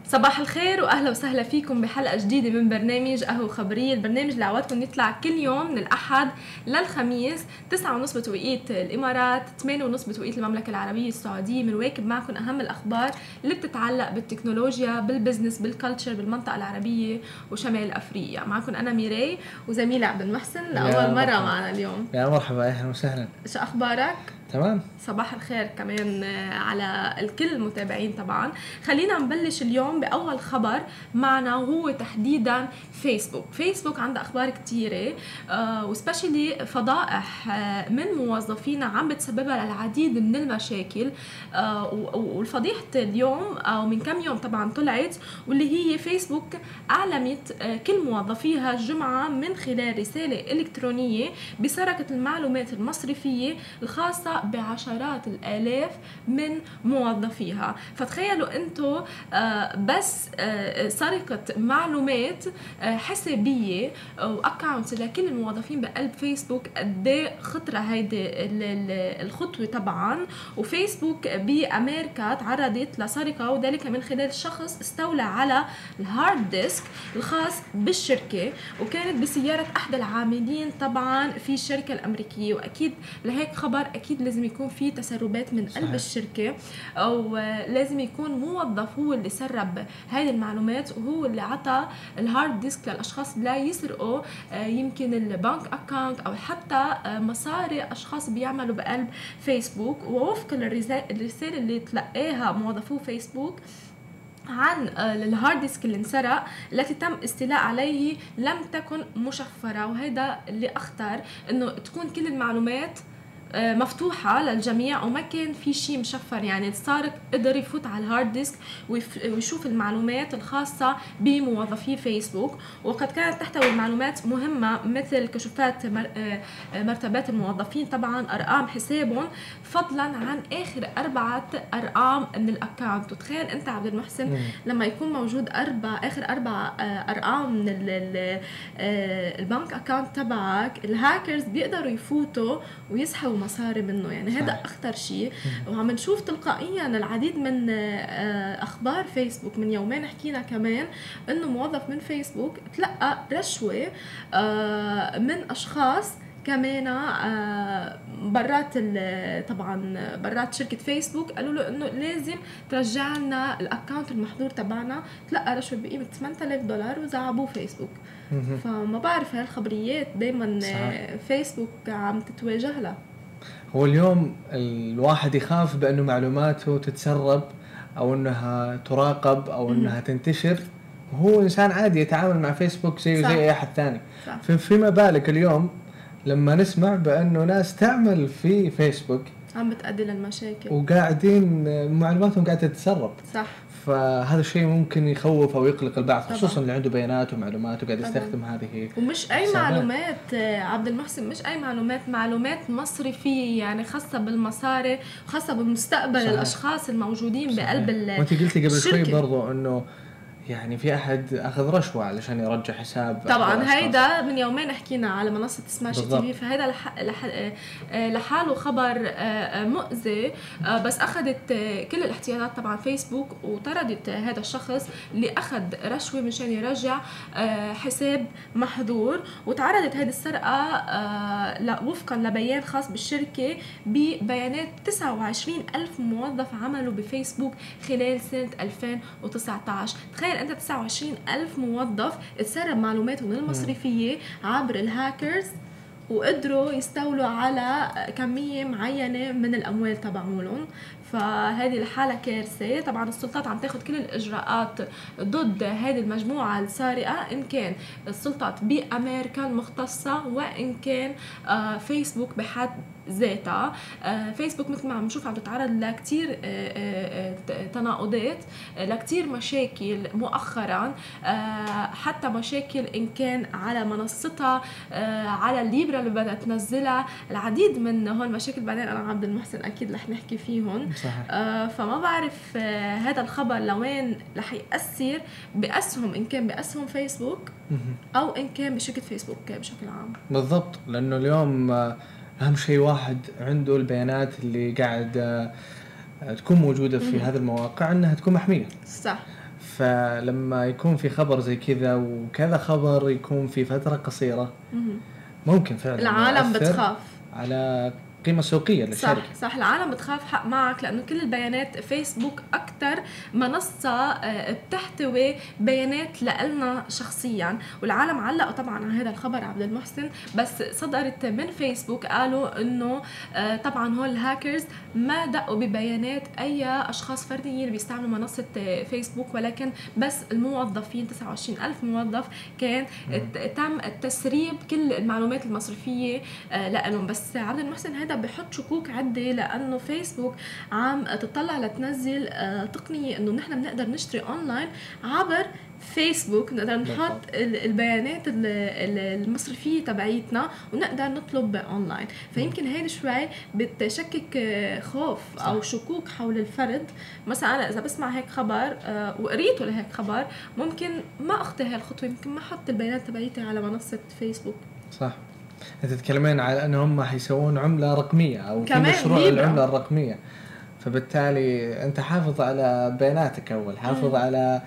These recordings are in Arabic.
صباح الخير واهلا وسهلا فيكم بحلقه جديده من برنامج قهوه خبريه، البرنامج اللي عودكم يطلع كل يوم من الاحد للخميس 9:30 بتوقيت الامارات، 8:30 بتوقيت المملكه العربيه السعوديه. بنواكب معكم اهم الاخبار اللي بتتعلق بالتكنولوجيا، بالبزنس، بالكالتشر بالمنطقه العربيه وشمال افريقيا. معكم انا ميراي وزميلي عبد المحسن لاول مره معنا اليوم. يا مرحبا، اهلا وسهلا. شو اخبارك؟ تمام. صباح الخير كمان على الكل المتابعين. طبعا خلينا نبلش اليوم بأول خبر معنا، وهو تحديدا فيسبوك عنده أخبار كتيرة وسبيشلي فضائح من موظفين عم بتسببها للعديد من المشاكل. والفضيحة اليوم أو من كم يوم طبعا طلعت، واللي هي فيسبوك أعلمت كل موظفيها الجمعة من خلال رسالة إلكترونية بسرقة المعلومات المصرفية الخاصة بعشرات الآلاف من موظفيها. فتخيلوا انتو بس سرقة معلومات حسابية واكاونتس لكل الموظفين بقلب فيسبوك، قد خطرة هيدي الخطوة طبعا. وفيسبوك بأمريكا تعرضت لسرقة، وذلك من خلال شخص استولى على الهارد ديسك الخاص بالشركة، وكانت بسيارة أحد العاملين طبعا في الشركة الأمريكية. وأكيد لهيك خبر أكيد لازم يكون في تسربات من قلب الشركة، أو لازم يكون موظف هو اللي سرب هذه المعلومات، وهو اللي عطى الهارد ديسك للأشخاص اللي يسرقوا يمكن البنك أكاونت أو حتى مصاري أشخاص بيعملوا بقلب فيسبوك. ووفق الرسالة اللي تلقاها موظفو فيسبوك عن الهارد ديسك اللي انسرق التي تم استيلاء عليه لم تكن مشفرة، وهذا اللي أخطر، إنه تكون كل المعلومات مفتوحة للجميع وما كان في شيء مشفر. يعني السارق قدر يفوت على الهارد ديسك ويشوف المعلومات الخاصة بموظفي فيسبوك، وقد كانت تحتوي المعلومات مهمة مثل كشوفات مرتبات الموظفين، طبعا أرقام حسابهم، فضلا عن آخر 4 أرقام من الأكاونت. وتخيل أنت عبد المحسن لما يكون موجود آخر 4 أرقام من البنك أكاونت تبعك، الهاكرز بيقدروا يفوتوا ويسحبوا مصاري منه. يعني هذا أخطر شيء. وعم نشوف تلقائيا العديد من أخبار فيسبوك. من يومين حكينا كمان إنه موظف من فيسبوك تلقى رشوة من أشخاص كمان برات طبعا برات شركة فيسبوك، قالوا له إنه لازم ترجع لنا الأكاونت المحظور تبعنا. تلقى رشوة بقيمة $8,000 وزعبوه فيسبوك. فما بعرف هالخبريات دايما فيسبوك عم تتواجه لها. هو اليوم الواحد يخاف بأنه معلوماته تتسرب أو أنها تراقب أو أنها تنتشر، وهو إنسان عادي يتعامل مع فيسبوك زي أي أحد ثاني. فيما بالك اليوم لما نسمع بأنه ناس تعمل في فيسبوك عم بتأدي للمشاكل وقاعدين معلوماتهم قاعدة تتسرب. صح. فهذا الشيء ممكن يخوف أو يقلق البعض، خصوصا اللي عنده بيانات ومعلومات وقاعد يستخدم هذه. ومش أي معلومات عبد المحسن، مش أي معلومات مصرفية، يعني خاصة بالمصاري، خاصة بمستقبل الأشخاص الموجودين بقلب الشركة. وانت قلتي قبل شوي برضو إنه يعني في أحد أخذ رشوة علشان يرجع حساب. طبعا هيدا من يومين حكينا على منصة سماش تي في، فهذا لحاله خبر مؤذي. بس أخذت كل الاحتياطات طبعا فيسبوك، وطردت هذا الشخص اللي أخذ رشوة مشان يرجع حساب محظور. وتعرضت هذه السرقة وفقا لبيان خاص بالشركة ببيانات 29,000 موظف عملوا بفيسبوك خلال سنة 2019. تخيل أنت 29,000 موظف اتسرب معلوماتهم المصرفية عبر الهاكرز، وقدروا يستولوا على كمية معينة من الأموال تبعولهم. فهذه الحالة كارثة. طبعا السلطات عم تاخد كل الإجراءات ضد هذه المجموعة السارقة، إن كان السلطات بأمريكا المختصة وإن كان فيسبوك بحد ذاتها. فيسبوك مثل ما عم نشوف عم تتعرض لكتير تناقضات، لكتير مشاكل مؤخرا، حتى مشاكل إن كان على منصتها، على الليبرا اللي بدأت تنزلها، العديد من هول المشاكل بعدين أنا عبد المحسن أكيد رح نحكي فيهم. فما بعرف هذا الخبر لوين رح يأثر بأسهم، إن كان بأسهم فيسبوك أو إن كان بشركة فيسبوك بشكل عام. بالضبط، لأنه اليوم أهم شيء واحد عنده البيانات اللي قاعد تكون موجودة في هذه المواقع أنها تكون محمية. صح. فلما يكون في خبر زي كذا وكذا خبر يكون في فترة قصيرة ممكن فعلا العالم بتخاف على قيمة سوقية للشركة. صح العالم بتخاف حق معك، لأنه كل البيانات فيسبوك أكتر منصة بتحتوي بيانات لنا شخصيا، والعالم علقوا طبعا على هذا الخبر عبد المحسن، بس صدرت من فيسبوك قالوا إنه طبعا هول الهاكرز ما دقوا ببيانات أي أشخاص فرديين بيستعملوا منصة فيسبوك، ولكن بس الموظفين 29,000 موظف كان تم التسريب كل المعلومات المصرفية لهم. بس عبد المحسن هذا بحط شكوك عدة، لأنه فيسبوك عم تطلع لتنزل تقنية إنه نحن بنقدر نشتري أونلاين عبر فيسبوك، نقدر نحط البيانات المصرفية تبعيتنا ونقدر نطلب أونلاين. فيمكن هيدا شوي بتشكك خوف أو شكوك حول الفرد. مثلا أنا إذا بسمع هيك خبر وقريته لهيك خبر ممكن ما أخطي هالخطوة، ممكن ما أحط البيانات تبعيتي على منصة فيسبوك. صح. انت تتكلمين على انهم حيسوون عملة رقمية او في كمان مشروع العملة الرقمية، فبالتالي انت حافظ على بياناتك اول، حافظ على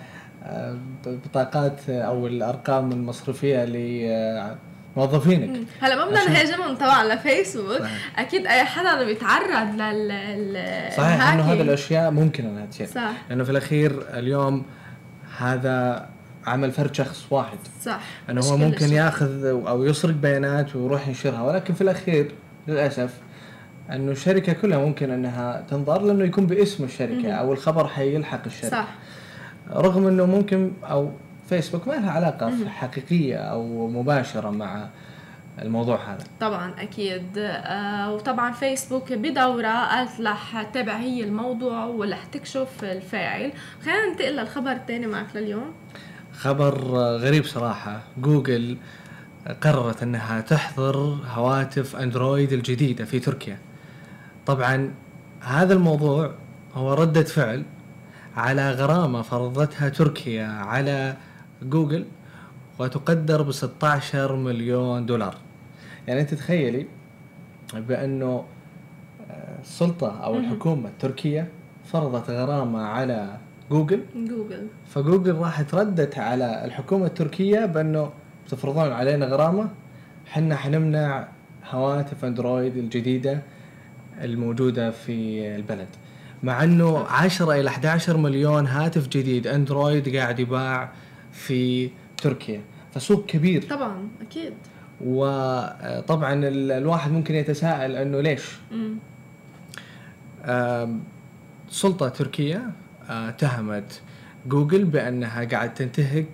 بطاقات او الارقام المصرفية لموظفينك. هلا ما بدنا نهاجمهم طبعا على فيسبوك. صحيح. اكيد اي حدا بيتعرض صحيح انه هذه الاشياء ممكن انها تصير، لانه في الاخير اليوم هذا عمل فرد شخص واحد. صح. انه هو ممكن ياخذ او يسرق بيانات ويروح ينشرها، ولكن في الاخير للاسف انه الشركه كلها ممكن انها تنضر لانه يكون باسم الشركه او الخبر حيلحق الشركه. صح. رغم انه ممكن او فيسبوك ما لها علاقه حقيقيه او مباشره مع الموضوع هذا. طبعا اكيد. وطبعا فيسبوك بدوره قالت رح تتابع هي الموضوع ورح تكشف الفاعل. خلينا ننتقل للخبر الثاني معك لليوم. خبر غريب صراحة. جوجل قررت أنها تحظر هواتف أندرويد الجديدة في تركيا. طبعا هذا الموضوع هو ردة فعل على غرامة فرضتها تركيا على جوجل وتقدر ب$16 مليون. يعني أنت تخيلي بأنه السلطة أو الحكومة التركية فرضت غرامة على جوجل. فجوجل راحت ردت على الحكومة التركية بأنه تفرضون علينا غرامة، حنا حنمنع هواتف أندرويد الجديدة الموجودة في البلد، مع أنه 10 إلى 11 مليون هاتف جديد أندرويد قاعد يباع في تركيا، فسوق كبير طبعا أكيد. وطبعا الواحد ممكن يتساءل أنه ليش سلطة تركيا اتهمت جوجل بأنها قاعد تنتهك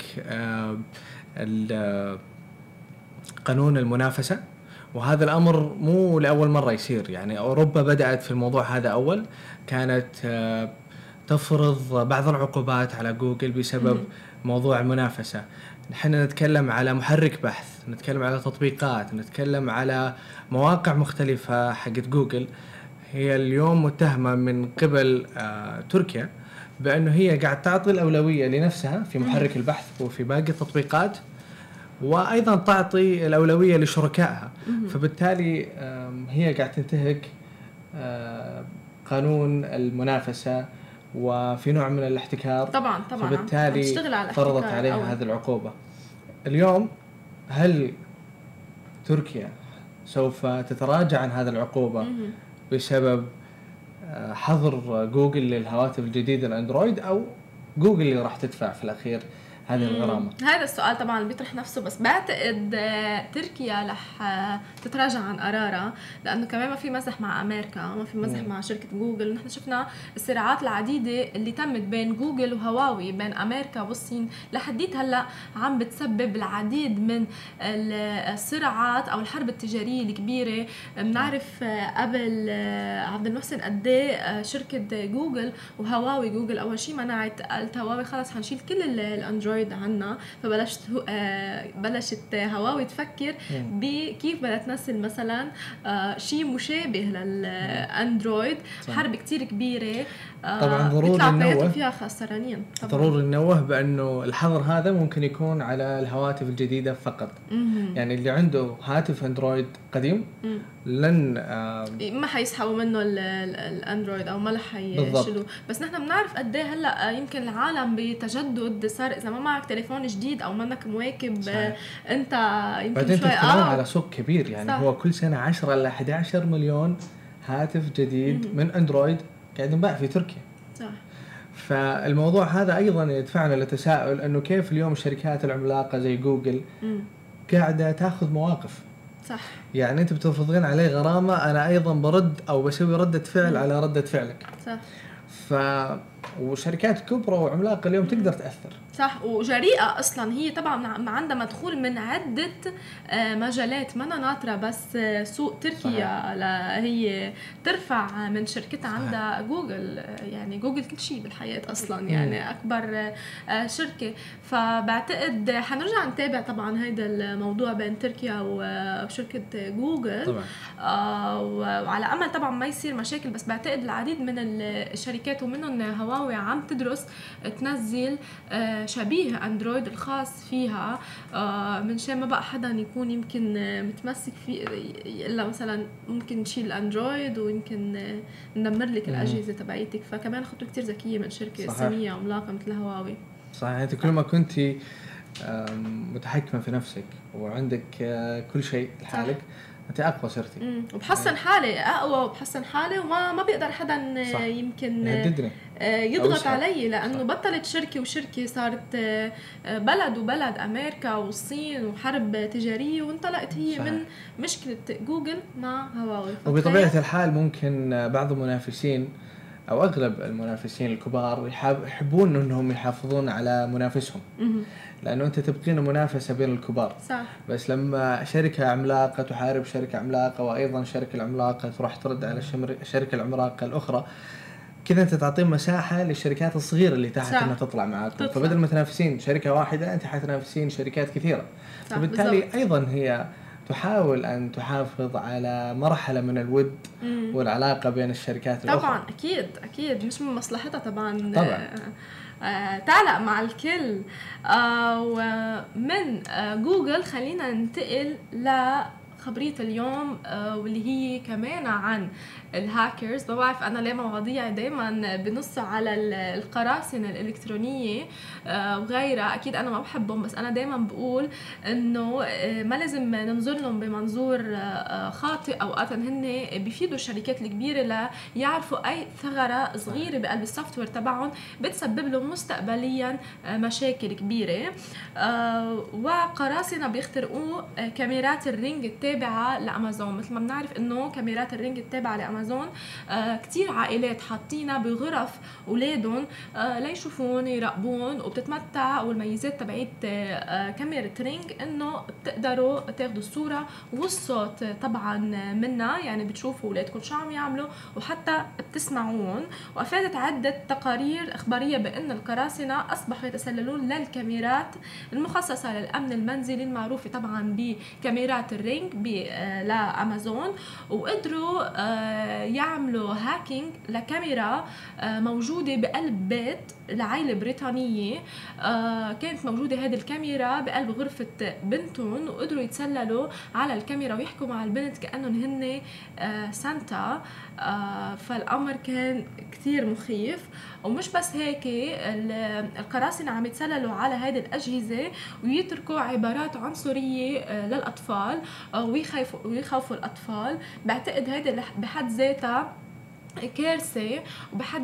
قانون المنافسة، وهذا الأمر مو لأول مرة يصير. يعني أوروبا بدأت في الموضوع هذا أول، كانت تفرض بعض العقوبات على جوجل بسبب موضوع المنافسة. نحن نتكلم على محرك بحث، نتكلم على تطبيقات، نتكلم على مواقع مختلفة حقت جوجل. هي اليوم متهمة من قبل تركيا بأنه هي قاعد تعطي الأولوية لنفسها في محرك البحث وفي باقي التطبيقات، وأيضا تعطي الأولوية لشركائها. فبالتالي هي قاعد تنتهك قانون المنافسة وفي نوع من الاحتكار. طبعا فبالتالي فرضت عليها هذه العقوبة. اليوم هل تركيا سوف تتراجع عن هذه العقوبة بسبب حظر جوجل للهواتف الجديدة الأندرويد، أو جوجل اللي راح تدفع في الأخير هذه الغرامة؟ هذا السؤال طبعا بيطرح نفسه، بس بعتقد تركيا رح تتراجع عن قرارها، لأنه كمان ما في مزح مع أمريكا، ما في مزح مع شركة جوجل. نحن شفنا الصراعات العديدة اللي تمت بين جوجل وهواوي، بين أمريكا والصين، لحديت هلأ عم بتسبب العديد من الصراعات أو الحرب التجارية الكبيرة. بنعرف قبل عبد المحسن قد شركة جوجل وهواوي، جوجل أول شيء منعت، قالت هواوي خلاص حنشيل كل الأندرويد اندرويد عنا، فبلشت بلشت هواوي تفكر بكيف بدها تنزل مثلا شيء مشابه للاندرويد. حرب كتير كبيرة طبعا ضروري ننوه فيها خسرانين. ضروري ننوه بأنه الحظر هذا ممكن يكون على الهواتف الجديدة فقط. يعني اللي عنده هاتف اندرويد قديم لن ما حيسحبوا منه الاندرويد او ما رح يشيلوه. بس نحن بنعرف قد ايه هلا يمكن العالم بتجدد، صار اذا ما معك تليفون جديد او منك مواكب صحيح. انت يمكن بعدين شوي على سوق كبير يعني صح. هو كل سنه 10 ل 11 مليون هاتف جديد من اندرويد قاعد ينباع في تركيا صح. فالموضوع هذا ايضا يدفعنا لتساؤل انه كيف اليوم الشركات العملاقه زي جوجل قاعده تاخذ مواقف صح. يعني انت بتفرضين علي غرامه، انا ايضا برد او بسوي رده فعل على رده فعلك صح. وشركات كبرى وعملاقه اليوم تقدر تاثر صح وجريئه اصلا. هي طبعا عندها مدخول من عده مجالات، ما ناطره بس سوق تركيا هي ترفع من شركتها عندها جوجل. يعني جوجل كل شيء بالحياه اصلا، يعني اكبر شركه. فبعتقد حنرجع نتابع طبعا هذا الموضوع بين تركيا وشركه جوجل طبعا. وعلى امل طبعا ما يصير مشاكل. بس بعتقد العديد من الشركات ومنهم هواوي عم تدرس تنزل شبيه اندرويد الخاص فيها، من شان ما بقى حدا يكون يمكن متمسك فيه الا مثلا ممكن نشيل الاندرويد ويمكن ندمر لك الاجهزه تبعيتك. فكمان خطوه كتير ذكيه من شركه ساميه عملاقه مثل هواوي. صحيح. انت كل ما كنتي متحكمه في نفسك وعندك كل شيء لحالك انت اقوى صرتي. وبحسن حالي اقوى وبحسن حالي وما بيقدر حدا صح. يمكن يضغط علي، لانه صح. بطلت شركه وشركه، صارت بلد وبلد، امريكا والصين وحرب تجاريه، وانطلقت هي صح. من مشكله جوجل مع هواوي. وبطبيعه الحال ممكن بعض المنافسين او اغلب المنافسين الكبار يحبون انهم يحافظون على منافسهم لانه انت تبقين منافسه بين الكبار صح. بس لما شركه عملاقه تحارب شركه عملاقه وايضا شركه العملاقه تروح ترد على الشركه العملاقه الاخرى، كذا انت تعطين مساحه للشركات الصغيره اللي تحت انها تطلع معاكم. فبدل ما تنافسين شركه واحده انت حتنافسين شركات كثيره. فبالتالي بالزبط. ايضا هي تحاول أن تحافظ على مرحلة من الود والعلاقة بين الشركات طبعاً الأخرى. طبعاً أكيد مش من مصلحتها طبعاً تعلق مع الكل. ومن جوجل خلينا ننتقل لخبرية اليوم واللي هي كمان عن الهاكرز. ما بعرف أنا ليه مواضيع دايما بنص على القراصنة الإلكترونية وغيرها. أكيد أنا ما بحبهم، بس أنا دايما بقول إنه ما لازم ننظر لهم بمنظور خاطئ. أوقات هن بيفيدوا الشركات الكبيرة ليعرفوا أي ثغرة صغيرة بقلب السوفت وير تبعهم بتسبب لهم مستقبليا مشاكل كبيرة. وقراصنة بيخترقوا كاميرات الرينج التابعة لأمازون. مثل ما بنعرف إنه كاميرات الرينج التابعة لأمازون كتير عائلات حاطينها بغرف أولادهم ليشوفون يراقبون، وبتتمتع. والميزات تبعيت كاميرا رينج إنه بتقدروا تاخدوا الصورة والصوت طبعا منها، يعني بتشوفوا أولادكم شو عم يعملوا وحتى بتسمعون. وأفادت عدة تقارير إخبارية بأن القراصنة أصبحوا يتسللون للكاميرات المخصصة للأمن المنزلي المعروفة طبعا بكاميرات الرينج لأمازون، وقدروا يعملوا هاكينج لكاميرا موجودة بقلب بيت لعائلة بريطانية. كانت موجودة هذه الكاميرا بقلب غرفة بنتهم، وقدروا يتسللوا على الكاميرا ويحكوا مع البنت كأنهم هن سانتا. فالأمر كان كتير مخيف. ومش بس هيك، القراصنة عم يتسللوا على هذه الأجهزة ويتركوا عبارات عنصرية للأطفال ويخوفوا الأطفال. بعتقد هذا بحد ذاتها كارثة، وبحد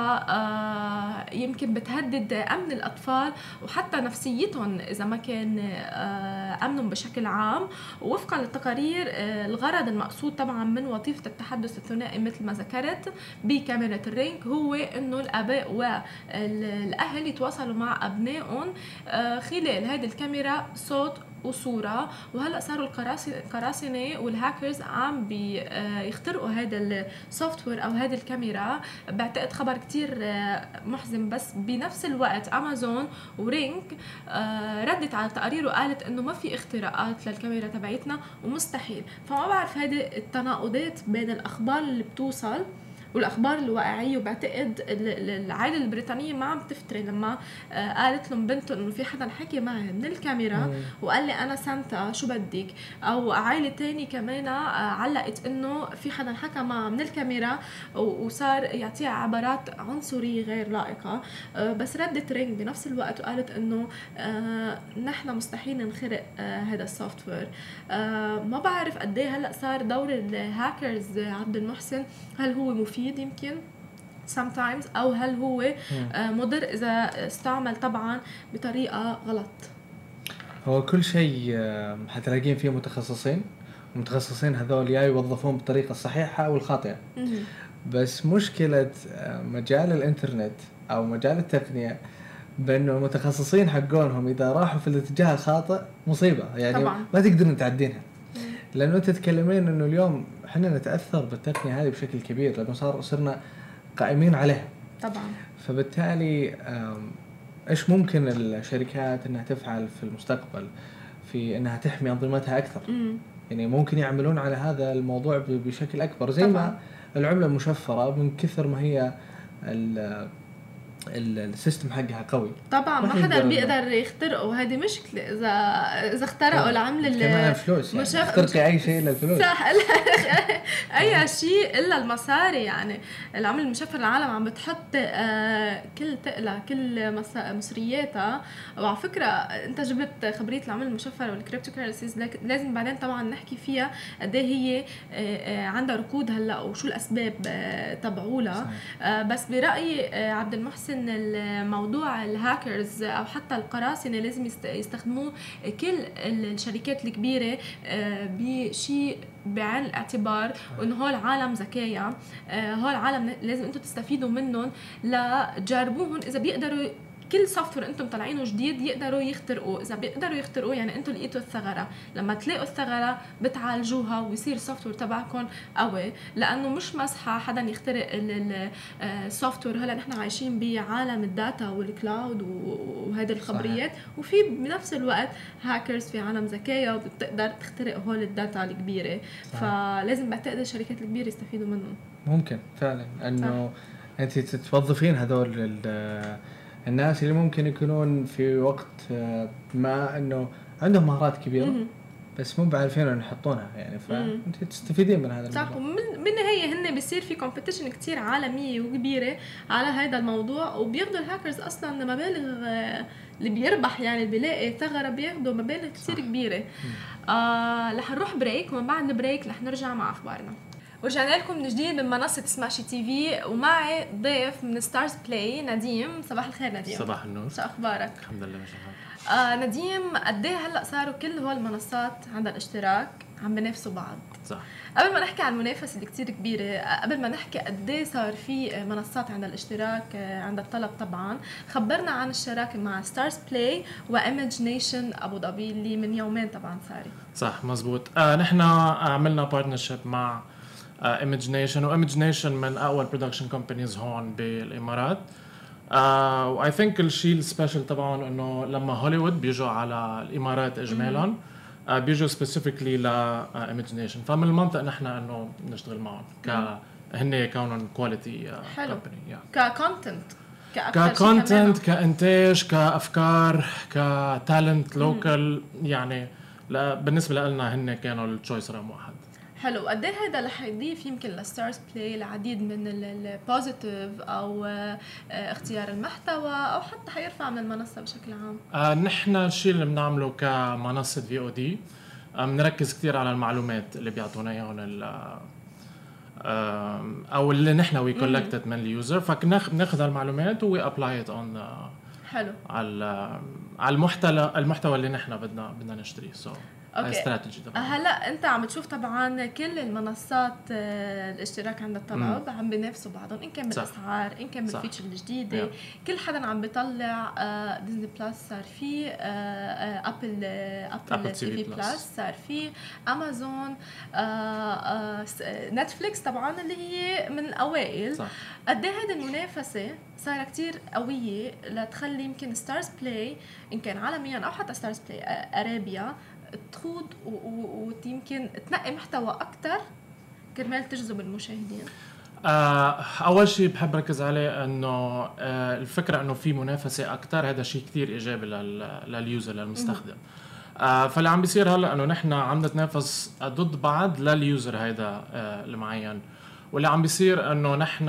ذاتها يمكن بتهدد أمن الأطفال وحتى نفسيتهم إذا ما كان أمنهم بشكل عام. ووفقا للتقارير الغرض المقصود طبعا من وظيفة التحدث الثنائي مثل ما ذكرت بكاميرا الرينج هو إنه الآباء والأهل يتواصلوا مع أبنائهم خلال هذه الكاميرا صوت وصورة. وهلأ صاروا القراصنة والهاكرز عم بيخترقوا هذا السوفت وير أو هذه الكاميرا. بعتقد خبر كتير محزن، بس بنفس الوقت امازون ورينج ردت على التقارير وقالت انه ما في اختراقات للكاميرا تبعتنا ومستحيل. فما بعرف هذه التناقضات بين الاخبار اللي بتوصل والاخبار الواقعيه. وبعتقد العائله البريطانيه ما عم تفتري لما قالت لهم بنته انه في حدا حكي معها من الكاميرا وقال لي انا سانتا شو بدك، او عائله تاني كمان علقت انه في حدا حكى معها من الكاميرا وصار يعطيها عبارات عنصريه غير لائقه. بس ردت رينج بنفس الوقت وقالت انه نحن مستحيل نخرق هذا السوفت وير. ما بعرف قد ايه هلا صار دور الهاكرز عبد المحسن، هل هو مفيد يمكن sometimes او هل هو مضر اذا استعمل طبعا بطريقه غلط؟ هو كل شيء حتلاقين فيه متخصصين، ومتخصصين هذول يا يوظفون بالطريقه الصحيحه او الخاطئه. بس مشكله مجال الانترنت او مجال التقنيه بانه المتخصصين حقونهم اذا راحوا في الاتجاه الخاطئ مصيبه، يعني طبعاً ما تقدرون تعدينها. لانه انت تتكلمين انه اليوم احنا نتاثر بالتقنيه هذه بشكل كبير لانه صرنا قائمين عليها طبعا. فبالتالي ايش ممكن الشركات انها تفعل في المستقبل في انها تحمي انظمتها اكثر؟ يعني ممكن يعملون على هذا الموضوع بشكل اكبر، زي طبعاً ما العمله المشفره من كثر ما هي السيستم حقها قوي طبعا ما حدا بيقدر يخترقه. هذه مشكله اذا اخترقوا العمله كمان فلوس، يعني تخترقي اي شيء الا الفلوس صح اي شيء الا المصاري. يعني العمله المشفره العالم عم بتحط كل تقلة كل مصرياتها. وعلى فكره انت جبت خبريه العمله المشفره والكريبتو كرنسيز، لازم بعدين طبعا نحكي فيها قد ايه هي عندها ركود هلا وشو الاسباب تبعولها. بس برايي عبد المحسن الموضوع الهاكرز او حتى القراصنه لازم يستخدموه كل الشركات الكبيره بشيء بعين الاعتبار، وانه هول عالم ذكيه، هول عالم لازم انتم تستفيدوا منهم لتجربوهم. اذا بيقدروا كل سوفت وير انتم طالعينه جديد يقدروا يخترقوا، اذا بيقدروا يخترقوا يعني انتم لقيتوا الثغره، لما تلاقوا الثغره بتعالجوها ويصير السوفت وير تبعكم قوي. لانه مش مسحه حدا يخترق السوفت وير. هلا نحن عايشين بعالم الداتا والكلاود وهذه الخبريات، وفي بنفس الوقت هاكرز في عالم ذكيه وبتقدر تخترق هول الداتا الكبيره. فلازم بعتقد الشركات الكبيره يستفيدوا منهم. ممكن فعلا انه انت تتوظفين هذول الناس اللي ممكن يكونون في وقت ما انه عندهم مهارات كبيره بس مو بعارفين ان يحطونها، يعني فانت تستفيدين من هذا الموضوع. صح، بالنهايه هن بيصير في كومبيتيشن كتير عالميه وكبيره على هذا الموضوع، وبياخذوا الهاكرز اصلا مبالغ اللي بيربح، يعني بيلاقي ثغره بياخذوا مبالغ كتير كبيره. رح نروح بريك، ومن بعد البريك رح نرجع مع اخبارنا. ورجعنا لكم من جديد من منصة سماشي تي في، ومعي ضيف من ستارز بلاي نديم. صباح الخير نديم. صباح النور. شو أخبارك؟ الحمد لله ماشي الحال. نديم، قديه هلأ صاروا كل هول المنصات عندها الاشتراك عم بينافسوا بعض؟ صح. قبل ما نحكي عن المنافسة اللي كتير كبيرة، قبل ما نحكي قديه صار في منصات عندها الاشتراك عندها الطلب طبعا، خبرنا عن الشراكة مع ستارز بلاي وإيماجينيشن أبو ظبي اللي من يومين طبعا صاري. صح مزبوط. نحن عملنا بارتنرشيب مع Imagination، و Imagination من أول production companies هون بالإمارات. و I think الشيء السبيشل طبعاً إنه لما هوليوود بيجوا على الإمارات إجمالاً بيجوا specifically ل Imagination، فمن المنطق نحن إنه نشتغل معهم هن كونهم quality company. كcontent كإنتاج كأفكار كtalent local، يعني بالنسبة لنا هن كانوا التشويس رقم واحد. حلو. قد ايه هذا رح يضيف يمكن لستارز بلاي العديد من البوزيتيف او اختيار المحتوى، او حتى حيرفع من المنصه بشكل عام؟ نحن الشيء اللي بنعمله كمنصه VOD بنركز كثير على المعلومات اللي بيعطونا اياهم او اللي نحن وي كولكتد من اليوزر، فبناخذ المعلومات وي ابلاي ات اون حلو على المحتوى اللي نحن بدنا نشتريه. استراتيجي طبعا. هلا انت عم تشوف طبعا كل المنصات الاشتراك عند الطلب عم بينافسوا بعضهم، ان كان بالاسعار ان كان بالفيتشر الجديده. كل حدا عم بيطلع ديزني بلس صار في، ابل تي في بلس صار في، امازون، نتفليكس طبعا اللي هي من الاوائل. قد ايه هذه المنافسه صار كتير قويه لتخلي يمكن ستارز بلاي ان كان عالميا او حتى ستارز بلاي ارابيا تخوض ويمكن تنقي محتوى أكتر كرمال تجذب المشاهدين. أول شيء بحب ركز عليه إنه الفكرة إنه في منافسة أكتر، هذا شيء كتير إيجابي لليوزر للمستخدم. فاللي عم بيصير هلا إنه نحن عم نتنافس ضد بعض لليوزر هيدا المعين، واللي عم بيصير إنه نحن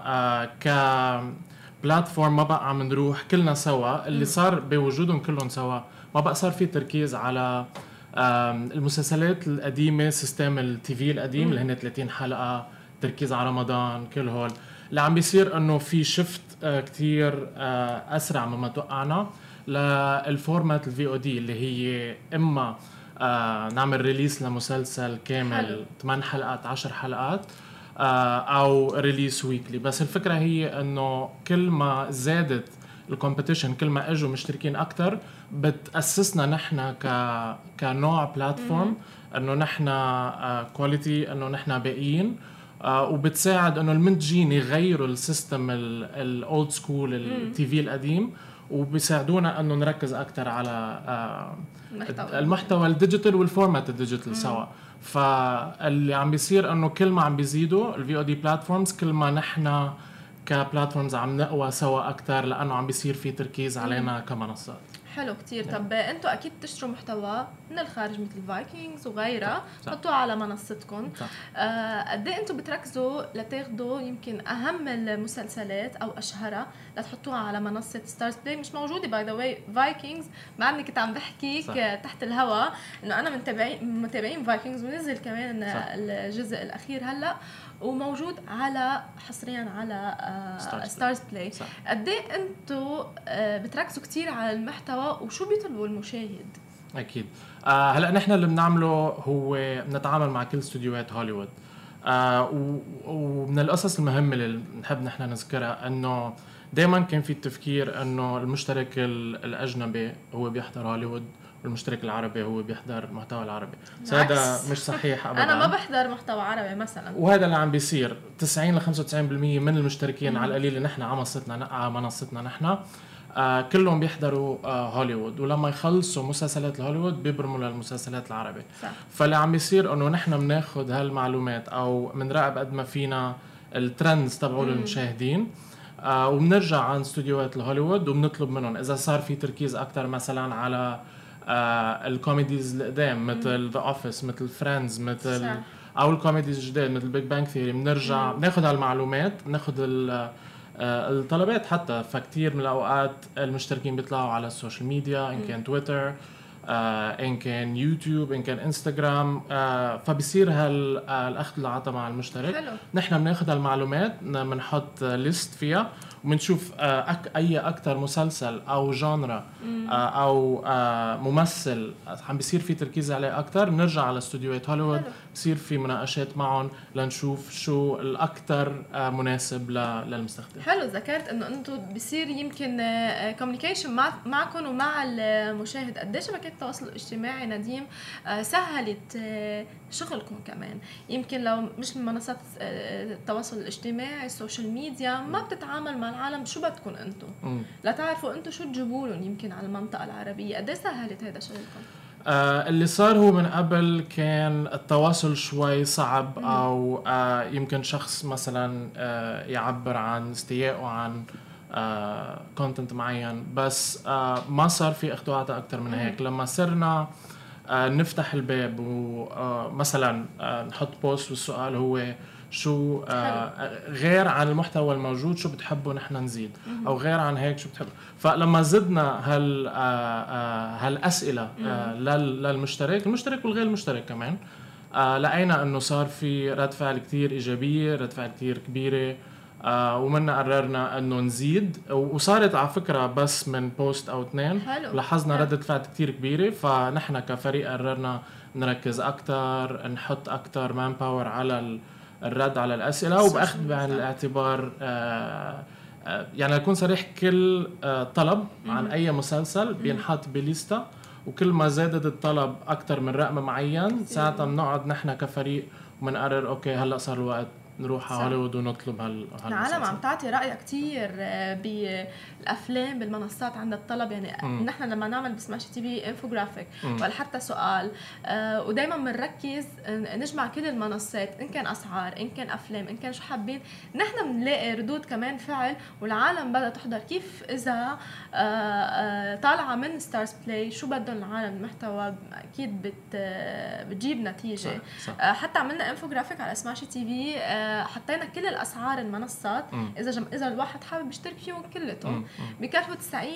كبلاتفورم ما بقى عم نروح كلنا سوا. اللي صار بوجودهم كلهم سوا ما بقى صار في تركيز على المسلسلات القديمة، سيستم التي في القديم اللي هن 30 حلقة، تركيز على رمضان، كل هول. اللي عم بيصير انه في شفت كتير اسرع مما توقعنا للفورمات الفي او دي، اللي هي اما نعمل ريليس لمسلسل كامل 8 حلقات 10 حلقات، او ريليس ويكلي. بس الفكرة هي انه كل ما زادت الكومبيتيشن، كل ما اجوا مشتركين اكتر، بتأسسنا نحن كنوع بلاتفورم انه نحن كواليتي، انه نحن باقيين، وبتساعد انه المنتجين يغيروا السيستم الاولد سكول التي في القديم، وبيساعدونا انه نركز اكتر على المحتوى الديجيتال والفورمات الديجيتال سوا. فاللي عم بيصير انه كل ما عم بيزيدوا الفي او دي بلاتفورمز، كل ما نحن كبلاتفورمز عم نقوى سوا اكتر، لانه عم بيصير في تركيز علينا كمنصات. حلو كتير. طب انتوا اكيد بتشتروا محتوى من الخارج مثل فايكنجز وغيرها، تحطوها على منصتكم. قد ايه انتوا بتركزوا لتاخذوا يمكن اهم المسلسلات او اشهرها لتحطوها على منصه ستارز بلاي؟ مش موجوده باي ذا واي فايكنجز، مع اني كنت عم بحكيك تحت الهواء انه انا متابعين فايكنجز، ونزل كمان الجزء الاخير هلا وموجود على حصريا على ستارز بلاي. قد ايه انتوا بتركزوا كتير على المحتوى وشو بيطلبوا المشاهد؟ اكيد. هلا نحن اللي بنعمله هو بنتعامل مع كل استوديوهات هوليوود، ومن القصص المهمه اللي بنحب نحن نذكرها انه دائما كان في التفكير انه المشترك الاجنبي هو بيحضر هوليوود والمشترك العربي هو بيحضر محتوى العربي. هذا مش صحيح ابدا. انا ما بحضر محتوى عربي مثلا، وهذا اللي عم بيصير. 90 ل 95% من المشتركين على القليل اللي نحن على منصتنا نحن كلهم بيحضروا هوليوود، ولما يخلصوا مسلسلات الهوليوود بيبرموا للمسلسلات العربي. فاللي عم بيصير انه نحن بناخذ هالمعلومات او بنراقب قد ما فينا الترندز تبعوا المشاهدين، وبنرجع عن استوديوهات الهوليوود وبنطلب منهم اذا صار في تركيز اكتر مثلا على الكوميديز القدام مثل ذا اوفيس، مثل فريندز، مثل او الكوميديز الجداد مثل بيج بانج ثيوري. بنرجع بناخذ هالمعلومات، بناخذ الطلبات حتى. فكتير من الاوقات المشتركين بيطلعوا على السوشيال ميديا، ان كان تويتر، ان كان يوتيوب، ان كان انستغرام، فبصير هالاخذ العطاء مع المشترك. نحن بناخذ هالمعلومات، بنحط ليست فيها وبنشوف اي اكثر مسلسل او جانرا او ممثل عم بيصير في تركيز عليه اكثر، بنرجع على استوديوهات هوليوود، بصير في مناقشات معهم لنشوف شو الاكثر مناسب للمستخدم. حلو. ذكرت انه انتم بصير يمكن كوميونيكيشن معكم ومع المشاهد. قديش شبكات التواصل الاجتماعي نديم سهلت شغلكم كمان؟ يمكن لو مش من منصات التواصل الاجتماعي، السوشيال ميديا، ما بتتعامل مع العالم، شو بدكم انتم لا تعرفوا انتم شو تجيبوا لهم يمكن على المنطقه العربيه؟ قد ايه سهلت هذا شغلكم؟ اللي صار هو من قبل كان التواصل شوي صعب، او يمكن شخص مثلا يعبر عن استيائه عن كونتنت معين، بس ما صار في اخذ اكثر من هيك. لما صرنا نفتح الباب ومثلا نحط بوست والسؤال هو شو غير عن المحتوى الموجود شو بتحبوا نحن نزيد، او غير عن هيك شو بتحبوا. فلما زدنا هالاسئله للمشترك، المشترك والغير المشترك كمان، لقينا انه صار في رد فعل كتير ايجابيه، رد فعل كتير كبيره، ومنا قررنا انه نزيد، وصارت على فكره بس من بوست او 2 حلو. لاحظنا حلو. ردة فعل كتير كبيره، فنحن كفريق قررنا نركز اكثر، نحط اكثر مان باور على الرد على الاسئله، وباخذ بعين الاعتبار يعني اكون صريح، كل طلب عن اي مسلسل بينحط بليستا، وكل ما زادت الطلب اكثر من رقم معين ساعتها بنقعد نحن كفريق وبنقرر اوكي هلا صار الوقت نروح على هوليوود ونطلب العالم عم تعطي رأيها كتير بالأفلام بالمنصات عند الطلب. يعني نحن لما نعمل بسماش تي في انفوجرافيك ولا حتى سؤال، ودايما بنركز نجمع كل المنصات، إن كان أسعار، إن كان أفلام، إن كان شو حابين، نحن بنلاقي ردود كمان فعل، والعالم بدأ تحضر. كيف إذا طالعة من ستارز بلاي شو بدهم العالم المحتوى، أكيد بتجيب نتيجة. صح. حتى عملنا انفوجرافيك على سماش تي في، حطينا كل الاسعار المنصات اذا الواحد حابب يشترك فيهم كلهم بكلفوا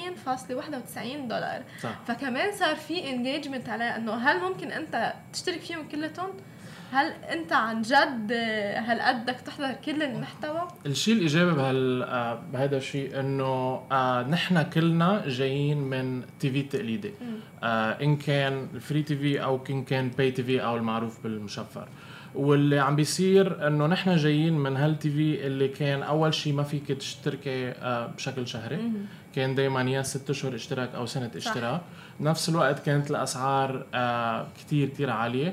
$90.91. فكمان صار في انجيجمنت على انه هل ممكن انت تشترك فيهم كلهم، هل انت عن جد هل قدك تحضر كل المحتوى. الشيء الايجابي بهذا الشيء انه نحن كلنا جايين من تي في تقليدي، ان كان الفري تي في او ان كان باي تي في او المعروف بالمشفر. واللي عم بيصير انه نحن جايين من هال تي في اللي كان اول شيء ما فيك تشتركي بشكل شهري، كان دايما يا 6 اشهر اشتراك او سنه اشتراك. بنفس الوقت كانت الاسعار كتير عاليه،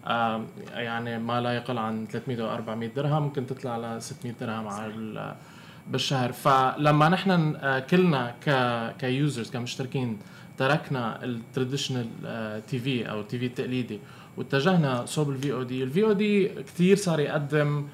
يعني ما لا يقل عن 300 او 400 درهم، ممكن تطلع على 600 درهم على بالشهر. فلما نحن كلنا كيوزرز كمشتركين تركنا التراديشنال تي في او تي في التقليدي واتجهنا صوب الفي او دي، الفي او دي كثير صار يقدم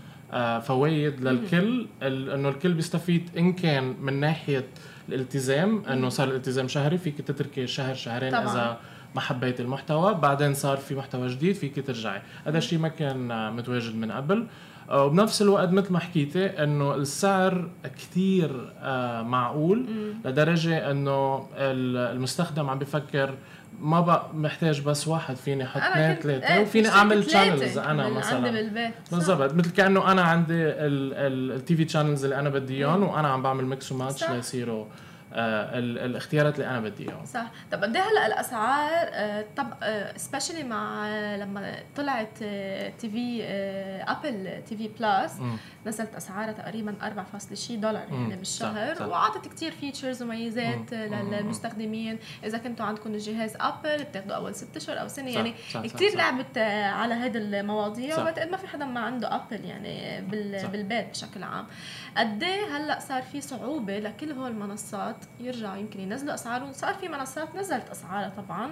فوائد للكل، انه الكل بيستفيد، ان كان من ناحيه الالتزام انه صار الالتزام شهري، فيك تتركي شهر شهرين طبعا. اذا ما حبيت المحتوى، بعدين صار في محتوى جديد فيك ترجعي. هذا الشيء ما كان متواجد من قبل. وبنفس الوقت مثل ما حكيتي انه السعر كتير معقول لدرجه انه المستخدم عم بفكر ما بقى محتاج بس واحد، فيني احط 2 3 وفيني اعمل شانلز انا مثلا بالضبط، مثل كانه انا عندي التي في شانلز اللي انا بدي اياهم وانا عم بعمل ميكس وماتش ليصيروا الاختيارات اللي انا بدي اياهم. صح. طب قد ايه هلا الاسعار؟ طب سبيشلي مع لما طلعت تي في ابل تي في بلس نزلت اسعارها تقريبا $4.6 يعني بالشهر. صح. وعطت كتير فيتشرز وميزات للمستخدمين. اذا كنتوا عندكم الجهاز ابل بتاخذوا اول 6 اشهر او سنه. يعني كتير لعبت على هذه المواضيع، وبعتقد ما في حدا ما عنده ابل يعني بالبيت بشكل عام. قد ايه هلا صار في صعوبه لكل هول المنصات يرجعوا يمكن ينزلوا اسعارهم؟ صار في منصات نزلت اسعارها طبعا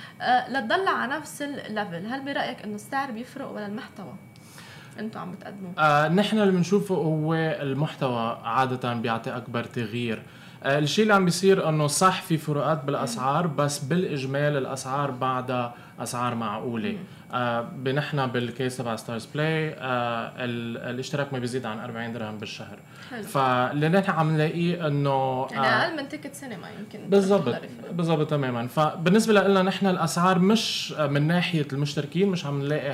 لتضل على نفس الليفل. هل برايك انه السعر بيفرق ولا المحتوى انتوا عم بتقدموه؟ نحن اللي بنشوفه هو المحتوى عاده بيعطي اكبر تغيير. الشيء اللي عم بيصير انه صح في فروقات بالاسعار، بس بالاجمال الاسعار بعدها اسعار معقوله. بنحن بالكيس تبع ستارز بلاي الاشتراك ما بيزيد عن 40 درهم بالشهر. فاللي نحن عم نلاقيه انه يعني اقل من تيكت سينما يمكن. بالضبط تماما. فبالنسبه لنا نحن الاسعار مش من ناحيه المشتركين مش عم نلاقي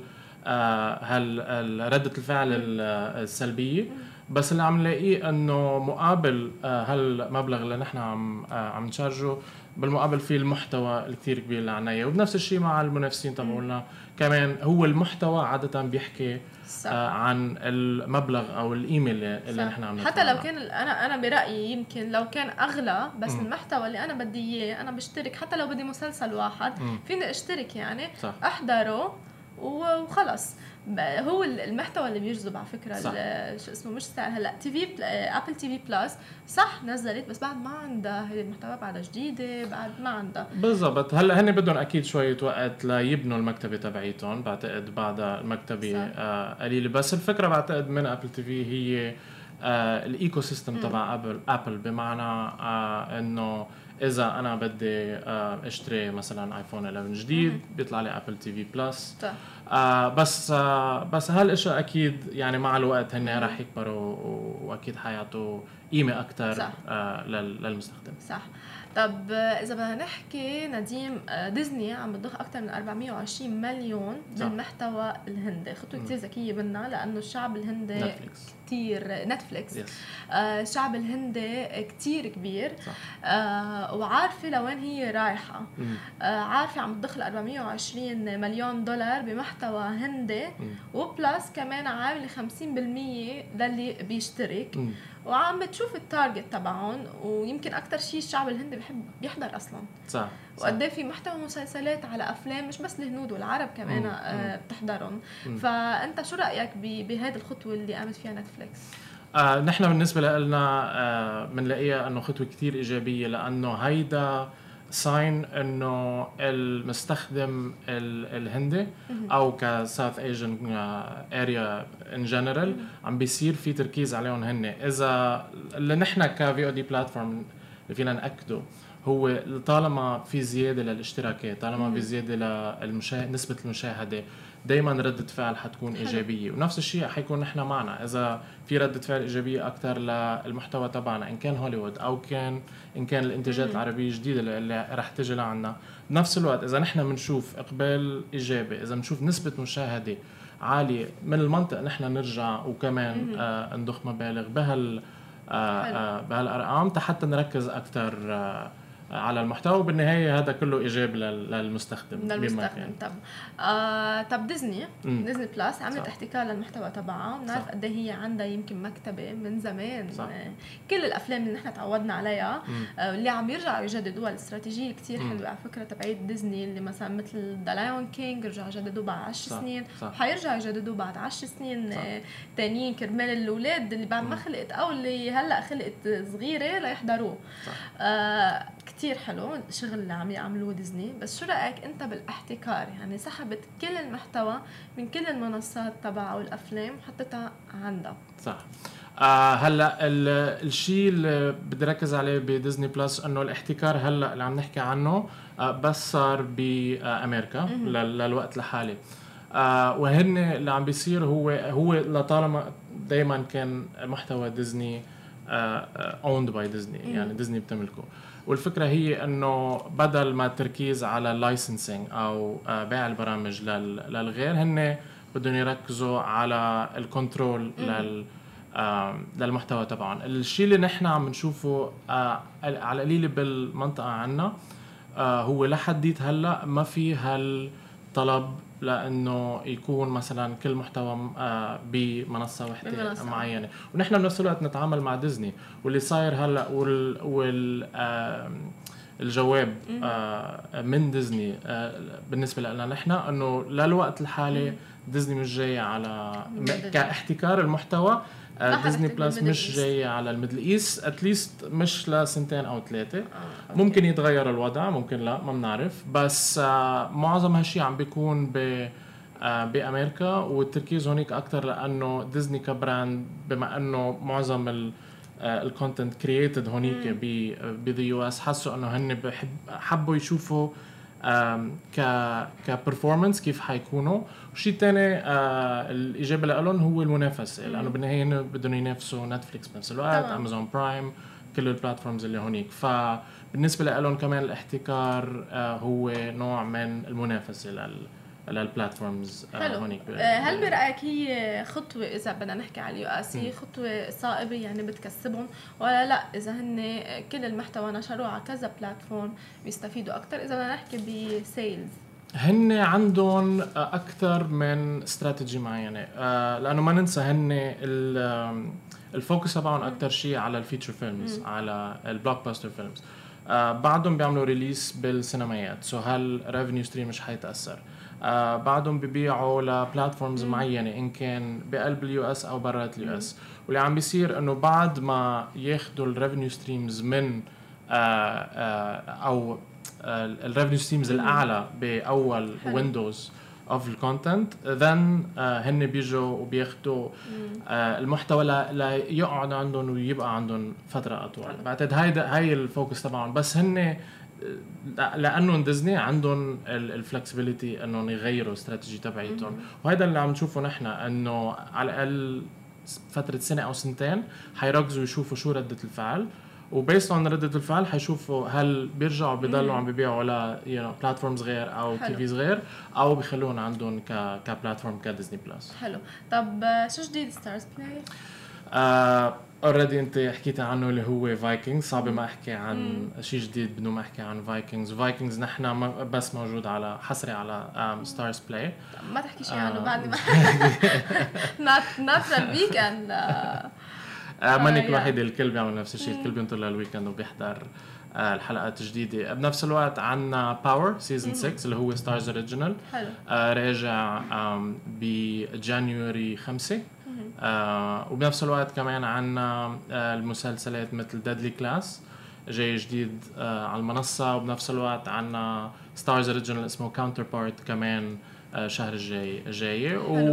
هل ردة الفعل السلبيه، بس اللي عم نلاقيه انه مقابل هالمبلغ اللي نحن عم نشارجه، بالمقابل في المحتوى الكثير كبير اللي عنا اياه. وبنفس الشيء مع المنافسين تبعولنا كمان، هو المحتوى عاده بيحكي عن المبلغ او الايميل اللي نحن عم حتى لو كان انا برايي يمكن لو كان اغلى، بس المحتوى اللي انا بدي اياه انا بشترك. حتى لو بدي مسلسل واحد فيني اشترك يعني صح. احضره وخلص. هو المحتوى اللي بيجذب على فكره. شو اسمه مش سعر. هلا تي في ابل تي في بلس صح نزلت، بس بعد ما عندها هي المحتوى بعدها جديده، بعد ما عندها بالضبط. هلا هن بدهم اكيد شويه وقت ليبنوا المكتبه تبعيتهم، بعتقد بعد المكتبه قليله. بس الفكره بعتقد من ابل تي في هي الايكو سيستم تبع ابل بمعنى انه اذا انا بدي اشتري مثلا ايفون 11 جديد بيطلع لي ابل تي في بلس. بس هالاشياء اكيد يعني مع الوقت هن راح يكبروا واكيد حيعطوا قيمه اكثر للمستخدم. صح. طب اذا بدنا نحكي نديم، ديزني عم بتضخ اكثر من 420 مليون بالمحتوى الهندي، خطوه كثير ذكيه منها لانه الشعب الهندي كثير نتفليكس الشعب الهندي كتير كبير. وعارفة لوين هي رايحة. عارفة عم تدخل 420 مليون دولار بمحتوى هندي، وبلاس كمان عامل 50% للي بيشترك، وعم بتشوف التارجت تبعهم، ويمكن أكتر شيء الشعب الهندي بحب يحضر أصلاً. صح. وقديه في محتوى مسلسلات على أفلام مش بس الهنود والعرب كمان بتحضرهم. فأنت شو رأيك بهذه الخطوة اللي قامت فيها نتفليكس؟ نحن بالنسبة لنا منلاقيها أنه خطوة كتير إيجابية، لأنه هيدا ساين أنه المستخدم الهندي أو كساوث ايجن اريا ان جنرال عم بيصير في تركيز عليهم هن. إذا اللي نحن كفي او دي بلاتفورم اللي فينا نأكده هو طالما في زيادة للاشتراكات، طالما في زيادة نسبة المشاهدة، دايما ردة فعل حتكون إيجابية. ونفس الشيء حيكون نحن معنا إذا في ردة فعل إيجابية أكتر للمحتوى تبعنا، إن كان هوليوود أو إن كان الإنتاجات العربية الجديدة اللي رح تجي لعنا. بنفس الوقت إذا نحن بنشوف إقبال إيجابي، إذا بنشوف نسبة مشاهدة عالية من المنطق، نحن نرجع وكمان نضخ مبالغ بهالأرقام حتى نركز أكتر على المحتوى. بالنهاية هذا كله إيجابي للمستخدم. طب ديزني بلاس عملت احتكار للمحتوى تبعها. بنعرف قد هي عندها يمكن مكتبة من زمان. كل الأفلام اللي نحن تعودنا عليها اللي عم يرجعوا يجددوها. الاستراتيجية كتير حلوة على فكرة تبعيد ديزني، اللي مثلا مثل ذا لايون كينج رجعوا يجددوه بعد 10 سنين، وحيرجعوا يجددوه بعد 10 سنين تانيين كرمال الأولاد اللي بعد ما خلقت أو اللي هلأ خلقت صغيرة ليحضروه. كتير حلو الشغل اللي عم يعملوه ديزني. بس شو رأيك انت بالاحتكار؟ يعني سحبت كل المحتوى من كل المنصات تبعه والافلام وحطتها عندها. صح. هلا الشيء اللي بدي ركز عليه بديزني بلس انه الاحتكار هلا اللي عم نحكي عنه بس صار بامريكا للوقت الحالي. وهن اللي عم بيصير هو لطالما دايما كان محتوى ديزني owned by ديزني، يعني ديزني بتملكه. والفكرة هي انه بدل ما التركيز على اللايسنسينج او بيع البرامج للغير، هن بدهم يركزوا على الكنترول للمحتوى تبعهم. الشيء اللي نحن عم نشوفه على القليل بالمنطقة عنا هو لحديت هلا ما في هالطلب لانه يكون مثلا كل محتوى بمنصه وحده معينه. ونحن بنفس الوقت نتعامل مع ديزني، واللي صاير هلا الجواب من ديزني بالنسبه لنا نحن انه للوقت الحالي ديزني مش جاي على كاحتكار المحتوى. ديزني بلس مش جاي على الميدل ايست اتليست مش لسنتين او 3. ممكن يتغير الوضع، ممكن لا، ما بنعرف. بس معظم هالشي عم بيكون بامريكا، والتركيز هونيك اكتر لانه ديزني كبراند بما انه معظم الكونتنت كرييتد هونيك بالذا يو اس، حسوا انه هن حبوا يشوفوا كبرفورمانس كيف حيكونوا. وشيء تاني الإجابة لهم هو المنافسة، لأنه بالنهاية بدهم ينافسوا نتفليكس بنفس الوقت، أمازون برايم، كل البلاتفورمز اللي هونيك. فبالنسبة لهم كمان الاحتكار هو نوع من المنافسة للبلاتفورمز هونيك. هل برأيك هي خطوة، إذا بدنا نحكي على اليو اس، هي خطوة صائبة يعني بتكسبهم ولا لا؟ إذا هن كل المحتوى نشروه على كذا بلاتفورم بيستفيدوا أكتر. إذا بدنا نحكي بسيلز، هن عندهم أكثر من استراتيجي معينة، لأنه ما ننسى هن الفوكس تبعهم أكتر شيء على الفيتشر فيلمز، على البلوك باستر فيلمز. بعدهم بيعملوا ريليس بالسينمايات، سو هالريفينيو ستريم مش حيتأثر. بعدهم ببيعوا لبلاتفورمز معينة إن كان بقلب اليو اس أو برات اليو اس. واللي عم بيصير إنه بعد ما ياخدوا الريفينيو ستريمز من أو الريفينيو ستريمز الأعلى بأول ويندوز اوف الكونتنت then هن بيجوا وبياخدوا المحتوى ليقعد عندهم ويبقى عندهم فتره اطول. بعتقد هاي الفوكس تبعهم. بس هن لانه ديزني عندهم الفلكسبيليتي انهم يغيروا استراتيجي تبعيتهم، وهذا اللي عم نشوفه نحن، انه على الاقل فتره سنه او سنتين حيركزوا يشوفوا شو رده الفعل، وبيست اون ردة الفعل حيشوفوا هل بيرجعوا بيضلوا عم بيبيعوا على بلاتفورمز غير او تي فيز غير، او بيخلوهم عندهم كبلاتفورم كديزني بلس. حلو. طب شو جديد ستارز بلاي؟ اوريدي انت حكيت عنه اللي هو فايكنجز. صعب ما احكي عن شيء جديد بدون ما احكي عن فايكنجز. نحن بس موجود على حصري على ستارز بلاي. ما تحكي شيء عنه بعد ما ناطر الويكند. مانك الوحيد، الكل بيعمل نفس الشيء، الكل بينطر للويكند وبيحضر الحلقات الجديدة. بنفس الوقت عنا باور سيزن 6 اللي هو ستارز اوريجينال، راجع بجانيوري 5. وبنفس الوقت كمان عنا المسلسلات مثل ديدلي كلاس جاي جديد على المنصة. وبنفس الوقت عنا ستارز اوريجينال اسمه كاونتر بارت كمان شهر الجاي.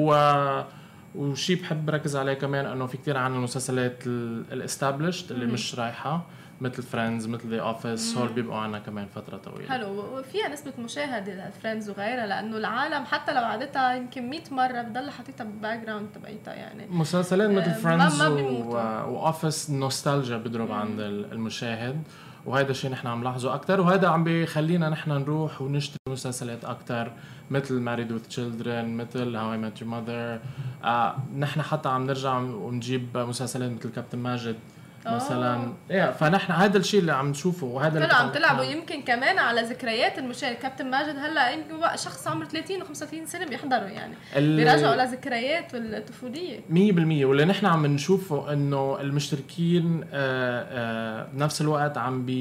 وشي بحب ركز عليه كمان انه في كتير عنا المسلسلات الاستابلشت اللي مش رايحة مثل فريندز مثل ذا اوفيس، هول بيبقوا عنا كمان فترة طويلة. حلو. وفيها نسبة مشاهدة لفريندز وغيرها، لأنه العالم حتى لو عادتها يمكن 100 مرة بضل حطيتها بالباك جراوند تبعيتها. يعني مسلسلات مثل فريندز واوفيس نوستالجيا بيضرب عند المشاهد، وهذا الشيء نحن عم نلاحظه اكثر، وهذا عم بيخلينا نحن نروح ونشتري مسلسلات اكثر مثل ماريد وذ تشيلدرن، مثل هاو اي ميت يور ماذر. نحن حتى عم نرجع ونجيب مسلسلات مثل كابتن ماجد مثلا. فنحن هذا الشيء اللي عم نشوفه، وهذا اللي عم تلعبوا يمكن كمان على ذكريات المشاهد. كابتن ماجد هلا يمكن شخص عمره 30 و35 سنه بيحضروا، يعني بيراجعوا على ذكريات الطفوليه 100%. واللي نحن عم نشوفه انه المشتركين بنفس الوقت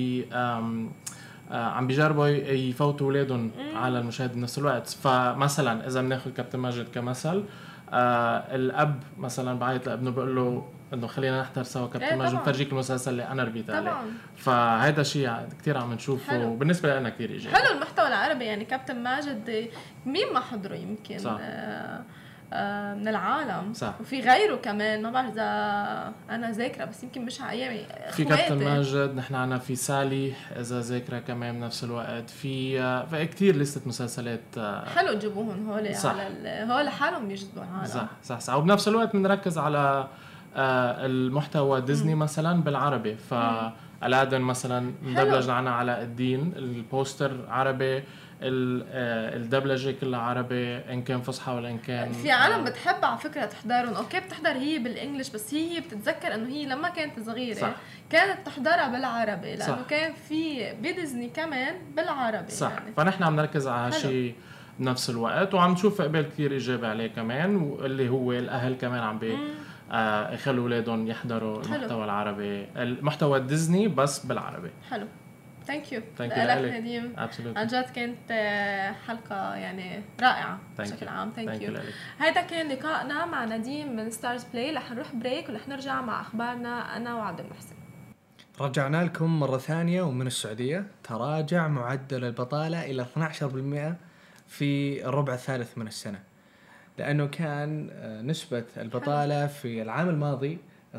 عم بيجربوا يفوتوا اولادهم على المشاهد بنفس الوقت. فمثلا اذا بناخذ كابتن ماجد كمثل، الاب مثلا بعيط لابنه بيقول له انه خلينا نحضر سوا كابتن ماجد، فرجيك المسلسل اللي انا ربيت عليه. فهذا شيء كثير عم نشوفه، وبالنسبه لنا كثير ايجابي. حلو المحتوى العربي. يعني كابتن ماجد مين ما حضره يمكن من العالم. صح. وفي غيره كمان ما بعرف اذا انا ذاكره، بس يمكن مش على ايامي. في كابتن ماجد نحن عنا في سالي اذا ذاكره كمان بنفس الوقت. في كتير لسته مسلسلات حلو تجيبوهم هول على هول حالهم يجذبوا العالم. صح. وبنفس الوقت بنركز على المحتوى ديزني مثلا بالعربي. فالادن مثلا مدبلج عنا على الدين، البوستر عربي، الدبلجه كلها عربي، ان كان فصحى ولا ان كان. في عالم بتحب على فكره تحضرهم. اوكي بتحضر هي بالانجلش، بس هي بتتذكر انه هي لما كانت صغيره صح. كانت تحضرها بالعربي، لانه صح. كان في بديزني كمان بالعربي صح. يعني فنحن عم نركز على شيء بنفس الوقت، وعم نشوف اقبال كثير ايجابي عليه كمان، واللي هو الاهل كمان عم يخلوا اولادهم يحضروا المحتوى العربي، المحتوى ديزني بس بالعربي. حلو. ثانك يو لك نديم. عن جد كانت حلقة يعني رائعة بشكل عام. ثانك يو. هيدا كان لقائنا مع نديم من ستارز بلاي. رح نروح بريك ورح نرجع مع أخبارنا أنا وعبد المحسن. رجعنا لكم مرة ثانية ومن السعودية. تراجع معدل البطالة إلى 12% في الربع الثالث من السنة، لأنه كان نسبة البطالة في العام الماضي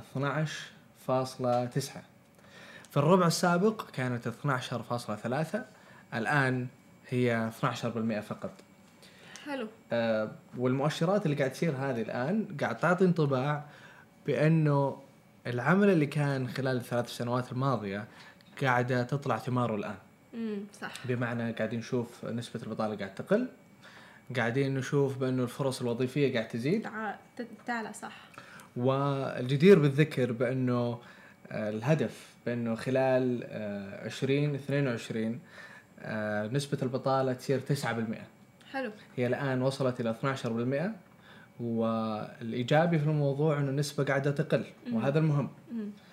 12.9. في الربع السابق كانت 12.3، الآن هي 12% فقط. حلو. والمؤشرات اللي قاعد تصير هذه الآن قاعد تعطي انطباع بأنه العمل اللي كان خلال ال3 سنوات الماضية قاعدة تطلع ثماره الآن. صح. بمعنى قاعدين نشوف نسبة البطالة قاعد تقل، قاعدين نشوف بأنه الفرص الوظيفية قاعد تزيد تعلى. صح. والجدير بالذكر بأنه الهدف بأنه خلال 2022 نسبة البطالة تصير 9%. حلو. هي الآن وصلت إلى 12%، والإيجابي في الموضوع أنه النسبة قاعدة تقل، وهذا المهم.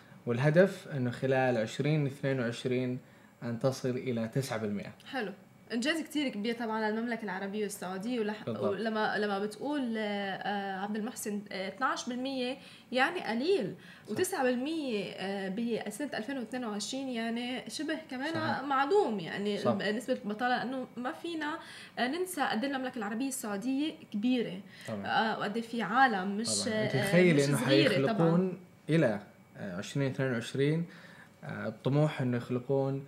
والهدف أنه خلال 2022 أن تصل إلى 9%. حلو. انجاز كتير كبير طبعا للمملكه العربيه والسعوديه. بالضبط. ولما بتقول عبد المحسن 12% يعني قليل، و9% بسنه 2022 يعني شبه كمان صحيح. معدوم يعني صح. نسبه البطاله، لانه ما فينا ننسى قد المملكه العربيه السعوديه كبيره طبعا. وقد في عالم مش طبعا انت تخيلي مش انه صغيره طبعا. حيخلقون الى 2022 الطموح انه يخلقون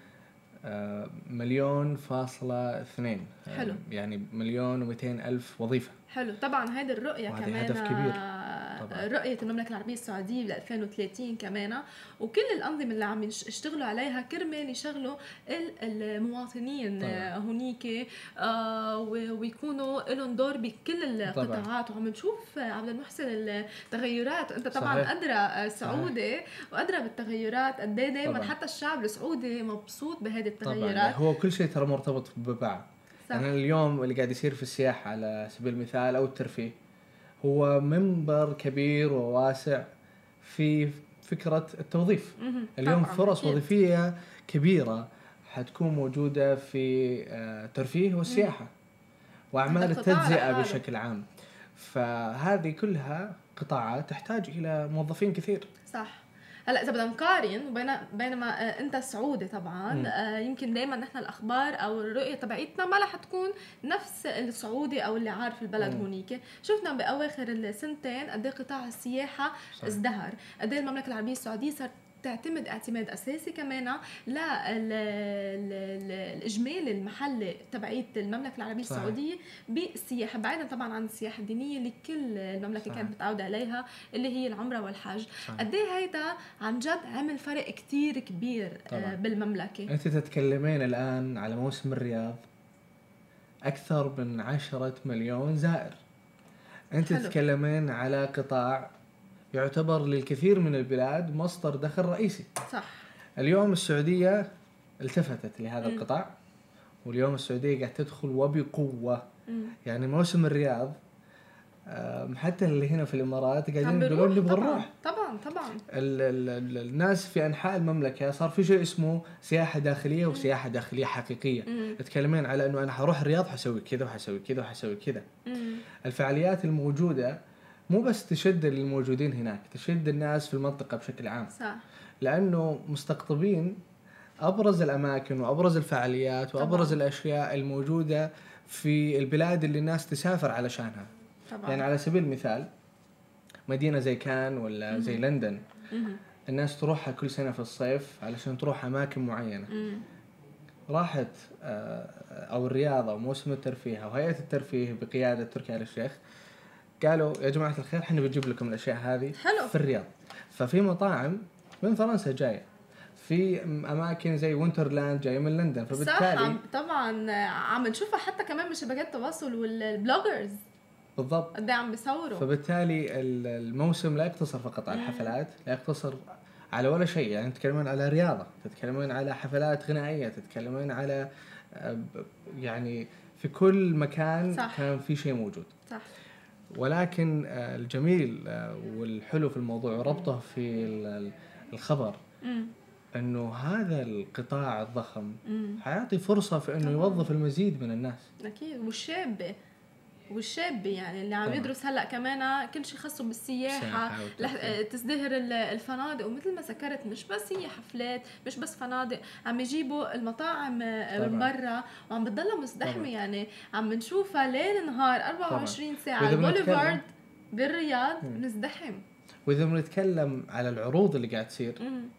1,200,000. حلو. يعني 1,200,000 وظيفة. حلو طبعا. هيدي الرؤية وهذا كمان هدف كبير طبعا. رؤية المملكة العربية السعودية ل 2030 كمان، وكل الأنظمة اللي عم يشتغلوا عليها كرمال يشغلوا المواطنين هنيك ويكونوا لهم دور بكل القطاعات. وعم نشوف عبد المحسن التغيرات، انت طبعا أدرى سعودي وأدرى بالتغيرات قد ايه دايما حتى الشعب السعودي مبسوط بهذه التغيرات. طبعا هو كل شيء ترى مرتبط ببعض. يعني اليوم اللي قاعد يصير في السياحة على سبيل المثال أو الترفيه هو منبر كبير وواسع في فكرة التوظيف. اليوم فرص أكيد. وظيفية كبيرة حتكون موجودة في الترفيه والسياحة وأعمال التجزئة بشكل عام. فهذه كلها قطاعات تحتاج إلى موظفين كثير. صح. هلا اذا بدنا نقارن بينما انت سعودي طبعا يمكن دائما نحن الاخبار او الرؤيه تبعيتنا ما رح تكون نفس السعودي او اللي عارف البلد هونيك. شفنا باواخر السنتين قد ايه قطاع السياحه ازدهر، قد ايه المملكه العربيه السعوديه صارت تعتمد اعتماد اساسي كمان للاجمالي المحلي تبعيه المملكه العربيه السعوديه بالسياحه، بعيدا طبعا عن السياحه الدينيه اللي كل المملكه كانت متعوده عليها اللي هي العمره والحج. قد ايه هيدا عن جد عمل فرق كتير كبير بالمملكه. انت تتكلمين الان على موسم الرياض اكثر من 10 مليون زائر. انت تتكلمين على قطاع يعتبر للكثير من البلاد مصدر دخل رئيسي. صح. اليوم السعودية التفتت لهذا القطاع، واليوم السعودية قاعد تدخل وبقوة. يعني موسم الرياض حتى اللي هنا في الإمارات قاعدين يقولون نبغى نروح. طبعا الناس في أنحاء المملكة صار في شيء اسمه سياحة داخلية وسياحة داخلية حقيقية. تتكلمين على إنه أنا حروح الرياض حسوي كذا وحسوي كذا وحسوي كذا. الفعاليات الموجودة مو بس تشد الموجودين هناك، تشد الناس في المنطقة بشكل عام. صح. لأنه مستقطبين أبرز الأماكن وأبرز الفعاليات وأبرز الأشياء الموجودة في البلاد اللي الناس تسافر علشانها. طبعا. يعني على سبيل المثال مدينة زي كان ولا زي لندن الناس تروحها كل سنة في الصيف علشان تروح أماكن معينة. راحت أو الرياض أو موسم الترفيه أو هيئة الترفيه بقيادة تركي آل الشيخ قالوا يا جماعة الخير احنا بنجيب لكم الأشياء هذه في الرياض. ففي مطاعم من فرنسا جاية، في أماكن زي وينترلاند جاية من لندن. فبالتالي طبعا عم نشوفها حتى كمان من شبكات التواصل والبلوجرز. بالضبط. قد عم بيصوروا. فبالتالي الموسم لا يقتصر فقط على الحفلات، لا يقتصر على ولا شيء. يعني تتكلمين على رياضة، تتكلمين على حفلات غنائية، تتكلمين على يعني في كل مكان. صح. كان في شيء موجود. صح. ولكن الجميل والحلو في الموضوع وربطه في الخبر انه هذا القطاع الضخم حيعطي فرصة في انه يوظف المزيد من الناس. اكيد. والشاب يعني اللي عم يدرس هلا كمان كل شيء خاصه بالسياحه تزدهر الفنادق. ومثل ما ذكرت مش بس هي حفلات، مش بس فنادق، عم يجيبوا المطاعم من برا وعم بتضلها مزدحمه. يعني عم نشوفها ليل نهار 24 ساعه. البوليفارد بالرياض مزدحم. واذا بنتكلم على العروض اللي قاعد تصير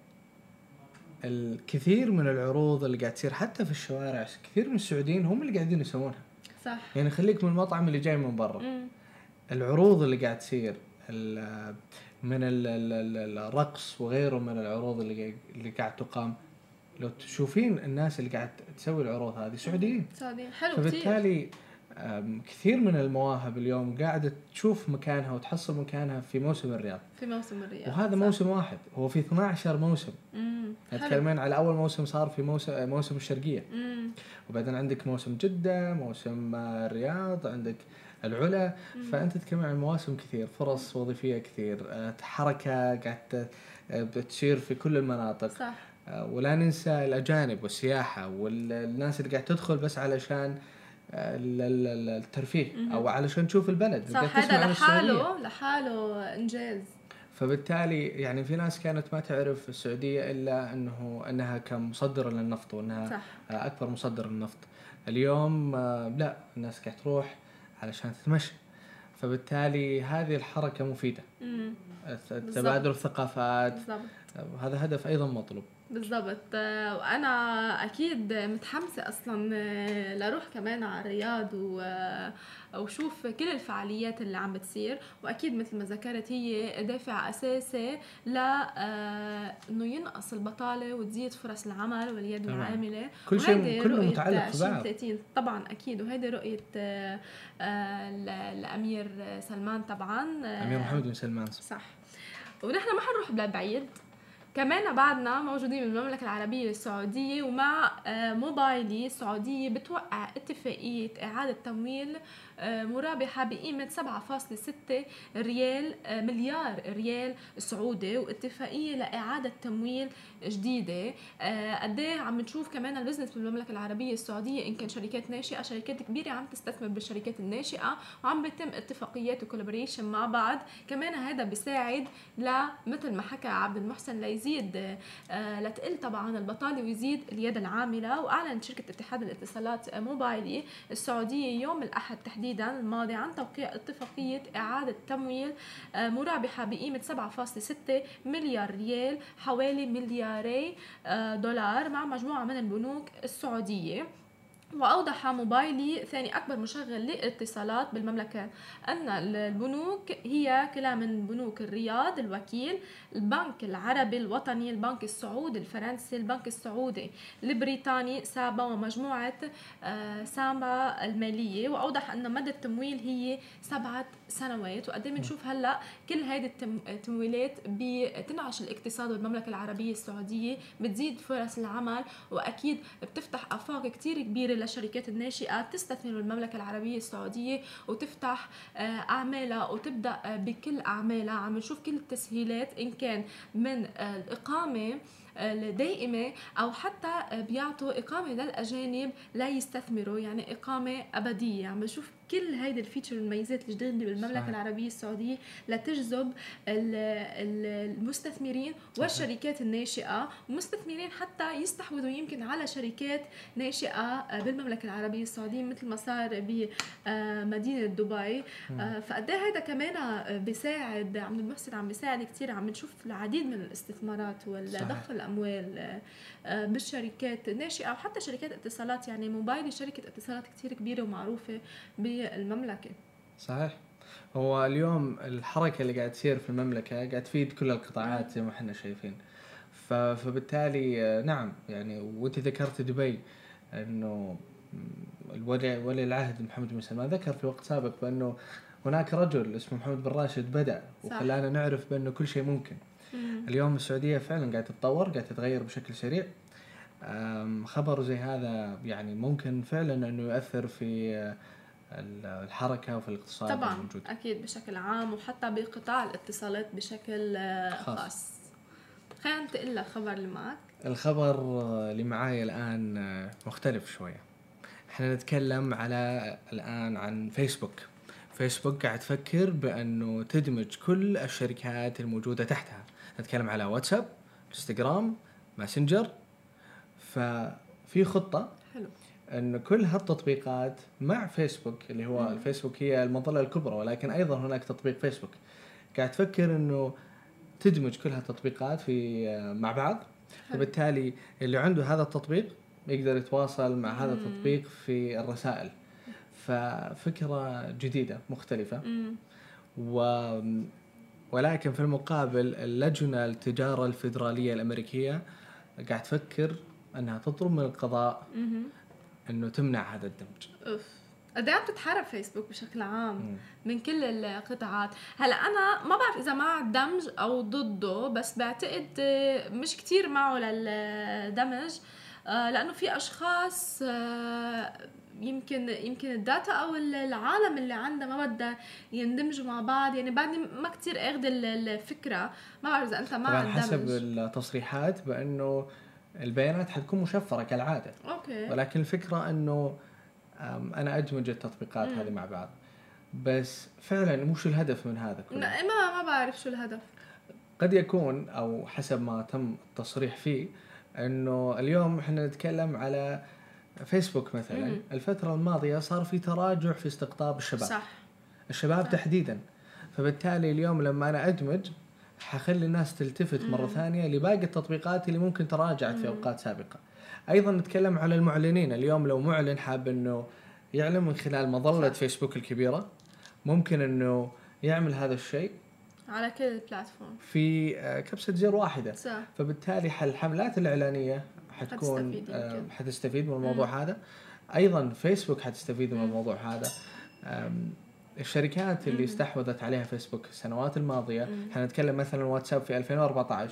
الكثير من العروض اللي قاعد تصير حتى في الشوارع كثير من السعوديين هم اللي قاعدين يسوونها. صح. يعني خليك من المطعم اللي جاي من برا. العروض اللي قاعد تصير من الرقص وغيره من العروض اللي قاعد تقام، لو تشوفين الناس اللي قاعد تسوي العروض هذه سعوديين. حلو. فبالتالي كثير من المواهب اليوم قاعدة تشوف مكانها وتحصل مكانها في موسم الرياض. وهذا موسم واحد، هو في 12 موسم. نتكلمين على أول موسم صار في موسم الشرقية. وبعدين عندك موسم جدة، موسم الرياض، عندك العلا. فأنت تتكلم عن مواسم كثير، فرص وظيفية كثير، حركة قاعدة بتشير في كل المناطق. صح. ولا ننسى الأجانب والسياحة والناس اللي قاعد تدخل بس علشان الترفيه أو علشان تشوف البلد. صح، هذا لحاله إنجاز. فبالتالي يعني في ناس كانت ما تعرف السعودية إلا أنها كمصدر للنفط، وأنها صح. أكبر مصدر للنفط. اليوم لا، الناس قاعد تروح علشان تتمشى. فبالتالي هذه الحركة مفيدة، تبادل الثقافات. بالضبط. هذا هدف أيضا مطلوب. بالضبط. وأنا أكيد متحمسة أصلا لروح كمان على الرياض وشوف كل الفعاليات اللي عم بتصير. وأكيد مثل ما ذكرت هي دافع أساسي إنه ينقص البطالة وتزيد فرص العمل واليد العاملة. كل شيء كله متعلق في بعض. طبعا أكيد. وهذه رؤية الأمير سلمان طبعا، أمير محمد بن سلمان. صح. ونحن ما حنروح بلا بعيد، كمان بعدنا موجودين بالمملكة العربية السعودية، ومع موبايلي السعودية بتوقع اتفاقية إعادة تمويل مرابحة بقيمة 7.6 مليار ريال سعودي، واتفاقية لإعادة تمويل جديدة. قديه عم نشوف كمان البزنس بالمملكة العربية السعودية، إن كان شركات ناشئة، شركات كبيرة عم تستثمر بالشركات الناشئة، وعم بيتم اتفاقيات وكولابوريشن مع بعض. كمان هذا بيساعد مثل ما حكى عبد المحسن ليزيد لتقل طبعا البطالة ويزيد اليد العاملة. وأعلنت شركة اتحاد الاتصالات موبايلي السعودية يوم الأحد تحديدا الماضي عن توقيع اتفاقية إعادة تمويل مرابحة بقيمة 7.6 مليار ريال، حوالي ملياري دولار، مع مجموعة من البنوك السعودية. وأوضح موبايلي ثاني أكبر مشغل للاتصالات بالمملكة أن البنوك هي كلها من بنوك الرياض الوكيل، البنك العربي الوطني، البنك السعودي الفرنسي، البنك السعودي البريطاني سابا، ومجموعة سامبا المالية. وأوضح أن مدى التمويل هي 7 سنوات. وقد بنشوف هلأ كل هذه التمويلات بتنعش الاقتصاد بالمملكة العربية السعودية، بتزيد فرص العمل، وأكيد بتفتح آفاق كتير كبيرة للشركات الناشئة تستثمر بالمملكة العربية السعودية وتفتح أعمالها وتبدأ بكل أعمالها. عم نشوف كل التسهيلات، إن كان من الإقامة الدائمة أو حتى بيعطوا إقامة للأجانب لا يستثمروا، يعني إقامة أبدية. عم بشوف كل هيدا الفيتشر والميزات الجديدة بالمملكة صحيح. العربية السعودية لتجذب المستثمرين والشركات الناشئة، ومستثمرين حتى يستحوذوا يمكن على شركات ناشئة بالمملكة العربية السعودية مثل ما صار بمدينة دبي. فقد هذا كمان بيساعد عبد المحسن، عم بيساعد كتير. عم نشوف العديد من الاستثمارات والدخل الأموال بالشركات الناشئة وحتى شركات اتصالات. يعني موبايلي شركة اتصالات كتير كبيرة ومعروفة بالمملكة. صحيح. هو اليوم الحركة اللي قاعد تصير في المملكة قاعد تفيد كل القطاعات زي ما احنا شايفين. فبالتالي نعم، يعني وانت ذكرت دبي، انه ولي العهد محمد بن سلمان ذكر في وقت سابق بانه هناك رجل اسمه محمد بن راشد بدأ وخلانا نعرف بانه كل شيء ممكن. اليوم السعودية فعلا قاعد تتطور، قاعد تتغير بشكل سريع. خبر زي هذا يعني ممكن فعلا انه يؤثر في الحركة وفي الاقتصاد طبعا الموجود. أكيد بشكل عام، وحتى بقطاع الاتصالات بشكل خاص. خلينا ننتقل للخبر اللي معك. الخبر اللي معايا الآن مختلف شوية. احنا نتكلم على الآن عن فيسبوك قاعد تفكر بأنه تدمج كل الشركات الموجودة تحتها. نتكلم على واتساب، انستغرام، ماسنجر. ففي خطة حلو أن كل هالتطبيقات مع فيسبوك، اللي هو الفيسبوك هي المظلة الكبرى، ولكن أيضا هناك تطبيق فيسبوك. قاعد تفكر أنه تدمج كل هالتطبيقات مع بعض. وبالتالي اللي عنده هذا التطبيق يقدر يتواصل مع هذا التطبيق في الرسائل. ففكرة جديدة مختلفة. ولكن في المقابل اللجنة التجارة الفيدرالية الأمريكية قاعد تفكر أنها تطلب من القضاء أنه تمنع هذا الدمج. قد ايه عم تتحارب فيسبوك بشكل عام من كل القطاعات. هلا انا ما بعرف اذا مع الدمج او ضده، بس بعتقد مش كتير معه للدمج، لانه في اشخاص يمكن الداتا او العالم اللي عندها ما بدها يندمجوا مع بعض. يعني بعدني ما كتير اخذ الفكره. ما بعرف اذا انت مع الدمج. حسب التصريحات بانه البيانات حتكون مشفرة كالعادة. اوكي. ولكن الفكرة انه انا ادمج التطبيقات هذه مع بعض. بس فعلا مش الهدف من هذا كله. ما بعرف شو الهدف. قد يكون او حسب ما تم التصريح فيه انه اليوم احنا نتكلم على فيسبوك مثلا. الفترة الماضية صار في تراجع في استقطاب الشباب. صح. الشباب صح. تحديدا. فبالتالي اليوم لما انا ادمج حخلي الناس تلتفت مرة ثانية لباقي التطبيقات اللي ممكن تراجعت في اوقات سابقة. ايضا نتكلم على المعلنين. اليوم لو معلن حاب انه يعلن من خلال مظلة فيسبوك الكبيرة ممكن انه يعمل هذا الشيء على كل البلاتفورم في كبسة زر واحدة. صح. فبالتالي الحملات الإعلانية حتكون حتستفيد من الموضوع هذا. أيضا فيسبوك حتستفيد من الموضوع هذا. الشركات اللي استحوذت عليها فيسبوك السنوات الماضية حنتكلم مثلا واتساب في 2014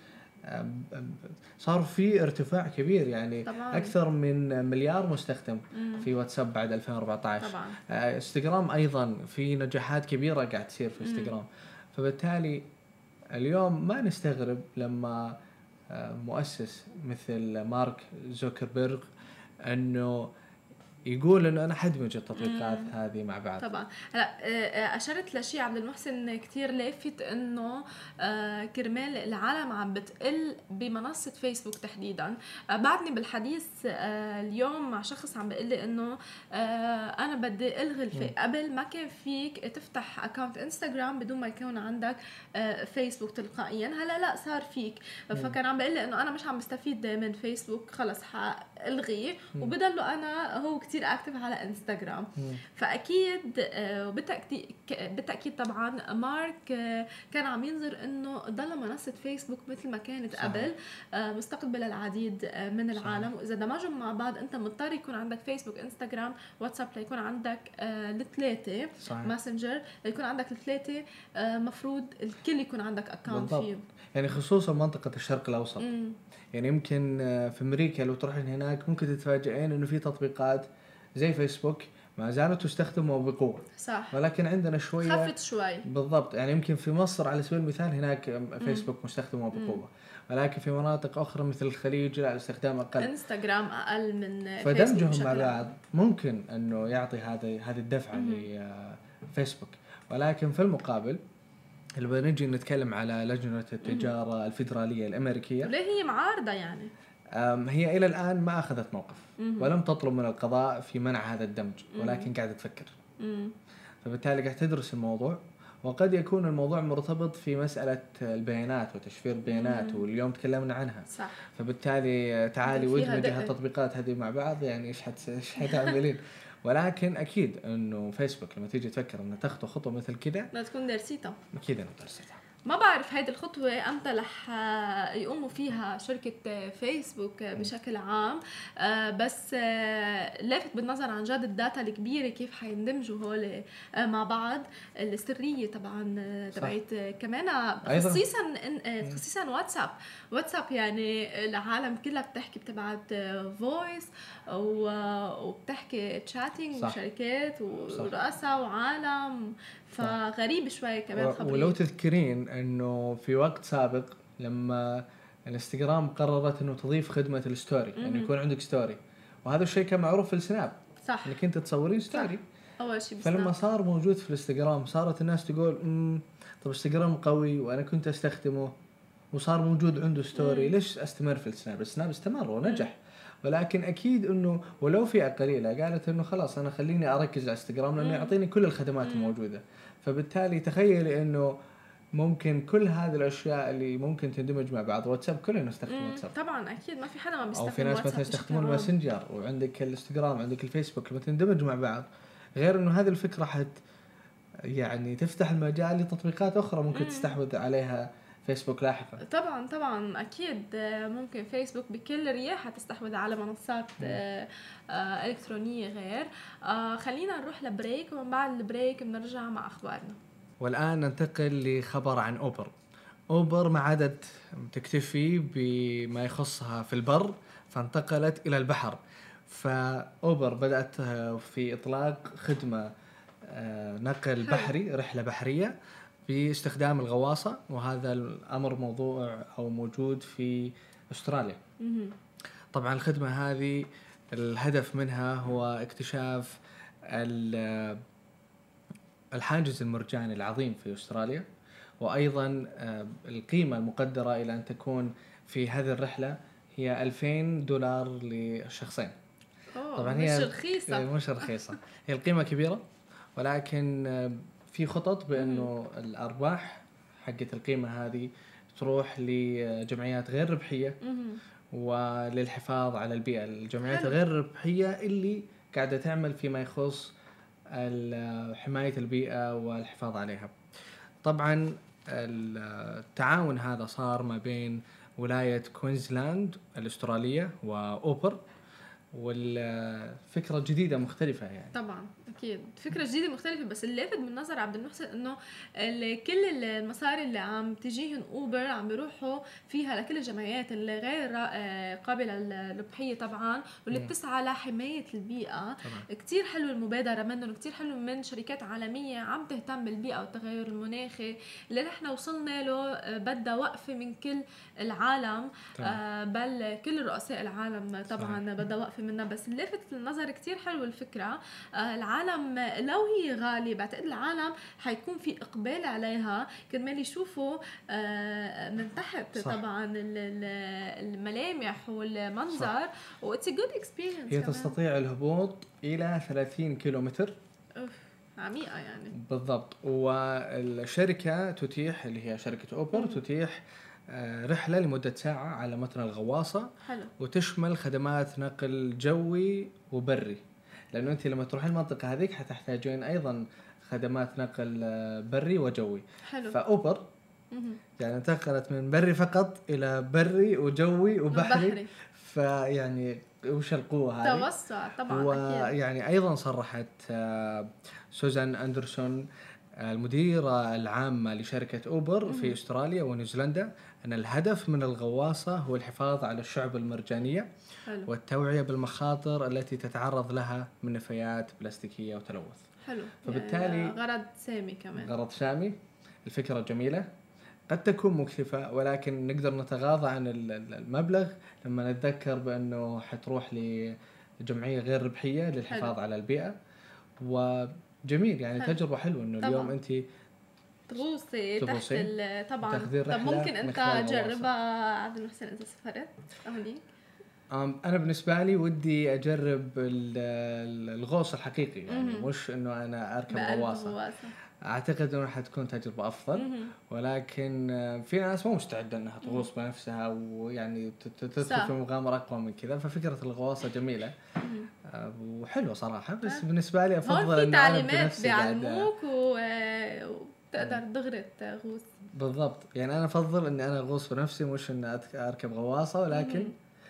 صار في ارتفاع كبير يعني طبعاً. أكثر من مليار مستخدم في واتساب بعد 2014. طبعاً. انستغرام أيضا في نجاحات كبيرة قاعد تصير في انستغرام. فبالتالي اليوم ما نستغرب لما مؤسس مثل مارك زوكربيرغ أنه يقول انه انا حدمج التطبيقات هذه مع بعض. طبعا. هلا اشرت لشيء عبد المحسن كتير لافت انه كرمال العالم عم بتقل بمنصه فيسبوك تحديدا. بعدني بالحديث اليوم مع شخص عم بيقول لي انه انا بدي الغي قبل ما كان فيك تفتح اكاونت انستغرام بدون ما يكون عندك فيسبوك تلقائيا. هلا لا صار فيك. فكان عم بيقول لي انه انا مش عم بستفيد من فيسبوك خلص حالغيه وبضله انا هو كتير اكتف على انستغرام. فاكيد بالتاكيد طبعا مارك كان عم ينظر انه ضل منصه فيسبوك مثل ما كانت قبل مستقبل العديد من العالم. واذا دمجهم مع بعض انت مضطر يكون عندك فيسبوك انستغرام واتساب ليكون عندك الثلاثه. ماسنجر ليكون عندك الثلاثه. مفروض الكل يكون عندك اكاونت فيه يعني خصوصا منطقه الشرق الاوسط. يعني يمكن في امريكا لو تروحين هناك ممكن تتفاجئين انه في تطبيقات زي فيسبوك ما زالت تستخدم وبقوة. صح. ولكن عندنا شوية خفت شوي. بالضبط. يعني يمكن في مصر على سبيل المثال هناك فيسبوك مستخدم وبقوة. ولكن في مناطق أخرى مثل الخليج لا الاستخدام أقل. انستغرام أقل من فدمجهم مع بعض ممكن أنه يعطي هذه الدفعة لفيسبوك. ولكن في المقابل اللي بنجي نتكلم على لجنة التجارة الفيدرالية الأمريكية ليه هي معارضة يعني؟ هي إلى الآن ما أخذت موقف ولم تطلب من القضاء في منع هذا الدمج. ولكن قاعدة تفكر. فبالتالي قاعدة تدرس الموضوع. وقد يكون الموضوع مرتبط في مسألة البيانات وتشفير البيانات واليوم تكلمنا عنها. صح. فبالتالي تعالي وادمجي هالتطبيقات هذه مع بعض يعني إيش حتعملين. ولكن أكيد إنه فيسبوك لما تيجي تفكر إنه تاخذ خطوة مثل كده لا تكون درسيتها. أكيد إنه درستها. ما بعرف هيدي الخطوة أمتى رح يقوموا فيها شركة فيسبوك بشكل عام. بس لافت بالنظر عن جد الداتا الكبيرة كيف حيندمجوا هول مع بعض. السرية طبعا تبعت كمان خصيصا واتساب يعني العالم كلها بتحكي بتبعت فويس وبتحكي تشاتينج وشركات ورؤساء وعالم. فغريب شوي كمان خبرية. ولو تذكرين انه في وقت سابق لما الانستغرام قررت انه تضيف خدمة الستوري يعني يكون عندك ستوري. وهذا الشيء كان معروف في السناب. صح. انك انت تصورين ستوري. اول شيء فلما صار موجود في الانستغرام صارت الناس تقول طب انستغرام قوي وانا كنت استخدمه وصار موجود عنده ستوري ليش استمر في السناب. السناب استمر ونجح. ولكن اكيد انه ولو فئة قليلة قالت انه خلاص انا خليني اركز على انستغرام لانه يعطيني كل الخدمات الموجودة. فبالتالي تخيلي انه ممكن كل هذه الاشياء اللي ممكن تندمج مع بعض. واتساب كلنا نستخدم واتساب طبعا اكيد ما في حدا ما بيستخدم. او في ناس مثلا يستخدمون الماسنجر وعندك الانستغرام عندك الفيسبوك لما تندمج مع بعض. غير انه هذه الفكرة يعني تفتح المجال لتطبيقات اخرى ممكن تستحوذ عليها فيسبوك لاحقا. طبعا اكيد ممكن فيسبوك بكل رياحه تستحوذ على منصات الكترونيه غير. خلينا نروح لبريك ومن بعد البريك بنرجع مع اخبارنا. والان ننتقل لخبر عن اوبر ما عادت تكتفي بما يخصها في البر فانتقلت الى البحر. فاوبر بدات في اطلاق خدمه نقل بحري رحله بحريه باستخدام الغواصة. وهذا الأمر موجود في أستراليا. طبعا الخدمة هذه الهدف منها هو اكتشاف الحاجز المرجاني العظيم في أستراليا، وأيضا القيمة المقدرة إلى أن تكون في هذه الرحلة هي $2000 للشخصين. طبعا هي مش رخيصة هي القيمة كبيرة، ولكن في خطط بأنه الأرباح حقت القيمة هذه تروح لجمعيات غير ربحية وللحفاظ على البيئة. الجمعيات الغير ربحية اللي قاعدة تعمل فيما يخص حماية البيئة والحفاظ عليها. طبعا التعاون هذا صار ما بين ولاية كوينزلاند الأسترالية وأوبر، والفكرة جديدة مختلفة يعني. طبعا أكيد فكرة جديدة مختلفة، بس اللي لافت من نظر عبد المحسن إنه كل المصاري اللي عم تجيهن أوبر عم بيروحوا فيها لكل الجمعيات اللي غير قابلة للربحية طبعا، واللي بتسعى لحماية البيئة. طبعا. كتير حلو المبادرة منهم، كتير حلو من شركات عالمية عم تهتم بالبيئة والتغير المناخي اللي نحن وصلنا له. بدأ وقفة من كل العالم، بل كل رؤساء العالم طبعا بدأ وقفة منها. بس اللي لفت النظر كتير حلو الفكرة. العالم لو هي غالية بعتقد العالم حيكون في إقبال عليها كرمال يشوفوا من تحت. صح. طبعا الملامح والمنظر، و it's a good experience. هي كمان تستطيع الهبوط إلى 30 كيلومتر عميقة يعني. بالضبط. والشركة تتيح اللي هي شركة أوبر تتيح رحلة لمدة ساعة على متن الغواصة. حلو. وتشمل خدمات نقل جوي وبري، لأنه أنت لما تروح المنطقة هذيك حتحتاجين أيضا خدمات نقل بري وجوي. حلو. فأوبر يعني انتقلت من بري فقط إلى بري وجوي وبحري. فيعني وش القوة هذه؟ توسع طبعا. ويعني أيضا صرحت سوزان أندرسون المديرة العامة لشركة أوبر في أستراليا ونيوزيلندا أن الهدف من الغواصة هو الحفاظ على الشعب المرجانية. حلو. والتوعية بالمخاطر التي تتعرض لها من نفايات بلاستيكية وتلوث. حلو. فبالتالي يعني غرض سامي كمان. غرض سامي. الفكرة جميلة، قد تكون مكلفة، ولكن نقدر نتغاضى عن المبلغ لما نتذكر بأنه حتروح لجمعية غير ربحية للحفاظ. حلو. على البيئة. وجميل يعني. حلو. تجربة حلوة إنه اليوم أنت تغوصي تحت طبعا. طب ممكن أنت تجربها عبد المحسن إذا سافرت هونيك؟ أنا بالنسبة لي ودي أجرب الغوص الحقيقي يعني مش إنه أنا أركب غواصة. أعتقد أنها حتكون تجربة أفضل. ولكن في ناس مو مستعدة أنها تغوص بنفسها ويعني تدخل في مغامرة أقوى من كذا. ففكرة الغواصة جميلة وحلوة صراحة. بس بالنسبة لي أفضل أن أنا بنفسي بيعلموك وتقدر دغري تغوص. بالضبط يعني أنا أفضل أني أنا أغوص بنفسي مش أن أركب غواصة. ولكن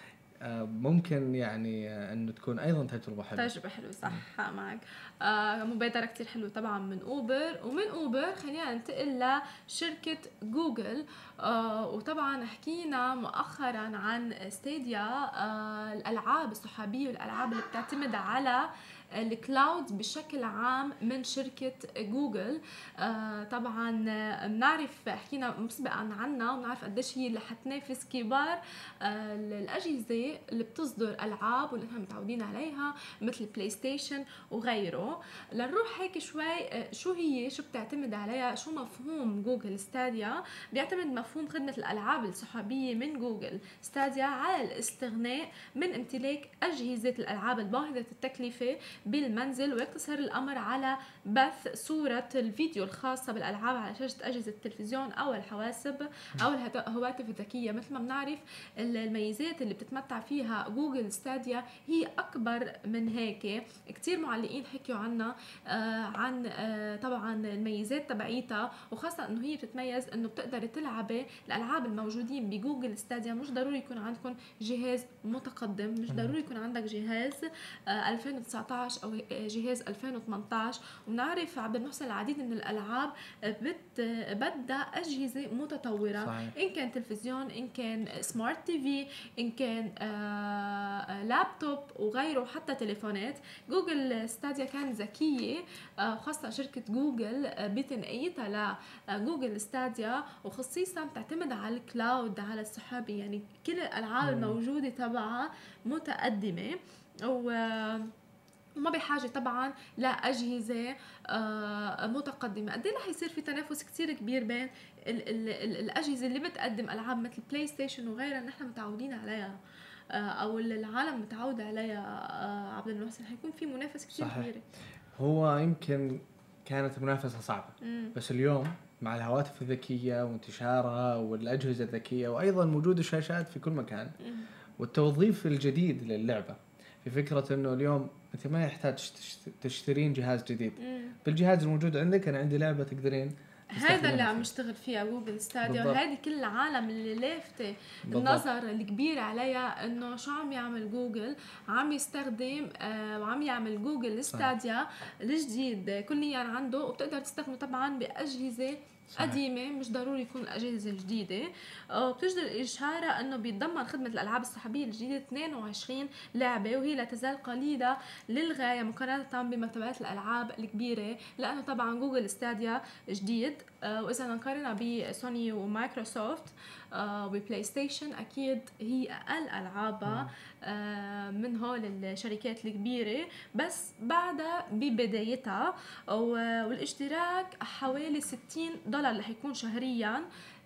ممكن يعني أنه تكون أيضا تجربة حلوة. تجربة حلوة صح. معك. مبادرة كتير حلوة طبعا من أوبر. ومن أوبر خلينا ننتقل لشركة جوجل. وطبعا حكينا مؤخرا عن ستاديا، الألعاب السحابية والألعاب اللي بتعتمد على الكلاود بشكل عام من شركة جوجل. طبعا بنعرف حكينا مسبقا عنها ونعرف قديش هي اللي حتنافس كبار الأجهزة اللي بتصدر ألعاب واللي نحن متعودين عليها مثل بلاي ستيشن وغيره. لنروح هيك شوي شو بتعتمد عليها، شو مفهوم جوجل ستاديا. بيعتمد مفهوم خدمة الألعاب السحابية من جوجل ستاديا على الاستغناء من امتلاك أجهزة الألعاب الباهظة التكلفة بالمنزل، ويقتصر الأمر على بث صورة الفيديو الخاصة بالألعاب على شاشة أجهزة التلفزيون أو الحواسب أو الهواتف الذكية. مثل ما بنعرف الميزات اللي بتتمتع فيها جوجل ستاديا هي أكبر من هيك. كتير معلقين حكيوا عنها عن طبعا الميزات تبعيتها، وخاصة أنه هي بتتميز أنه بتقدر تلعبي الألعاب الموجودين بجوجل ستاديا. مش ضروري يكون عندكم جهاز متقدم، مش ضروري يكون عندك جهاز 2019 2017 او جهاز 2018. ونعرف عبد المحسن العديد من الالعاب بدها اجهزه متطوره. صحيح. ان كان تلفزيون، ان كان سمارت تي في، ان كان لابتوب وغيره، حتى تليفونات. جوجل ستاديا كانت ذكيه، خاصه شركه جوجل بتنقيتها لجوجل ستاديا، وخصيصا بتعتمد على الكلاود، على السحاب. يعني كل الالعاب الموجوده تبعها متقدمه، وما بحاجه طبعا لاجهزه متقدمه. قد ايه رح يصير في تنافس كتير كبير بين الاجهزه اللي بتقدم العاب مثل بلاي ستيشن وغيرها نحن متعودين عليها، او العالم متعود عليها. عبد المحسن، حيكون في منافسه كتير كبيره. هو يمكن كانت منافسه صعبه، بس اليوم مع الهواتف الذكيه وانتشارها والاجهزه الذكيه، وايضا وجود الشاشات في كل مكان، والتوظيف الجديد للعبه، في فكره انه اليوم انت ما يحتاج تشترين جهاز جديد. بالجهاز الموجود عندك انا عندي لعبه تقدرين. هذا اللي عم يشتغل فيها جوجل ستاديا، وهذه كل العالم اللي لافته النظر الكبير عليها انه شو عم يعمل جوجل. عم يستخدم وعم يعمل جوجل ستاديا الجديد كليا عنده، وبتقدر تستخدمه طبعا باجهزه قديمة، مش ضروري يكون الأجهزة الجديدة. بتجدر الإشارة أنه بيتضمن خدمة الألعاب السحابية الجديدة 22 لعبة، وهي لا تزال قليلة للغاية مقارنة بمكتبات الألعاب الكبيرة، لأنه طبعا جوجل ستاديا جديد. وإذا نقارنها بسوني ومايكروسوفت وبلاي ستيشن، أكيد هي أقل ألعابها من هول الشركات الكبيرة، بس بعدها ببدايتها. والاشتراك حوالي $60 رح يكون شهريا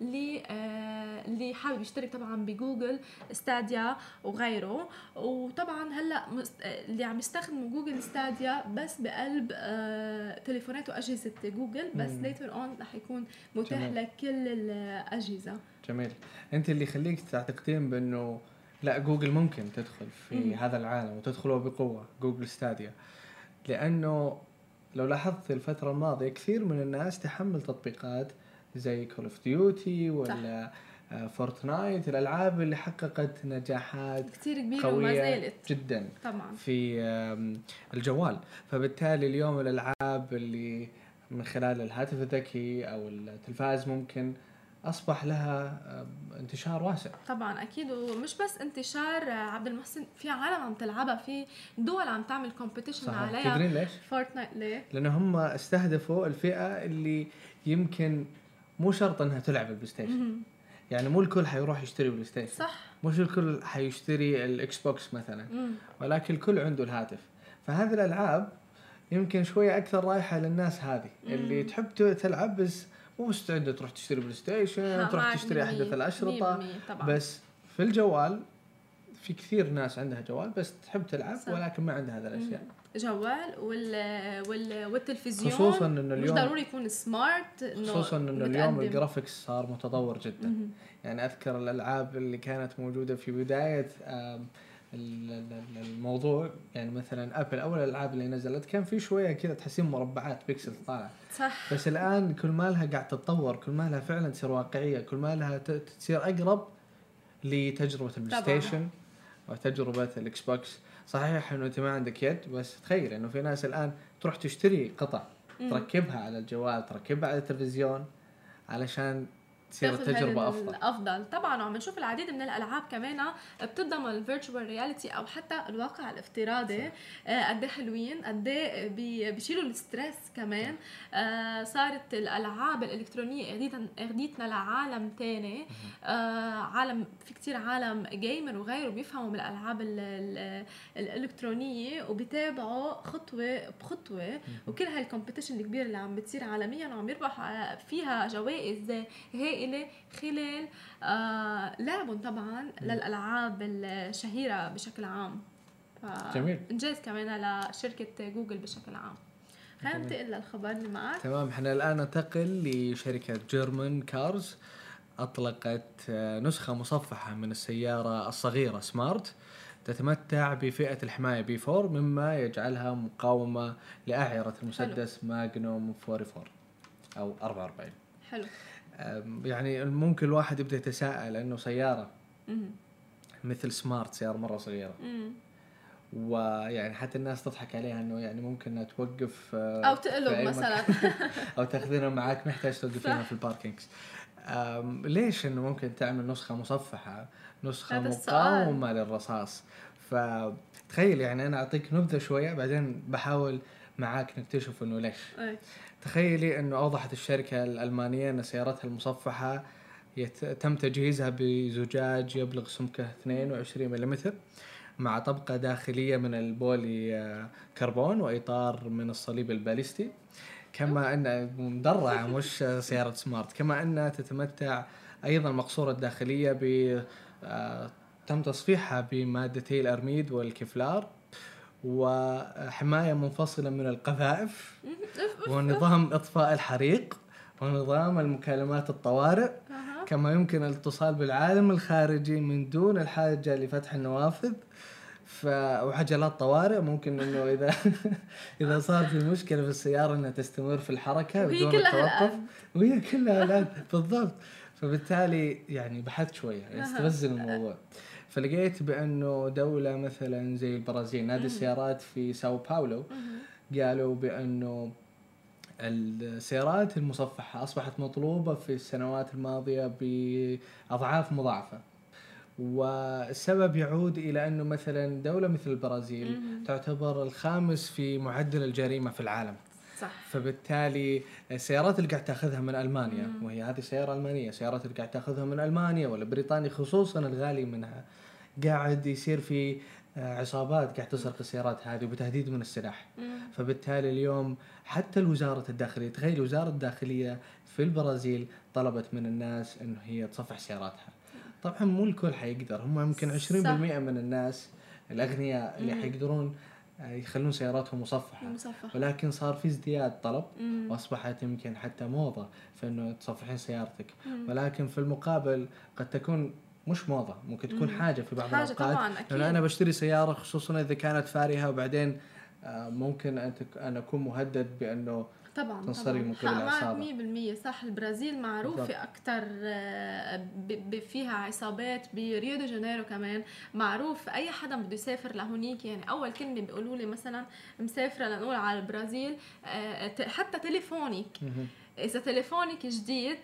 اللي حابب يشترك طبعا بجوجل ستاديا وغيره. وطبعا هلا اللي عم يستخدموا جوجل ستاديا بس بقلب تليفونات واجهزه جوجل، بس later on رح يكون متاح لكل الاجهزه. جميل. انت اللي يخليك تعتقدين بانه لا، جوجل ممكن تدخل في هذا العالم وتدخله بقوه، جوجل ستاديا، لانه لو لاحظت الفتره الماضيه كثير من الناس تحمل تطبيقات زي كول اوف ديوتي ولا فورتنايت، الالعاب اللي حققت نجاحات كثير كبيره وما زالت جدا طبعا في الجوال. فبالتالي اليوم الالعاب اللي من خلال الهاتف الذكي او التلفاز ممكن أصبح لها انتشار واسع. طبعا أكيد، ومش بس انتشار عبد المحسن، في عالم عم تلعبها، في دول عم تعمل كومبيتيشن عليها. تدرين ليش؟ فورتنايت ليه؟ لأنه هم استهدفوا الفئة اللي يمكن مو شرط أنها تلعب البلاي ستيشن. يعني مو الكل حيروح يشتري بلاي ستيشن، صح، مش الكل حيشتري الإكس بوكس مثلا، ولكن الكل عنده الهاتف. فهذه الألعاب يمكن شوية أكثر رايحة للناس هذه اللي تحب تلعب، بس مو مستعدة تروح تشتري بلاي ستيشن، تروح تشتري أحدث الأشرطة. بس في الجوال في كثير ناس عندها جوال بس تحب تلعب، صح. ولكن ما عندها هذه الأشياء. جوال والتلفزيون، خصوصا إنه اليوم مش ضروري يكون سمارت، خصوصا إنه اليوم الجرافيكس صار متطور جدا. يعني أذكر الألعاب اللي كانت موجودة في بداية الموضوع، يعني مثلا ابل اول الالعاب اللي نزلت كان في شويه كذا تحسين مربعات بيكسل طالع، صح. بس الان كل ما لها قاعد تتطور، كل ما لها فعلا تصير واقعيه، كل ما لها تصير اقرب لتجربه البلاي ستيشن وتجربه الاكس بوكس. صحيح انه انت ما عندك يد، بس تخيل انه في ناس الان تروح تشتري قطع تركبها على الجوال، تركبها على التلفزيون علشان تصير التجربة أفضل. طبعا وعم نشوف العديد من الألعاب كمان بتضمن الفيرتشوال رياليتي أو حتى الواقع الافتراضي. قد ايه حلوين، قد ايه بيشيلوا الستريس كمان. صارت الألعاب الإلكترونية اخديتنا لعالم تاني، عالم في كتير عالم جيمر وغيره بيفهموا من الألعاب الإلكترونية وبيتابعوا خطوة بخطوة، وكل هالكومبيتيشن الكبير اللي عم بتصير عالميا وعم يربح فيها جوائز هائلة خلال لعبهم طبعا للألعاب الشهيرة بشكل عام. جميل. إنجاز كمان لشركة جوجل بشكل عام. خلينا ننتقل للخبر اللي معك. تمام، احنا الآن ننتقل لشركة جيرمان كارز. أطلقت نسخة مصفحة من السيارة الصغيرة سمارت تتمتع بفئة الحماية B4، مما يجعلها مقاومة لأعيرة المسدس ماغنوم 44 أو 44. حلو. يعني ممكن الواحد يبدأ يتساءل أنه سيارة مثل سمارت، سيارة مرة صغيرة، ويعني حتى الناس تضحك عليها انه يعني ممكن انها توقف او تقلب مثلا او تاخذينها معاك، محتاج توقفينها في الباركينجز. ليش؟ انه ممكن تعمل نسخة مصفحة، نسخة هذا السؤال. مقاومة للرصاص. فتخيل يعني انا اعطيك نبذة شوية بعدين بحاول معاك نكتشف انه ليش. تخيلي انه اوضحت الشركة الالمانية ان سيارتها المصفحة تم تجهيزها بزجاج يبلغ سمكه 22 ملم مع طبقة داخلية من البولي كربون وإطار من الصليب الباليستي، كما أن مدرعة مش سيارة سمارت، كما أنها تتمتع أيضا مقصورة الداخلية تم تصفيحها بمادتي الأرميد والكفلار، وحماية منفصلة من القذائف، ونظام إطفاء الحريق، ونظام المكالمات الطوارئ، كما يمكن الاتصال بالعالم الخارجي من دون الحاجة لفتح النوافذ، وعجلات طوارئ ممكن انه اذا اذا صار في مشكلة في السيارة انها تستمر في الحركة بدون التوقف، وهي كلها الآن بالضبط. فبالتالي يعني بحثت شوية استفزل الموضوع، فلقيت بانه دولة مثلا زي البرازيل، نادي السيارات في ساو باولو قالوا بانه السيارات المصفحة أصبحت مطلوبة في السنوات الماضية بأضعاف مضاعفة، والسبب يعود إلى أنه مثلا دولة مثل البرازيل تعتبر الخامس في معدل الجريمة في العالم. صح. فبالتالي السيارات اللي قاعد تاخذها من ألمانيا، وهي هذه سيارة ألمانية، سيارات اللي قاعد تاخذها من ألمانيا ولا بريطانيا خصوصا الغالي منها، قاعد يصير في عصابات قاعد تسرق السيارات هذه وبتهديد من السلاح. فبالتالي اليوم حتى الوزارة الداخلية، تخيل وزارة الداخلية في البرازيل طلبت من الناس انه هي تصفح سياراتها. طبعا مو الكل حيقدر، هم يمكن 20% من الناس الأغنياء اللي حيقدرون يخلون سياراتهم مصفحة، ولكن صار في ازدياد طلب واصبحت يمكن حتى موضة في انه تصفحين سيارتك، ولكن في المقابل قد تكون مش موضة، ممكن تكون حاجة في بعض الأوقات. لأن أنا بشتري سيارة خصوصا إذا كانت فارهة، وبعدين ممكن أن أكون مهدد بأنه تنصري من قبل العصابة. 100% صح. البرازيل معروفة أكتر فيها عصابات. بريو دي جانيرو كمان معروف أي حدا بده يسافر لهونيك، يعني أول كلمة بيقولوا لي مثلا مسافرة لنقول على البرازيل، حتى تليفونك إذا تليفونك جديد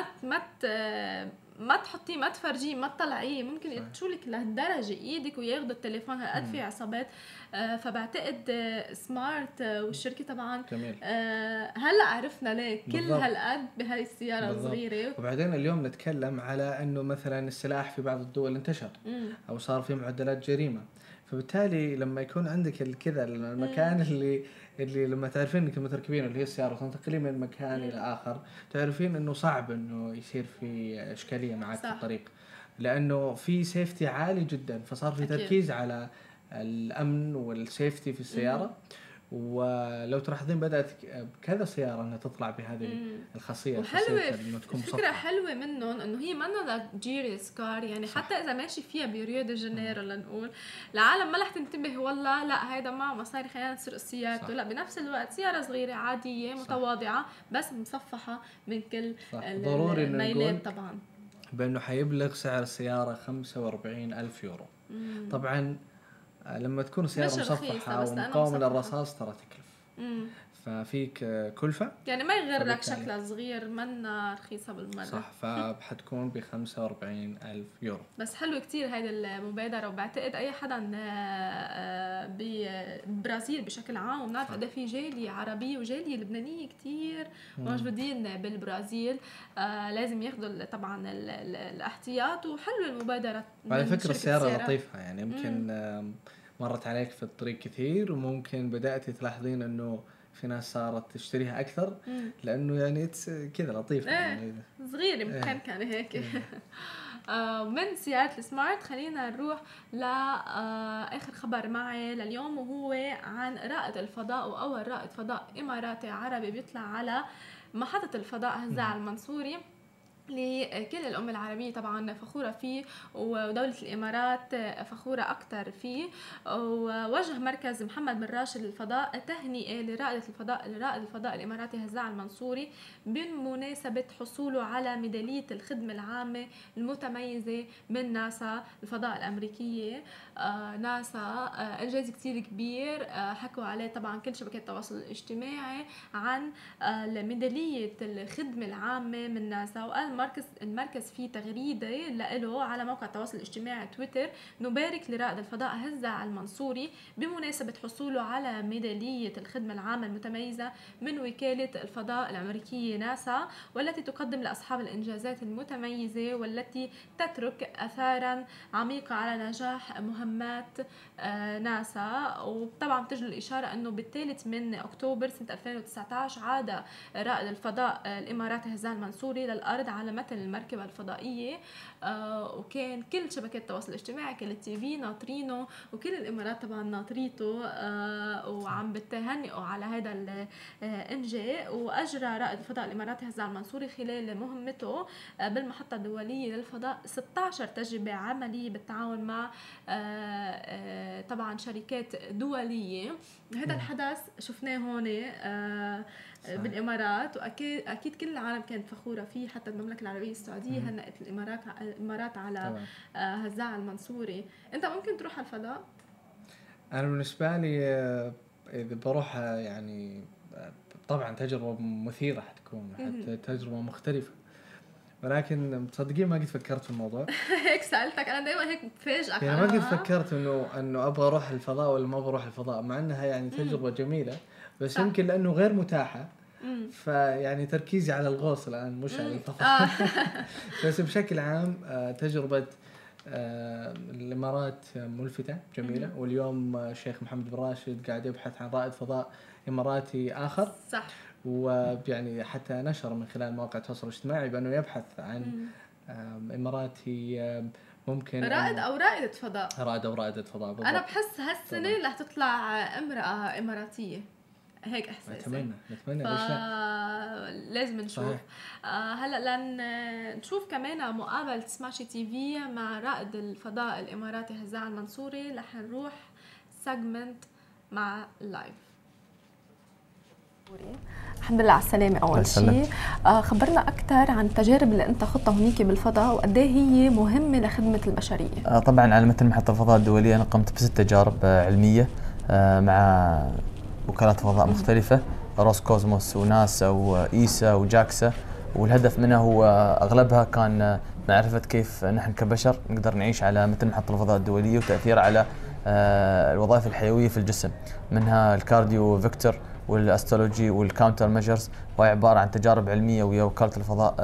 ما تحطيه، ما تفرجيه، ما تطلعيه، ممكن يقتلولك لهالدرجة إيدك وياخدوا التليفون. هالقد في عصابات. فبعتقد سمارت والشركة طبعا هلأ عرفنا ليه كل هالقد بهاي السيارة الصغيرة. وبعدين اليوم نتكلم على أنه مثلا السلاح في بعض الدول انتشر أو صار في معدلات جريمة، فبالتالي لما يكون عندك كذا المكان اللي لما تعرفين انك متركبين اللي هي السيارة وتنتقلين من مكان الى اخر، تعرفين انه صعب انه يصير في اشكالية معك في الطريق، لانه في سيفتي عالي جدا، فصار في تركيز على الامن والسيفتي في السيارة. ولو تلاحظين بدأت كذا سيارة انها تطلع بهذه الخاصية. وحلوة فكرة حلوة منهم انه هي منها جيريس كار، يعني صح. حتى اذا ماشي فيها بريو دي جانيرو لنقول العالم ما رح تنتبه والله لا هيدا معه مصاري خلينا نسرق سيارته، لا بنفس الوقت سيارة صغيرة عادية متواضعة بس مصفحة من كل الميلات. طبعا بأنه حيبلغ سعر السيارة 45,000 يورو. طبعا لما تكون سيارة مصفحة ومقاومة للرصاص ترى تكلف، ففيك كلفة، يعني ما يغرك شكلها صغير منا رخيصة بالمرة. صح. فبحتكون ب45,000 يورو. بس حلو كتير هيدا المبادرة، وبعتقد أي حدا بالبرازيل بشكل عام، ونعرف قد في جالية عربية وجالية لبنانية كتير موجودين بالبرازيل، لازم ياخدوا طبعا الاحتياط. وحلو المبادرة. على فكرة السيارة لطيفة، يعني يمكن مرت عليك في الطريق كثير، وممكن بدأتي تلاحظين انه في ناس صارت تشتريها اكثر لانه يعني كذا لطيفة يعني صغيرة يمكن كان هيك. من سيارة السمارت خلينا نروح لآخر خبر معي لليوم، وهو عن رائد الفضاء، وأول رائد فضاء إماراتي عربي بيطلع على محطة الفضاء هزاع المنصوري. لكل الأمة العربية طبعا فخورة فيه، ودولة الإمارات فخورة أكثر فيه. ووجه مركز محمد بن راشد للفضاء تهنئة لرائد الفضاء الإماراتي هزاع المنصوري بمناسبة حصوله على ميدالية الخدمة العامة المتميزة من ناسا الفضاء الأمريكية. ناسا إنجاز كتير كبير حكوا عليه طبعا كل شبكات التواصل الاجتماعي عن ميدالية الخدمة العامة من ناسا. وقال المركز فيه تغريدة له على موقع التواصل الاجتماعي تويتر: نبارك لرائد الفضاء هزاع المنصوري بمناسبة حصوله على ميدالية الخدمة العامة المتميزة من وكالة الفضاء الأمريكية ناسا، والتي تقدم لأصحاب الإنجازات المتميزة والتي تترك أثارا عميقة على نجاح مهمات ناسا. وطبعا تجد الإشارة أنه بالثالث من أكتوبر سنة 2019 عاد رائد الفضاء الإماراتي هزاع المنصوري للأرض على متن المركبة الفضائية. وكان كل شبكات التواصل الاجتماعي، كل التي في ناطرينه، وكل الإمارات طبعا ناطريته وعم بتهنئوا على هذا الإنجاز. وأجرى رائد الفضاء الإماراتي هزاع المنصوري خلال مهمته بالمحطة الدولية للفضاء 16 تجربة عملية بالتعاون مع طبعا شركات دولية. هذا الحدث شفناه هون بالإمارات، وأكيد كل العالم كانت فخورة فيه، حتى المملكة العربية السعودية هنأت الإمارات على هزاع المنصوري. أنت ممكن تروح على الفضاء؟ أنا بالنسبة لي إذا بروح يعني طبعا تجربة مثيرة حتكون، حتى تجربة مختلفة، ولكن تصدقين ما قد فكرت في الموضوع. هيك سألتك أنا دايما هيك بفاجئك. يعني ما قد فكرت إنه أبغى أروح الفضاء ولا ما بروح الفضاء، مع أنها يعني تجربة جميلة، بس يمكن لأنه غير متاحة فيعني تركيزي على الغوص الآن مش على الفضاء. بس بشكل عام تجربة الإمارات ملفتة جميلة. واليوم الشيخ محمد بن راشد قاعد يبحث عن رائد فضاء إماراتي آخر، صح. ويعني حتى نشر من خلال مواقع التواصل الاجتماعي بأنه يبحث عن إماراتي ممكن رائد أو رائدة فضاء. رائد أو رائدة فضاء بالضبط. أنا بحس هالسنة رح تطلع امرأة إماراتية، هيك إحساسي. نتمنى لازم نشوف. هلا لن نشوف كمان مقابلة سماشي تي في مع رائد الفضاء الإماراتي هزاع المنصوري. رح نروح سيجمنت مع اللايف. الحمد لله على السلامة. أول شيء خبرنا أكثر عن التجارب اللي أنت خضتها هنيك بالفضاء وقد إيه هي مهمة لخدمة البشرية. طبعا على متن محطة الفضاء الدولية أنا قمت ب6 تجارب علمية مع وكالات فضاء مختلفة، روسكوزموس وناسا وإيسا وجاكسا، والهدف منها هو أغلبها كان معرفة كيف نحن كبشر نقدر نعيش على متن محطة الفضاء الدولية وتأثير على الوظائف الحيوية في الجسم، منها الكارديو فيكتور والاستولوجي والكاونتر ميجرز، وهي عبارة عن تجارب علمية ويا وكالة الفضاء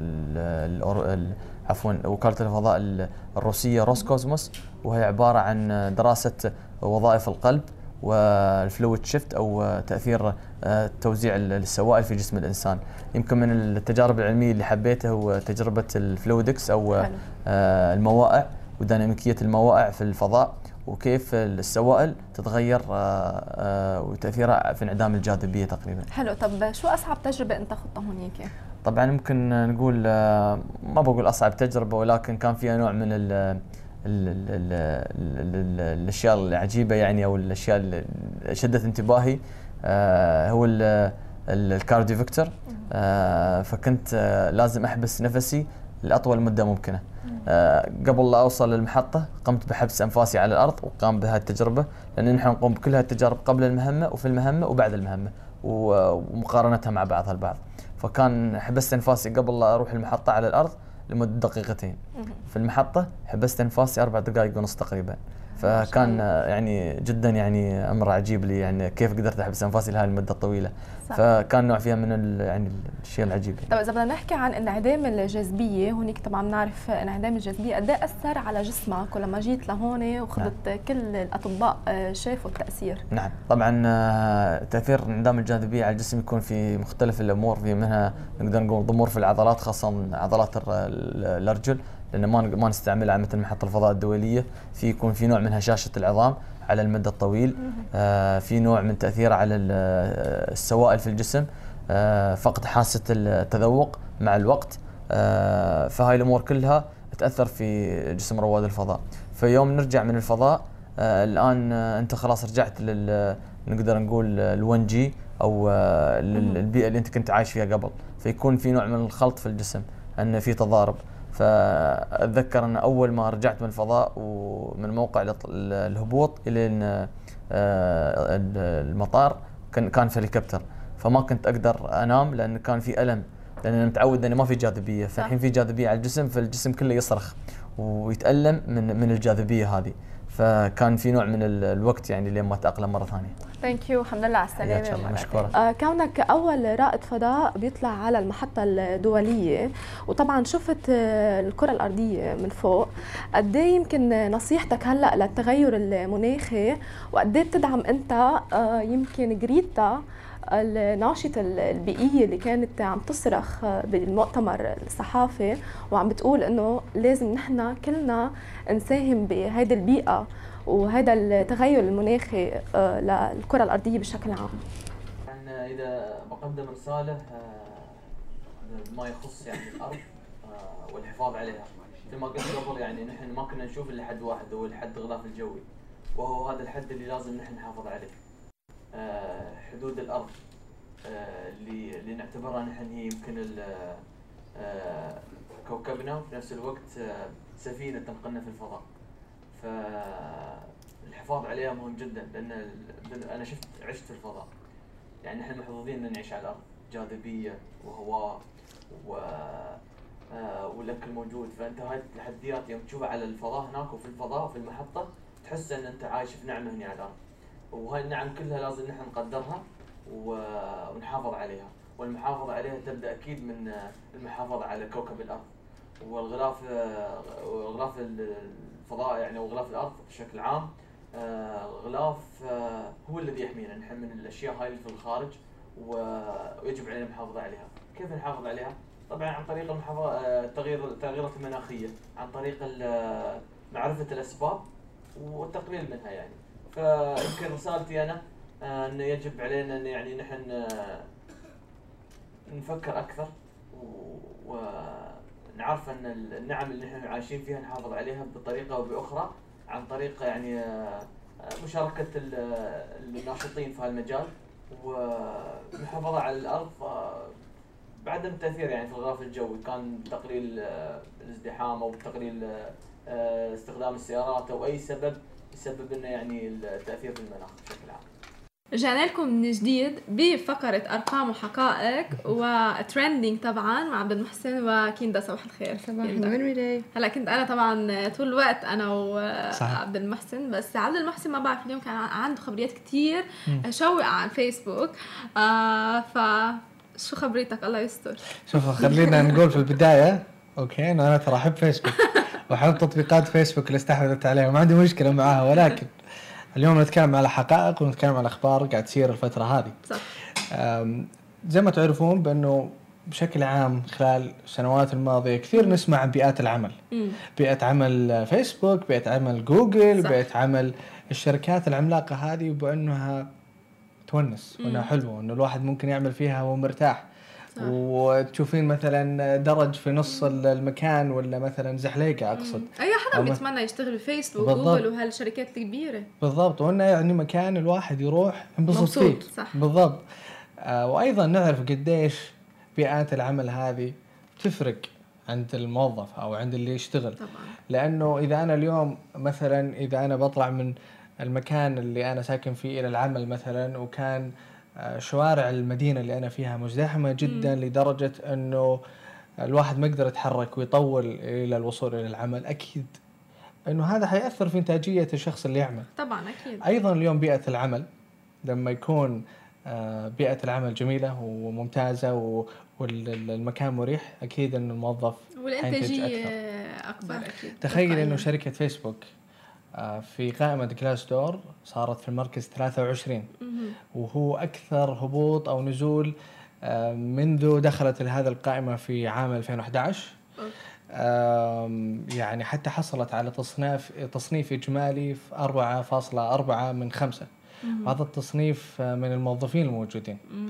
وكالة الفضاء الروسية روسكوزموس، وهي عبارة عن دراسة وظائف القلب والفلويد شيفت أو تأثير توزيع السوائل في جسم الإنسان. يمكن من التجارب العلمية اللي حبيتها هو تجربة الفلويدكس أو الموائع وديناميكية الموائع في الفضاء، وكيف السوائل تتغير وتأثيرها في انعدام الجاذبية تقريبا. حلو. طب شو أصعب تجربة أنت خضتها هنيك؟ طبعا ممكن نقول ما بقول أصعب تجربة، ولكن كان فيها نوع من الاشياء العجيبه يعني، او الاشياء اللي شدت انتباهي هو الكارديو فيكتور. فكنت لازم احبس نفسي لاطول مده ممكنه. قبل لا اوصل للمحطه قمت بحبس انفاسي على الارض وقام بهذه التجربه، لان نحن نقوم بكل هذه التجارب قبل المهمه وفي المهمه وبعد المهمه ومقارنتها مع بعضها البعض. فكان حبست انفاسي قبل لا اروح المحطه على الارض لمده دقيقتين. في المحطه حبست انفاسي 4 دقائق ونص تقريبا. فكان يعني جدا يعني امر عجيب لي، يعني كيف قدرت احبس انفاسي لهذه المده الطويله. صح. فكان نوع فيها من يعني الشيء العجيب. طيب اذا بدنا نحكي عن انعدام الجاذبيه، هونيك طبعا بنعرف انعدام الجاذبيه قد ايه اثر على جسمك، ولما جيت لهون وخذت كل الاطباء شافوا التاثير. نعم طبعا تاثير انعدام الجاذبيه على الجسم يكون في مختلف الامور، في منها نقدر نقول ضمور في العضلات، خاصه عضلات الارجل، لأن ما نستعملها على مثل محطة الفضاء الدولية. يكون في نوع من هشاشة العظام على المدى الطويل، في نوع من تأثير على السوائل في الجسم، فقد حاسة التذوق مع الوقت، فهاي الامور كلها تاثر في جسم رواد الفضاء. فيوم نرجع من الفضاء الان انت خلاص رجعت نقدر نقول ال1 جي او البيئه اللي انت كنت عايش فيها قبل، فيكون في نوع من الخلط في الجسم، ان في تضارب. فاتذكر ان اول ما رجعت من الفضاء ومن موقع الهبوط الى المطار كان في هليكوبتر، فما كنت اقدر انام لان كان في الم، لان انا متعود انه ما في جاذبيه، فالحين في جاذبيه على الجسم، فالجسم كله يصرخ ويتالم من الجاذبيه هذه. فكان في نوع من الوقت يعني لين ما تاقلم مره ثانيه. ثانك يو، الحمد لله على السلامه. مشكورة. كونك اول رائد فضاء بيطلع على المحطه الدوليه، وطبعا شفت الكره الارضيه من فوق، قد ايه يمكن نصيحتك هلا للتغير المناخي، وقد ايه بتدعم انت يمكن جريتا الناشطة البيئية اللي كانت عم تصرخ بالمؤتمر الصحافي وعم بتقول انه لازم نحن كلنا نساهم بهيدي البيئة وهذا التغير المناخي للكرة الأرضية بشكل عام. أنا إذا بقدم رسالة ما يخص يعني الأرض والحفاظ عليها، مثل ما قلت قبل يعني نحن ما كنا نشوف إلا حد واحد هو الحد الغلاف الجوي، وهو هذا الحد اللي لازم نحن نحافظ عليه. حدود الأرض اللي نعتبرها نحن هي يمكن كوكبنا، وفي نفس الوقت سفينة تنقلنا في الفضاء. فالحفاظ عليها مهم جدا، لأن أنا عشت في الفضاء، يعني نحن محظوظين أن نعيش على الأرض، جاذبية وهواء والأكل موجود. فأنت هاي التحديات يوم تشوفها على الفضاء هناك وفي الفضاء وفي المحطة تحس أن أنت عايش في نعمة هنا على الأرض، وهاي النعم كلها لازم نحن نقدرها ونحافظ عليها. والمحافظة عليها تبدأ أكيد من المحافظة على كوكب الأرض والغلاف الفضاء يعني، وغلاف الأرض بشكل عام. الغلاف هو الذي يحمينا نحن من الأشياء هاي اللي في الخارج، ويجب علينا المحافظة عليها. كيف نحافظ عليها؟ طبعا عن طريق التغييرات المناخية، عن طريق معرفة الأسباب والتقليل منها يعني. فيمكن رسالتي أنا أنه يجب علينا أن يعني نحن نفكر أكثر ونعرف أن النعم اللي نحن عايشين فيها نحافظ عليها بطريقة أو بأخرى، عن طريق يعني مشاركة الناشطين في هالمجال والمحافظة على الأرض، بعدم التأثير يعني في الغلاف الجوي، كان تقليل الازدحام أو تقليل استخدام السيارات أو أي سبب يسبب لنا يعني التأثير في المناخ بشكل عام. رجعنا لكم من جديد بفقرة أرقام وحقائق وترندينج طبعا مع عبد المحسن وكيندا. صباح الخير. صباح النور. هلا كنت أنا طبعا طول الوقت أنا وعبد المحسن، بس عبد المحسن ما بعرف اليوم كان عنده خبريات كتير شوقة عن فيسبوك. شو خبريتك؟ الله يستر. شوف خلينا نقول في البداية أوكي أنا ترى أحب فيسبوك وأحب تطبيقات فيسبوك اللي استحوذت عليها، ما عندي مشكلة معها، ولكن اليوم نتكلم على حقائق ونتكلم على أخبار قاعد تصير الفترة هذه. صح. زي ما تعرفون بأنه بشكل عام خلال السنوات الماضية كثير نسمع عن بيئات العمل. بيئة عمل فيسبوك، بيئة عمل جوجل، بيئة عمل الشركات العملاقة هذه، وبأنها تونس وأنها حلوة وأنه الواحد ممكن يعمل فيها وهو مرتاح. صح. وتشوفين مثلا درج في نص المكان ولا مثلا زحليقة أقصد. أي حدا بيتمنى يشتغل بفيسبوك وجوجل وهالشركات الكبيرة. بالضبط، وأنه يعني مكان الواحد يروح ينبسط فيه. صح. بالضبط. وأيضا نعرف قديش بيئات العمل هذه تفرق عند الموظف أو عند اللي يشتغل طبعا. لأنه إذا أنا اليوم مثلا إذا أنا بطلع من المكان اللي أنا ساكن فيه إلى العمل مثلا، وكان شوارع المدينة اللي أنا فيها مزدحمة جدا لدرجة أنه الواحد ما يقدر يتحرك ويطول إلى الوصول إلى العمل، أكيد أنه هذا حيأثر في إنتاجية الشخص اللي يعمل. طبعا أكيد. أيضا اليوم بيئة العمل لما يكون بيئة العمل جميلة وممتازة والمكان مريح، أكيد أن الموظف والإنتاجية أكبر. أكيد. تخيل أنه شركة فيسبوك في قائمة جلاسدور صارت في المركز 23 وهو أكثر هبوط أو نزول منذ دخلت لهذا القائمة في عام 2011. يعني حتى حصلت على تصنيف إجمالي في 4.4 من 5. هذا التصنيف من الموظفين الموجودين.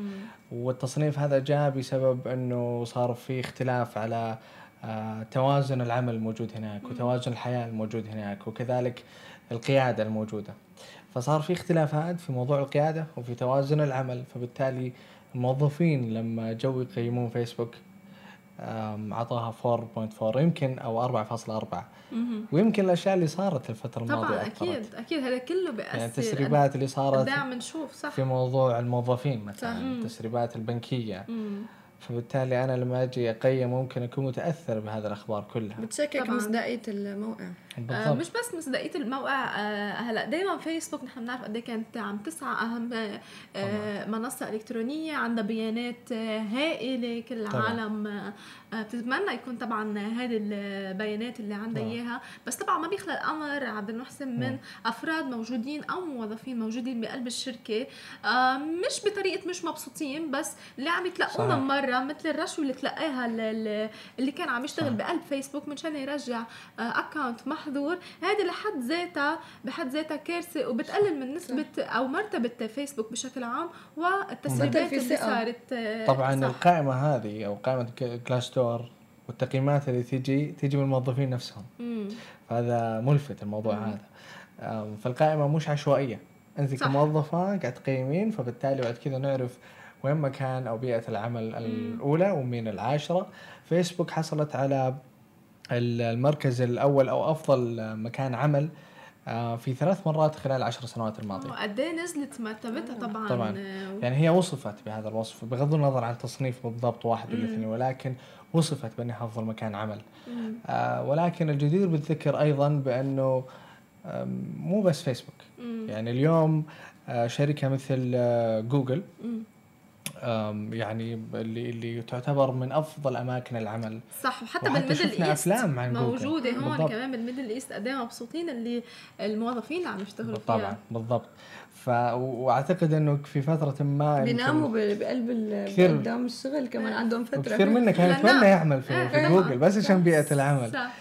والتصنيف هذا جاء بسبب انه صار في اختلاف على توازن العمل الموجود هناك وتوازن الحياة الموجود هناك وكذلك القيادة الموجودة. فصار في اختلافات في موضوع القيادة وفي توازن العمل، فبالتالي الموظفين لما جو يقيمون فيسبوك عطاها 4.4 يمكن او 4.4. ويمكن الاشياء اللي صارت الفتره الماضيه طبعا أثرت. اكيد هذا كله بيأثر. يعني التسريبات اللي صارت دائما نشوف صح في موضوع الموظفين مثلا التسريبات البنكيه. فبالتالي انا لما اجي اقيم ممكن اكون متاثر بهذه الاخبار كلها. بتشكك مصداقيه الموقع. مش بس مصداقيه الموقع. هلا دائما فيسبوك نحن بنعرف قد ايه كانت عم تسعى اهم منصه الكترونيه، عندها بيانات هائله، كل العالم بتتمنى يكون طبعا هذه البيانات اللي عندها اياها. بس طبعا ما بيخلى الامر عبد المحسن من افراد موجودين او موظفين موجودين بقلب الشركه مش بطريقه مش مبسوطين، بس اللي عم يتلقونا مره مثل الرشوه اللي تلقاها اللي كان عم يشتغل بقلب فيسبوك من شان يرجع اكاونت محظور. هذه بحد ذاتها كارثه، وبتقلل من نسبه او مرتبه فيسبوك بشكل عام والتسريبات اللي صارت. طبعا القائمه هذه او قائمه كلاستور والتقييمات اللي تيجي من الموظفين نفسهم. فهذا ملفت الموضوع هذا. فالقائمه مش عشوائيه، انت كموظفه قاعد تقيمين، فبالتالي بعد كذا نعرف وين مكان او بيئه العمل الاولى ومين العاشره. فيسبوك حصلت على المركز الاول او افضل مكان عمل في 3 مرات خلال 10 سنوات الماضيه. قد ايه نزلت مرتبتها طبعا. يعني هي وصفت بهذا الوصف بغض النظر عن التصنيف بالضبط 1 ولا 2، ولكن وصفت بانها افضل مكان عمل. ولكن الجدير بالذكر ايضا بانه مو بس فيسبوك. يعني اليوم شركه مثل جوجل يعني اللي تعتبر من افضل اماكن العمل. صح. وحتى بالميدل ايست موجوده هون بالضبط. كمان بالميدل ايست قد ايه مبسوطين اللي الموظفين اللي عم يشتغلوا فيها. طبعا بالضبط. واعتقد انه في فتره ما بيناموا بقلب قدام الشغل كمان عندهم فتره. كثير منا كان يتمنى يعمل في جوجل بس عشان بيئه العمل. صح.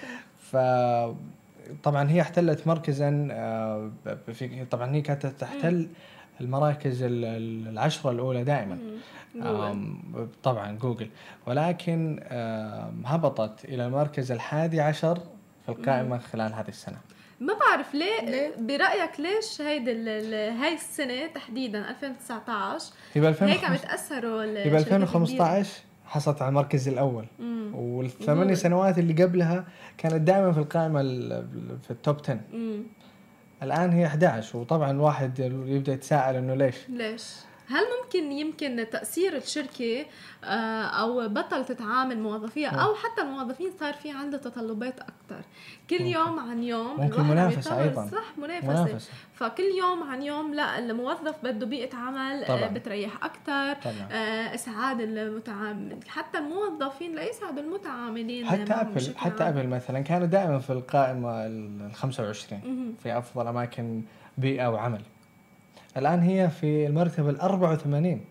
طبعا هي احتلت مركزا طبعا هي كانت تحتل المراكز 10 الأولى دائما. طبعا جوجل، ولكن هبطت إلى المركز 11 في القائمة خلال هذه السنة. ما بعرف ليه؟ برأيك ليش هاي السنة تحديدا 2019 هيك عم يتأثروا؟ ب 2015 حصلت على المركز الأول، وال8 سنوات اللي قبلها كانت دائما في القائمة في التوب 10. الآن هي 11، وطبعا الواحد يبدأ يتساءل إنه ليش؟ هل يمكن تأثير الشركة أو بطل تتعامل موظفيها أو حتى الموظفين صار في عنده تطلبات أكتر كل يوم عن يوم. ممكن منافسة أيضا. صح، منافسة. فكل يوم عن يوم لا الموظف بده بيئة عمل بتريح أكتر. إسعاد المتعامل، حتى الموظفين لا يسعدوا المتعاملين. حتى أبل مثلا كانوا دائما في القائمة 25 في أفضل أماكن بيئة وعمل. الآن هي في المرتبة 84.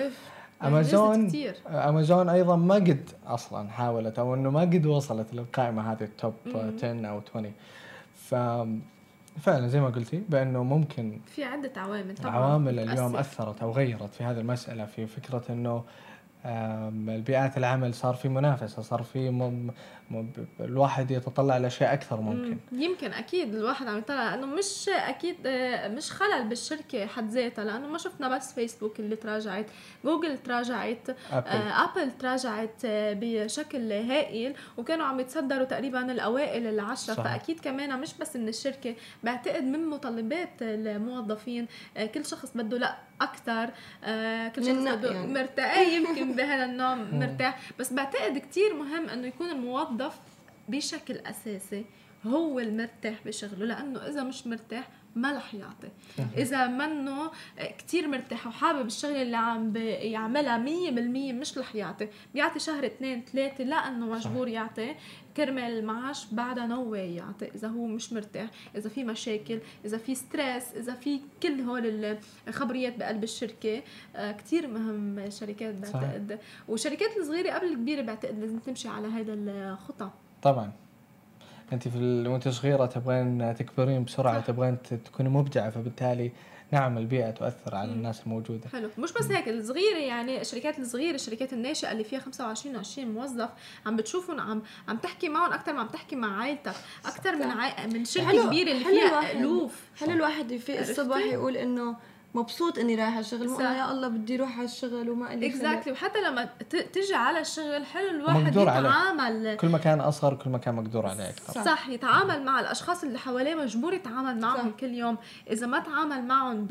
أمازون أيضا ما قد أصلا حاولت أو إنه ما قد وصلت للقائمة هذه التوب 10 أو 20. ففعلا زي ما قلتي بأنه ممكن في عدة عوامل طبعا عوامل اليوم أثرت أو غيرت في هذه المسألة، في فكرة إنه البيئات العمل صار في منافسة، صار في الواحد يتطلع لأشياء أكثر. يمكن أكيد الواحد عم يطلع أنه مش أكيد مش خلل بالشركة حد ذاتها، لأنه ما شفنا بس فيسبوك اللي تراجعت، جوجل تراجعت، أبل تراجعت بشكل هائل، وكانوا عم يتصدروا تقريبا الأوائل 10. فأكيد كمان مش بس إن الشركة، بعتقد من متطلبات الموظفين كل شخص بده لا أكثر، كل شخص بده يعني مرتاح. يمكن بهذا النوع مرتاح، بس بعتقد كتير مهم انه يكون الموظف بشكل اساسي هو المرتاح بشغله، لانه اذا مش مرتاح ما رح يعطي. اذا منه كتير مرتاح وحابب الشغله اللي عم يعملها 100% مش رح يعطي. بيعطي شهر 2 3 لانه مجبور يعطي كرمال المعاش، بعدها نوى يعطي اذا هو مش مرتاح، اذا في مشاكل، اذا في ستريس، اذا في كل هول الخبريات بقلب الشركه. كتير مهم شركات بعتقد، والشركات الصغيره قبل الكبيره بعتقد لازم تمشي على هذا الخطى. طبعا انت وانت صغيره تبغين تكبرين بسرعه، تبغين تكوني مبدعه، فبالتالي نعم البيئه تؤثر على الناس الموجوده. حلو. مش بس هيك، الصغيره يعني الشركات الصغيره، الشركات الناشئه اللي فيها 25 و20 موظف، عم بتشوفهم عم تحكي معهم اكثر ما عم تحكي مع عائلتك، اكثر من شركه كبيره اللي فيها الوف. حلو الواحد يفيق الصبح يقول انه مبسوط اني رايح على الشغل، مو يا الله بدي اروح على الشغل وما لي اكزاكتلي. وحتى لما تجي على الشغل حلو الواحد يتعامل، كل ما كان اصغر كل ما كان مقدور عليه اكثر. صح، يتعامل مع الاشخاص اللي حواليه، مجبور يتعامل معهم كل يوم. اذا ما تعامل معهم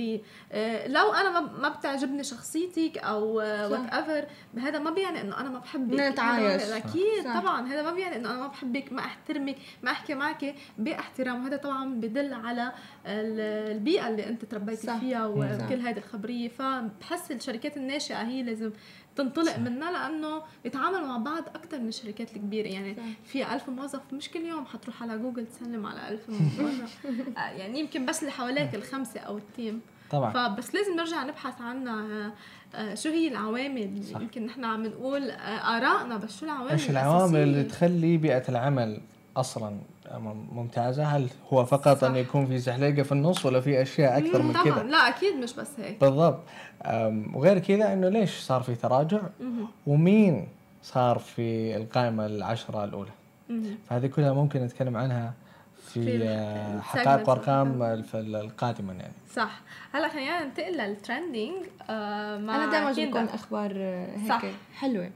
لو انا ما بتعجبني شخصيتك او وات ايفر، هذا ما بيعني انه انا ما بحبك. نتعايش اكيد طبعا، هذا ما بيعني انه انا ما بحبك، ما احترمك، ما احكي معك باحترام. هذا طبعا بدل على البيئه اللي انت تربيتي فيها وكل هذه الخبريه. فبحس الشركات الناشئه هي لازم تنطلق منها، لانه بيتعاملوا مع بعض اكثر من الشركات الكبيره. يعني في 1000 موظف، مش كل يوم حتروح على جوجل تسلم على 1000 موظف يعني يمكن بس اللي حواليك الخمسه او التيم طبعا. فبس لازم نرجع نبحث عنها، شو هي العوامل. يمكن نحن عم نقول آرائنا، بس شو العوامل؟ ايش العوامل اللي تخلي بيئه العمل اصلا ممتازه؟ هل هو فقط ان يكون في زحليقه في النص، ولا في اشياء اكثر من كذا؟ طبعا لا، اكيد مش بس هيك. بالضبط. وغير كذا انه ليش صار في تراجع، ومين صار في القائمه العشرة الاولى. فهذه كلها ممكن نتكلم عنها في حقائق وارقام القادمه يعني. صح. هلا خلينا ننتقل للترندينج. انا دائما بجيب لكم اخبار هيك حلوه.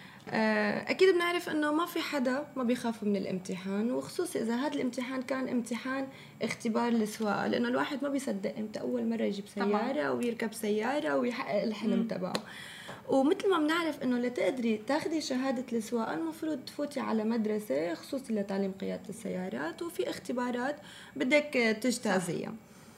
اكيد بنعرف انه ما في حدا ما بيخاف من الامتحان، وخصوصي اذا هذا الامتحان كان امتحان اختبار السواقه، لانه الواحد ما بيصدق امتى اول مره يجيب سياره ويركب سياره ويحقق الحلم تبعه. ومثل ما بنعرف انه لتقدري تاخدي شهاده السواقه المفروض تفوتي على مدرسه خصوصي لتعليم قياده السيارات، وفي اختبارات بدك تجتازيها.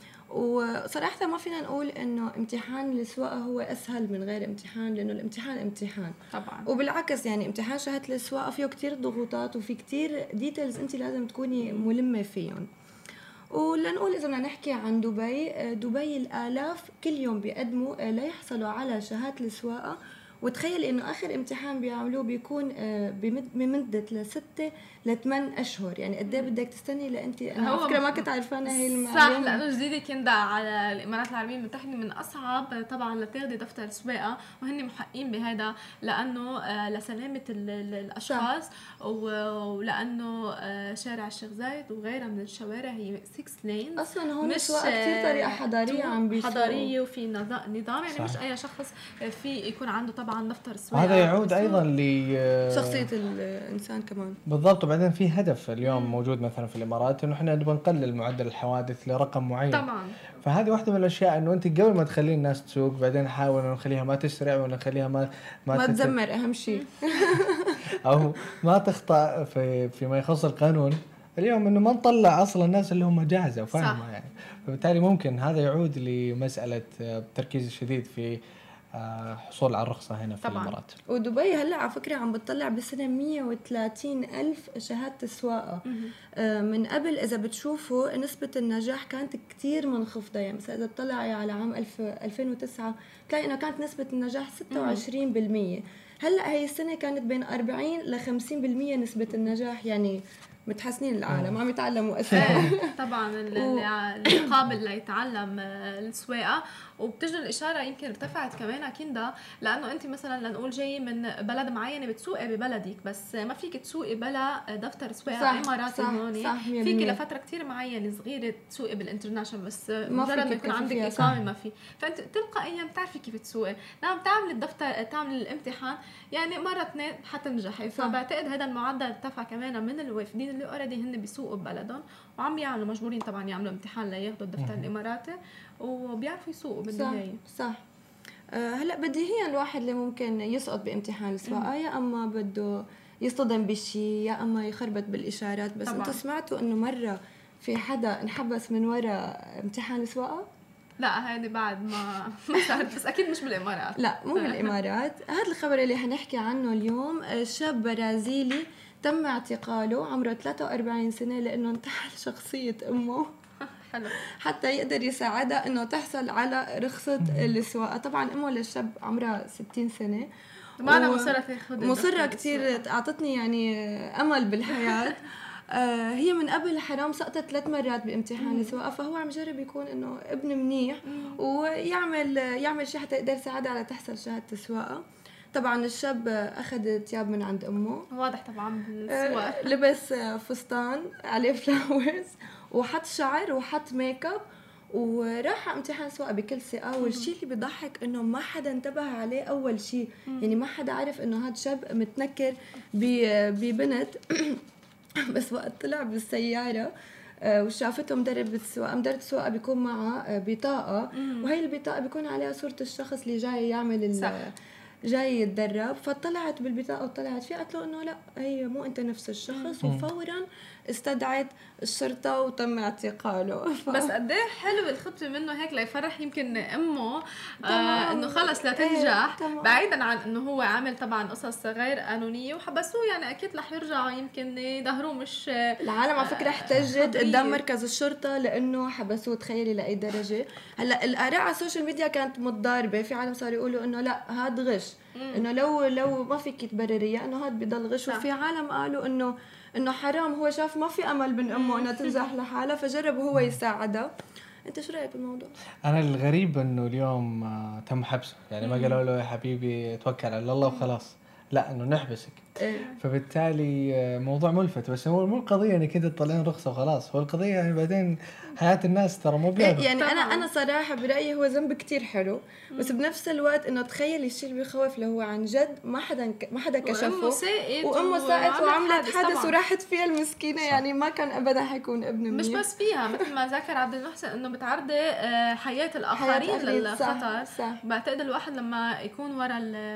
وصراحة ما فينا نقول إنه امتحان السواقة هو أسهل من غير امتحان، لأنه الامتحان امتحان طبعا. وبالعكس يعني امتحان شهادة السواقة فيه كتير ضغوطات وفي كتير ديتيلز أنت لازم تكوني ملمة فيهم. ولنقول إذا بدنا نحكي عن دبي الآلاف كل يوم بيقدموا ليحصلوا على شهادة السواقة. وتخيل إنه آخر امتحان بيعملوه بيكون بمدة 6 ل8 أشهر. يعني قد ايه بدك تستني لأنت؟ أنا فكرة ما كنت عارفانة هي المعلومة. صح، لأنه جديدة كندا على الإمارات العربية المتحدة، من أصعب طبعا لتاخدي دفتر سواقة، وهن محققين بهذا لأنه لسلامة الأشخاص ولأنه شارع الشيخ زايد وغيرها من الشوارع هي 6 لين. أصلا هون السواقة كتير طريقة حضارية عم بيسوقوا، حضارية وفي نظام. يعني مش أي شخص في يكون عنده طبعا دفتر سواقة. وهذا يعود أيضا شخصية الإنسان كمان. بالضبط. وبعدين في هدف اليوم موجود مثلا في الإمارات إنه إحنا نبغى نقلل معدل الحوادث لرقم معين. طبعا. فهذه واحدة من الأشياء إنه أنت قبل ما تخلين الناس تسوق بعدين نحاول إنه نخليها ما تسرع ونخليها ما تزمر أهم شيء أو ما تخطأ فيما يخص القانون. اليوم إنه ما نطلع أصلا الناس اللي هم جاهزة وفاهمة يعني. فبالتالي ممكن هذا يعود لمسألة التركيز الشديد في حصول على الرخصة هنا في الإمارات. ودبي هلا على فكرة عم بتطلع بالسنة 130,000 شهادة السواقة. من قبل إذا بتشوفوا نسبة النجاح كانت كتير منخفضة. يعني مثلا إذا بتطلعي على عام 2009 تلاقي إنه كانت نسبة النجاح 26%. هلا هي السنة كانت بين 40 ل 50% نسبة النجاح. يعني متحسنين العالم عم يتعلموا اسرع. طبعا اللي قابل ليتعلم السواقه. وبتجي الاشاره يمكن ارتفعت كمان كندا، لانه انت مثلا لنقول جاي من بلد معينه بتسوقي ببلدك، بس ما فيك تسوقي بلا دفتر سواقه اماراتي هون. فيك لفتره كتير معينه صغيره تسوقي بالانترناشونال، بس مجرد ما يكون عندك اقامه ما في. فانت تلقائيا بتعرفي كيف تسوقي. لما بتعملي الدفتر تعملي الامتحان يعني مره 2 حتنجحي. فبعتقد هذا المعدل ارتفع كمان من الوافدين اللي اوريدي هن بيسوقوا ببلدهم وعم يعملوا مجبورين طبعا يعملوا امتحان لياخذوا الدفتر الاماراتي وبيعرفوا يسوقوا بالنهايه. صح. هلا بديهيا الواحد اللي ممكن يسقط بامتحان السواقه يا اما بده يصطدم بشيء يا اما يخربط بالاشارات. بس انتوا سمعتوا انه مره في حدا انحبس من وراء امتحان السواقه؟ لا هذه بعد ما صارت، بس اكيد مش بالامارات. لا مو بالامارات. هذا الخبر اللي حنحكي عنه اليوم، شاب برازيلي تم اعتقاله عمره 43 سنة لأنه انتحل شخصية أمه حتى يقدر يساعدها أنه تحصل على رخصة السواقة. طبعا أمه للشاب عمرها 60 سنة ما أنا مصرة كتير، أعطتني يعني أمل بالحياة. هي من قبل حرام سقطت 3 مرات بامتحان السواقه، فهو عم يجرب يكون انه ابن منيح ويعمل شيء حتى يقدر يساعدها على تحصل شهاده السواقه. طبعا الشاب اخذ ثياب من عند امه، واضح طبعا بالصور. لبس فستان عليه فلاورز وحط شعر وحط ميك اب وراح على امتحان سواقه بكل ثقه. والشيء اللي بيضحك انه ما حدا انتبه عليه اول شيء، يعني ما حدا عرف انه هذا شاب متنكر ببنت بس وقت طلع بالسياره وشافته مدرب السواقه بيكون معها بطاقه، وهي البطاقه بيكون عليها صوره الشخص اللي جاي يعمل جاي يتدرب. فطلعت بالبطاقه وطلعت فيها، قالت له انه لا هي مو انت نفس الشخص، وفورا استدعت الشرطه وتم اعتقاله. بس قد ايه حلو الخطوه منه هيك ليفرح يمكن امه انه خلص لا تنجح، بعيدا عن انه هو عامل طبعا قصص غير قانونيه وحبسوه، يعني اكيد رح يرجع يمكن يظهروه. مش العالم على فكره احتجت قدام مركز الشرطه لانه حبسوه، تخيلي لاي درجه. هلا الاراء على السوشيال ميديا كانت متضاربه، في عالم صاروا يقولوا انه لا هذا غش، انه لو ما فيك تبرريه انه هذا بضل غش، وفي عالم قالوا انه حرام، هو شاف ما في امل من امه انها تنجح لحالها فجرب هو يساعدها. انت شو رايك بالموضوع؟ انا الغريب انه اليوم تم حبسه، يعني ما قالوا له يا حبيبي توكل على الله وخلاص، لا انه نحبسك. فبالتالي موضوع ملفت، بس هو مو القضيه انك كده تطلعين رخصه وخلاص، هو القضيه يعني بعدين حياه الناس ترى مو بيده. يعني انا صراحه برايي هو ذنب كتير حلو، بس بنفس الوقت انه تخيلي الشيء اللي بيخوف اللي هو عن جد ما حدا كشفه، وامه ساءت وعملت حدث وراحت فيها المسكينه. صح. يعني ما كان ابدا حيكون ابن منيح. مش بس فيها، مثل ما ذكر عبد المحسن انه بتعرضي حياه الاخرين للخطر. بعتقد الواحد لما يكون ورا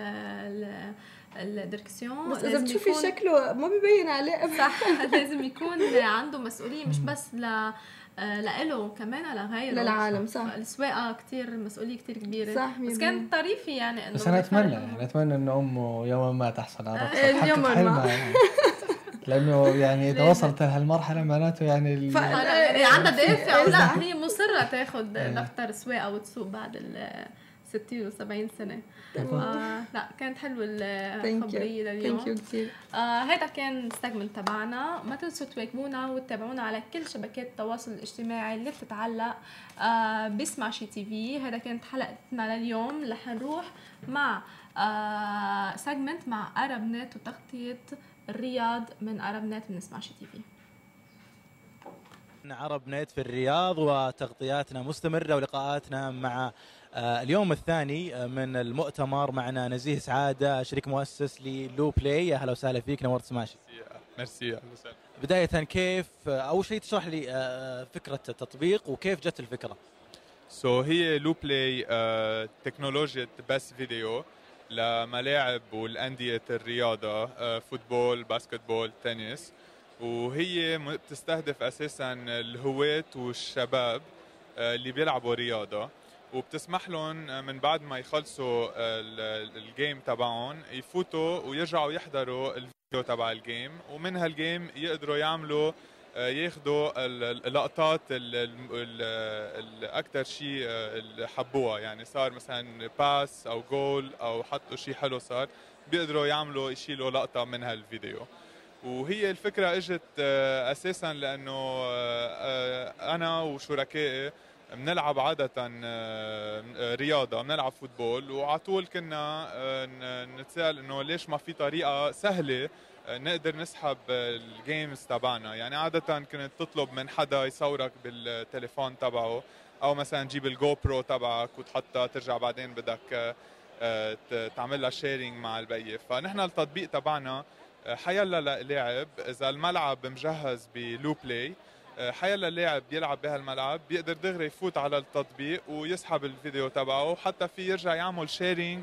الدركسيون بس اذا بتشوفي شكله ما بيبين عليه. صح. لازم يكون عنده مسؤوليه مش بس لإله كمان لغيره، للعالم. صح. السواقه كتير مسؤوليه كتير كبيره. صح. بس كانت طريفي يعني انه بس انا اتمنى انه امه يوما ما تحصل على رخصه يوما ما يعني. لانه يعني اذا وصلت لهالمرحله معناته يعني عندها دافع، ولا هي مصره تاخذ دفتر سواقه وتسوق بعد 60 و70 سنة. لا كانت حلوة الخبرية لليوم. ثانك يو كثير. هيدا كان السيجمنت تبعنا. ما تنسوا تواكبونا وتتابعونا على كل شبكات التواصل الاجتماعي اللي بتتعلق بسمع شي تي في. هيدا كانت حلقتنا لليوم. رح نروح مع سيجمنت مع عرب نت وتغطية الرياض من عرب نت من سمع شي تي في. عرب نت في الرياض وتغطياتنا مستمرة ولقاءاتنا مع اليوم الثاني من المؤتمر. معنا نزيه سعادة شريك مؤسس للو بلاي. اهلا وسهلا فيك، نورت سماشي. ميرسي. اهلا وسهلا. بداية كيف اول شيء تشرح لي فكرة التطبيق وكيف جت الفكرة؟ هي لو بلاي تكنولوجيا بس فيديو لملاعب والأندية الرياضة، فوتبول، باسكتبول، تنس، وهي بتستهدف اساسا الهواة والشباب اللي بيلعبوا رياضة، وبتسمح لهم من بعد ما يخلصوا الجيم تبعهم يفوتوا ويرجعوا يحضروا الفيديو تبع الجيم، ومن هالجيم يقدروا يعملوا ياخذوا اللقطات الاكثر شيء اللي حبوها، يعني صار مثلا باس او جول او حطوا شيء حلو صار، بيقدروا يشيلوا لقطة من هالفيديو. وهي الفكرة اجت اساسا لانه انا وشركائي بنلعب عادة رياضة، بنلعب فوتبول، وعلى طول كنا نتساءل انه ليش ما في طريقة سهلة نقدر نسحب الجيمز تبعنا. يعني عادة كنت تطلب من حدا يصورك بالتليفون تبعه، او مثلا تجيب الجو برو تبعك وتحطها ترجع بعدين بدك تعمل لها شيرينج مع البقية. فنحن التطبيق تبعنا حيلا لاعب اذا الملعب مجهز بلو بلاي، حيلا لاعب يلعب بهالملعب بيقدر دغري يفوت على التطبيق ويسحب الفيديو تبعه، وحتى في يرجع يعمل شيرينج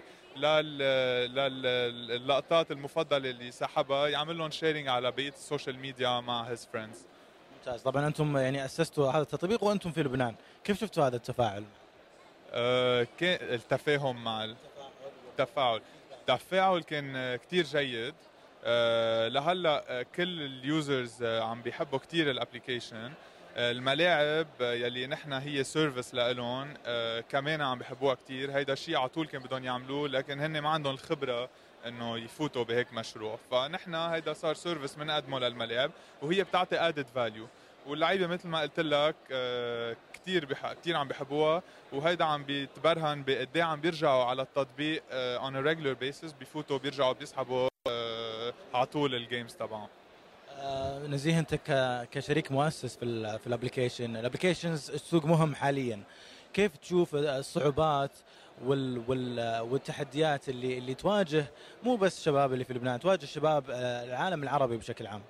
للقطات المفضله اللي سحبها، يعمل لهم شيرينج على بقيه السوشيال ميديا مع هيز فريندز. ممتاز. طبعا انتم يعني اسستوا هذا التطبيق وانتم في لبنان، كيف شفتوا هذا التفاعل؟ كان التفاهم مع التفاعل كان كتير جيد. لهلا كل اليوزرز عم بيحبوا كتير الابليكيشن. الملاعب يلي نحن هي سيرفيس لهم كمان عم بيحبوها كتير. هيدا الشيء على طول كان بدهم يعملوه، لكن هن ما عندهم الخبره انه يفوتوا بهيك مشروع. فنحن هيدا صار سيرفيس بنقدمه للملاعب وهي بتعطي ادد فاليو، واللعيبه مثل ما قلت لك كثير عم بيحبوها، وهيدا عم بيتبرهن بقد ايه عم بيرجعوا على التطبيق on a regular basis، بيفوتوا بيرجعوا بيسحبوا على طول الجيمز تبعهم. نزيه انت كشريك مؤسس في الابلكيشنز السوق مهم حاليا، كيف تشوف الصعوبات والتحديات اللي تواجه مو بس الشباب اللي في لبنان، تواجه الشباب العالم العربي بشكل عام؟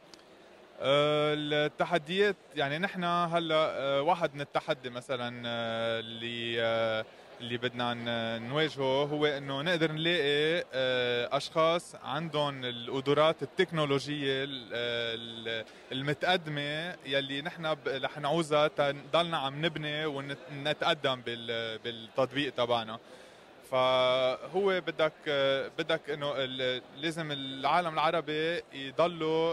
التحديات يعني نحن هلا واحد من التحدي مثلا اللي بدنا نواجهه هو انه نقدر نلاقي اشخاص عندهم القدرات التكنولوجيه المتقدمه يلي نحن رح نعوزها نضلنا عم نبني ونتقدم بالتطبيق تبعنا. فهو بدك انه لازم العالم العربي يضلوا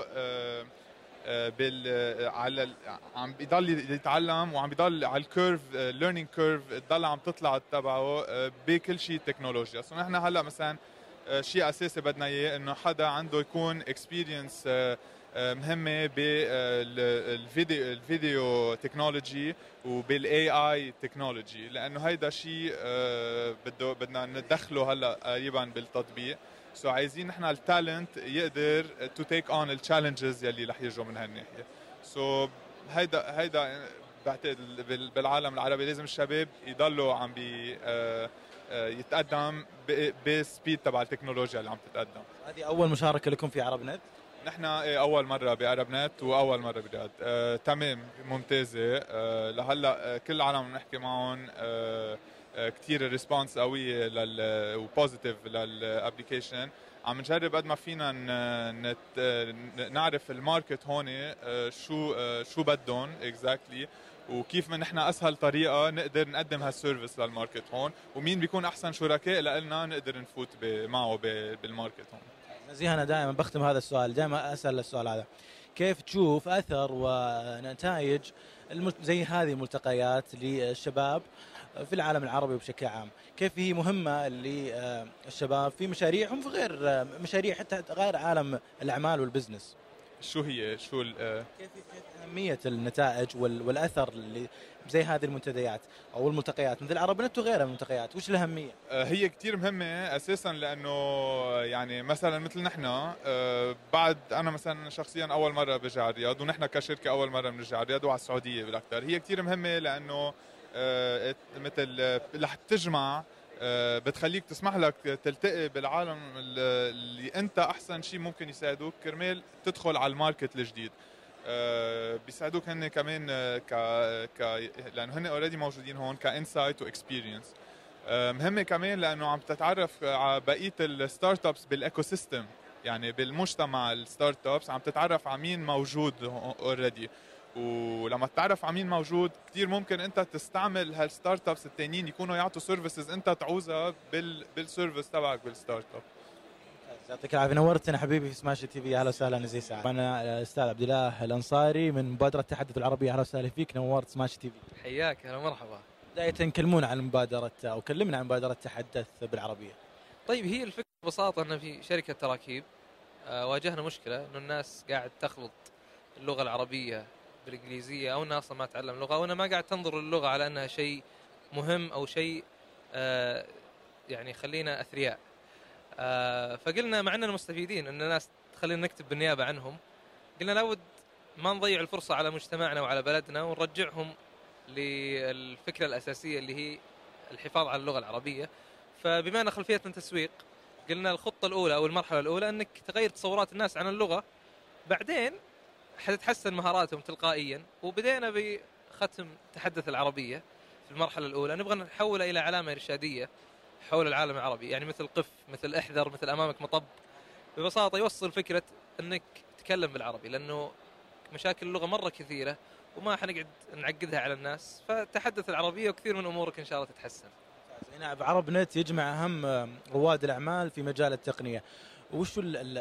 عم بيضل يتعلم وعم بيضل على الكيرف ليرنينج كيرف تضل عم تطلع تبعه بكل شيء تكنولوجيا. سو نحن هلا مثلا شيء اساسي بدنا اياه انه حدا عنده يكون اكسبيرينس مهمه بالفيديو تكنولوجي وبالاي اي تكنولوجي، لانه هيدا شيء بدنا ندخله هلا قريبا بالتطبيق. سو عايزين نحن التالنت يقدر تو تيك اون التشالنجز يلي رح يجوا من هالناحيه. سو هيدا بعتقد بالعالم العربي لازم الشباب يضلوا عم يتقدم بسبيد تبع التكنولوجيا اللي عم تتقدم. هذه اول مشاركه لكم في عرب نت؟ نحن اول مره بعرب نت واول مره برياض. تمام ممتازه. لهلا كل العالم عم نحكي معهم كثير ريسبونس قويه وبوزيتيف للابلكيشن. عم نجرب قد ما فينا نعرف الماركت هون شو بدهم اكزاكتلي وكيف من نحن اسهل طريقه نقدر نقدم هالسيرفيس للماركت هون، ومين بيكون احسن شركاء لنا نقدر نفوت معه بالماركت هون. نزيه انا دائما بختم هذا السؤال، دائما اسال السؤال هذا، كيف تشوف اثر ونتائج زي هذه الملتقيات للشباب في العالم العربي بشكل عام؟ كيف هي مهمة للشباب في مشاريعهم في غير مشاريع حتى غير عالم الأعمال والبزنس؟ شو هي كيف أهمية النتائج والأثر اللي زي هذه المنتديات أو الملتقيات مثل عرب نت وغيرها من الملتقيات؟ وش الأهمية؟ هي كتير مهمة أساساً لأنه يعني مثلاً مثل نحن بعد أنا مثلاً شخصياً أول مرة برجع على الرياض، ونحن كشركة أول مرة بنرجع على الرياض وعلى السعودية بالأكثر. هي كتير مهمة لأنه مثل رح تجمع بتخليك تسمح لك تلتقي بالعالم اللي انت احسن شيء ممكن يساعدوك كرمال تدخل على الماركت الجديد. بيساعدوك هن كمان لانه هن اوريدي موجودين هون كانسايت واكسبيرينس. مهمه كمان لانه عم تتعرف على بقيه الستارت ابس بالايكو سيستم، يعني بالمجتمع الستارت ابس عم تتعرف على مين موجود اوريدي، ولما تتعرف على مين موجود كثير ممكن انت تستعمل هالستارت ابس الثانيين يكونوا يعطوا سيرفيسز انت تعوزها بالسيرفيس تبعك بالستارت اب. يعطيك العافيه، نورتنا حبيبي في سماش تي في. اهلا وسهلا نزيه سعد. انا الاستاذ عبد الله الانصاري من مبادره تحدث العربيه. اهلا وسهلا فيك، نورت سماش تي في. حياك، اهلا مرحبا. بدايه كلمونا عن مبادره او كلمنا عن مبادره تحدث بالعربيه. طيب، هي الفكره ببساطه ان في شركه تراكيب واجهنا مشكله انه الناس قاعد تخلط اللغه العربيه بالانجليزيه، او انها اصلا ما تعلم لغه، او انها ما قاعد تنظر للغه على انها شيء مهم او شيء يعني خلينا اثرياء. فقلنا مع اننا مستفيدين ان الناس تخلينا نكتب بالنيابه عنهم، قلنا لابد ما نضيع الفرصه على مجتمعنا وعلى بلدنا ونرجعهم للفكره الاساسيه اللي هي الحفاظ على اللغه العربيه. فبما ان خلفيتنا تسويق، قلنا الخطه الاولى او المرحله الاولى انك تغير تصورات الناس عن اللغه، بعدين حتتحسن مهاراتهم تلقائيا. وبدينا بختم تحدث العربيه في المرحله الاولى، نبغى نحولها الى علامه ارشاديه حول العالم العربي، يعني مثل قف، مثل احذر، مثل امامك مطب. ببساطه يوصل فكره انك تتكلم بالعربي، لانه مشاكل اللغه مره كثيره وما حنقعد نعقدها على الناس، فتحدث العربيه وكثير من امورك ان شاء الله تتحسن. نعم، عرب نت يجمع اهم رواد الاعمال في مجال التقنيه. وش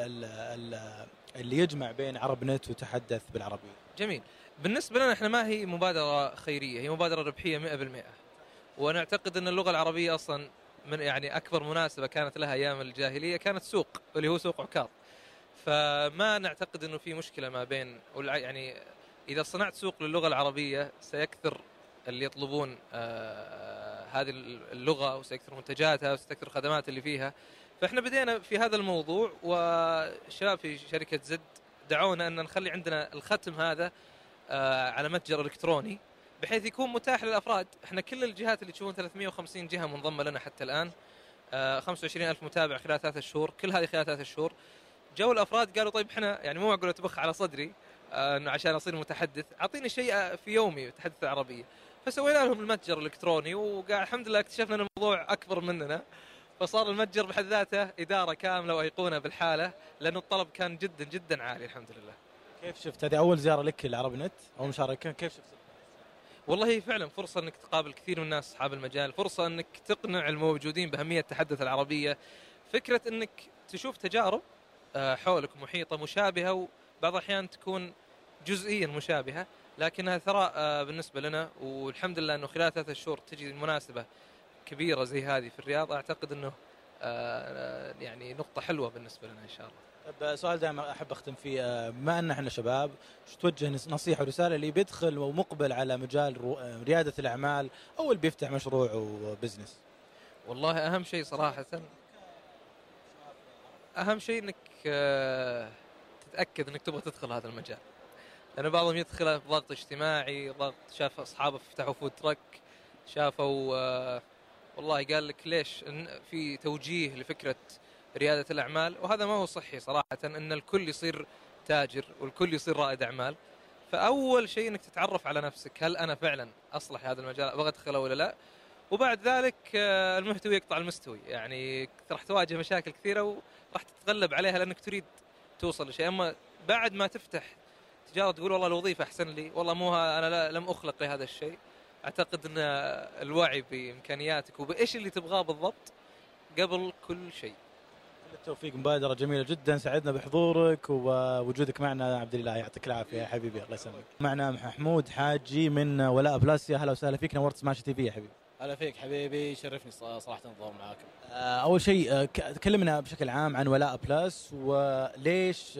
اللي يجمع بين عرب نت وتحدث بالعربيه؟ جميل. بالنسبه لنا احنا ما هي مبادره خيريه، هي مبادره ربحيه 100%. ونعتقد ان اللغه العربيه اصلا من يعني أكبر مناسبة كانت لها أيام الجاهلية كانت سوق اللي هو سوق عكاظ. فما نعتقد أنه في مشكلة ما بين يعني إذا صنعت سوق للغة العربية سيكثر اللي يطلبون هذه اللغة وسيكثر منتجاتها وسيكثر الخدمات اللي فيها. فإحنا بدينا في هذا الموضوع، وشباب في شركة زد دعونا أن نخلي عندنا الختم هذا على متجر إلكتروني بحيث يكون متاح للأفراد. إحنا كل الجهات اللي تشوفون 350 جهة منضمة لنا حتى الآن، 25,000 متابع خلال 3 شهور، كل هذه خلال 3 شهور. جو الأفراد قالوا طيب إحنا يعني مو معقول تبخ على صدري إنه عشان أصير متحدث، أعطيني شيء في يومي تحدث العربية. فسوينا لهم المتجر الإلكتروني، وقاعد الحمد لله اكتشفنا أن الموضوع أكبر مننا، فصار المتجر بحد ذاته إدارة كاملة وأيقونة بالحالة، لأنه الطلب كان جدا جدا عالي الحمد لله. كيف شفت هذه أول زيارة لك لعربي نت أو مشاركة؟ كيف شفت؟ والله فعلا فرصة أنك تقابل كثير من الناس أصحاب المجال، فرصة أنك تقنع الموجودين بأهمية تحدث العربية، فكرة أنك تشوف تجارب حولك محيطة مشابهة، وبعض الأحيان تكون جزئيا مشابهة لكنها ثراء بالنسبة لنا. والحمد لله أنه خلال 3 شهور تجي مناسبة كبيرة زي هذه في الرياض، أعتقد أنه يعني نقطة حلوة بالنسبة لنا إن شاء الله. طب سؤال دائما أحب أختم فيه، بما أن احنا شباب، شو توجه نصيحة ورسالة اللي بيدخل ومقبل على مجال ريادة الأعمال أو اللي بيفتح مشروع وبزنس؟ والله أهم شيء صراحة، أهم شيء أنك تتأكد أنك تبغى تدخل هذا المجال، لأن بعضهم يدخله بضغط اجتماعي، ضغط شاف أصحابه فتحوا فود ترك، شافوا والله قال لك ليش في توجيه لفكرة ريادة الأعمال، وهذا ما هو صحي صراحة، أن الكل يصير تاجر والكل يصير رائد أعمال. فأول شيء أنك تتعرف على نفسك، هل أنا فعلا أصلح هذا المجال أبغى أدخله ولا لا، وبعد ذلك المحتوى يقطع المستوي. يعني راح تواجه مشاكل كثيرة وراح تتغلب عليها لأنك تريد توصل لشيء. أما بعد ما تفتح تجارة تقول والله الوظيفة أحسن لي، والله مو أنا لم أخلق لهذا الشيء. أعتقد أن الوعي بإمكانياتك وبإيش اللي تبغاه بالضبط قبل كل شيء. التوفيق، مبادرة جميلة جدا، سعدنا بحضورك ووجودك معنا. عبد الله يعطيك العافية يا حبيبي، الله يسلمك. معنا محمود حاجي من ولاء بلس، يا هلا وسهلا فيك، نورت سماشة تي في يا حبيبي. هلا فيك حبيبي، شرفني صراحة النظام معاكم. أول شيء تكلمنا بشكل عام عن ولاء بلس، وليش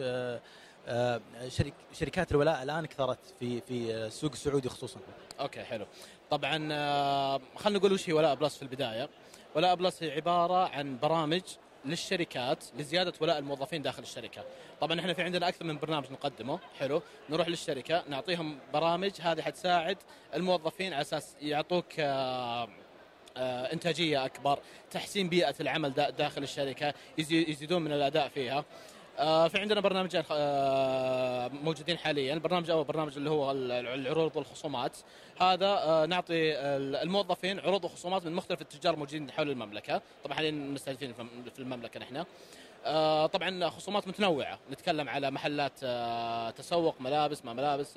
شركات الولاء الآن كثرت في السوق السعودي خصوصا. اوكي حلو. طبعا خلينا نقول وش هي ولاء بلس في البداية. ولاء بلس هي عبارة عن برامج للشركات لزيادة ولاء الموظفين داخل الشركة. طبعا احنا في عندنا أكثر من برنامج نقدمه، حلو، نروح للشركة نعطيهم برامج هذه حتساعد الموظفين على أساس يعطوك إنتاجية أكبر، تحسين بيئة العمل داخل الشركة، يزيدون من الأداء فيها. في عندنا برنامجين موجودين حاليا. البرنامج الأول برنامج اللي هو العروض والخصومات، هذا نعطي الموظفين عروض وخصومات من مختلف التجار الموجودين حول المملكة. طبعا حاليا مستهدفين في المملكة نحن. طبعا خصومات متنوعة، نتكلم على محلات تسوق، ملابس، ما ملابس،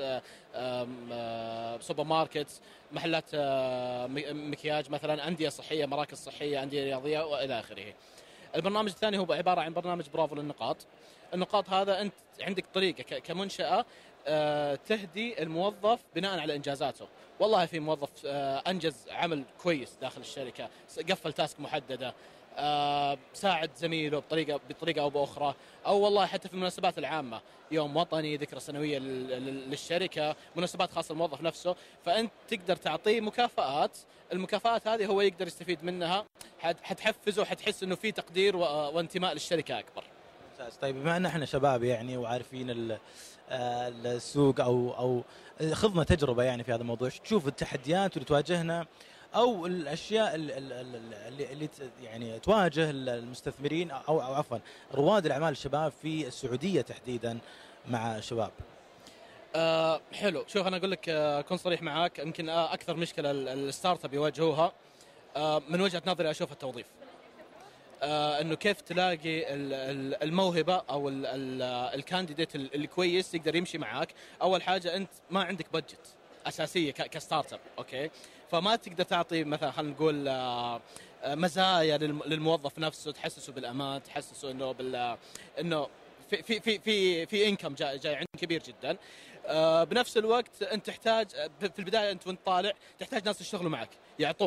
سوبر ماركت، محلات مكياج مثلا، أندية صحية، مراكز صحية، أندية رياضية وإلى آخره. البرنامج الثاني هو عبارة عن برنامج برافو للنقاط. النقاط هذا أنت عندك طريقة كمنشأة تهدي الموظف بناء على إنجازاته. والله في موظف أنجز عمل كويس داخل الشركة، قفل تاسك محددة، ساعد زميله بطريقة أو بأخرى، أو والله حتى في المناسبات العامة، يوم وطني، ذكرى سنوية للشركة، مناسبات خاصة الموظف نفسه، فأنت تقدر تعطيه مكافآت. المكافآت هذه هو يقدر يستفيد منها، حتحفزه وحتحس إنه في تقدير وانتماء للشركة أكبر. طيب بما أن احنا شباب يعني وعارفين السوق أو خضنا تجربة يعني في هذا الموضوع، تشوف التحديات اللي تواجهنا أو الأشياء اللي يعني تواجه المستثمرين أو عفوا رواد الأعمال الشباب في السعودية تحديدا مع الشباب؟ حلو. شوف أنا أقول لك أكون صريح معاك، يمكن أكثر مشكلة الستارت اب يواجهوها من وجهة نظري أشوف التوظيف. انه كيف تلاقي الموهبه او الكانديديت الكويس يقدر يمشي معاك. اول حاجه انت ما عندك بادجت اساسيه كستارت اب، اوكي، فما تقدر تعطي مثلا خلينا نقول مزايا للموظف نفسه، تحسسه بالامان، تحسسه انه في انكم جاي عندك كبير جدا. بنفس الوقت انت تحتاج في البدايه، انت وانت طالع تحتاج ناس يشتغلوا معك، يعطوك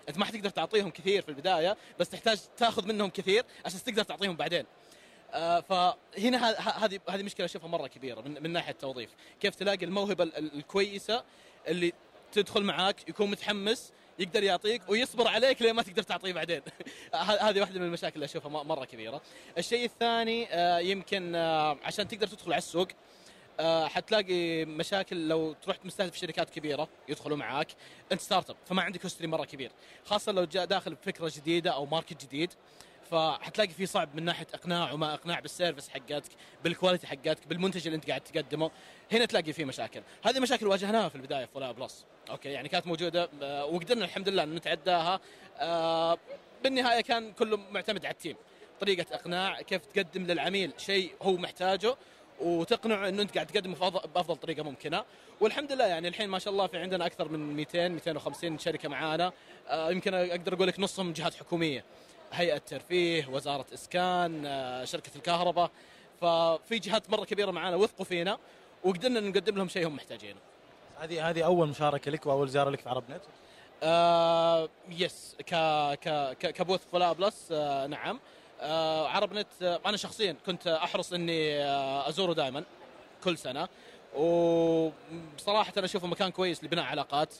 انت ما حتقدر تعطيهم كثير في البدايه، بس تحتاج تاخذ منهم كثير عشان تقدر تعطيهم بعدين. فهنا هذه مشكله اشوفها مره كبيره من ناحيه التوظيف، كيف تلاقي الموهبه الكويسه اللي تدخل معاك يكون متحمس يقدر يعطيك ويصبر عليك لين ما تقدر تعطيه بعدين. هذه واحده من المشاكل اللي اشوفها مره كبيره. الشيء الثاني يمكن عشان تقدر تدخل على السوق حتلاقي مشاكل لو تروح مستهدف شركات كبيره يدخلوا معاك، انت ستارت اب فما عندك هيستوري مره كبير، خاصه لو جاء داخل بفكره جديده او ماركت جديد، فحتلاقي فيه صعب من ناحيه اقناع وما اقناع بالسيرفيس حقتك، بالكواليتي حقتك، بالمنتج اللي انت قاعد تقدمه. هنا تلاقي فيه مشاكل. هذه مشاكل واجهناها في البدايه في فولاء بلس، اوكي يعني كانت موجوده وقدرنا الحمد لله ان نتعداها. بالنهايه كان كله معتمد على التيم، طريقه اقناع، كيف تقدم للعميل شيء هو محتاجه وتقنعه انه انت قاعد تقدمه بافضل طريقه ممكنه. والحمد لله يعني الحين ما شاء الله في عندنا اكثر من 250 شركه معانا، يمكن اقدر اقول لك نصهم جهات حكوميه، هيئه ترفيه، وزاره اسكان، شركه الكهرباء، ففي جهات مره كبيره معانا وثقوا فينا وقدرنا نقدم لهم شيء هم محتاجينه. هذه اول مشاركه لك واول زياره لك في عرب نت؟ يس كبوث فولاء بلس نعم. عرب نت انا شخصيا كنت احرص اني ازوره دائما كل سنه، وبصراحه انا اشوفه مكان كويس لبناء علاقات،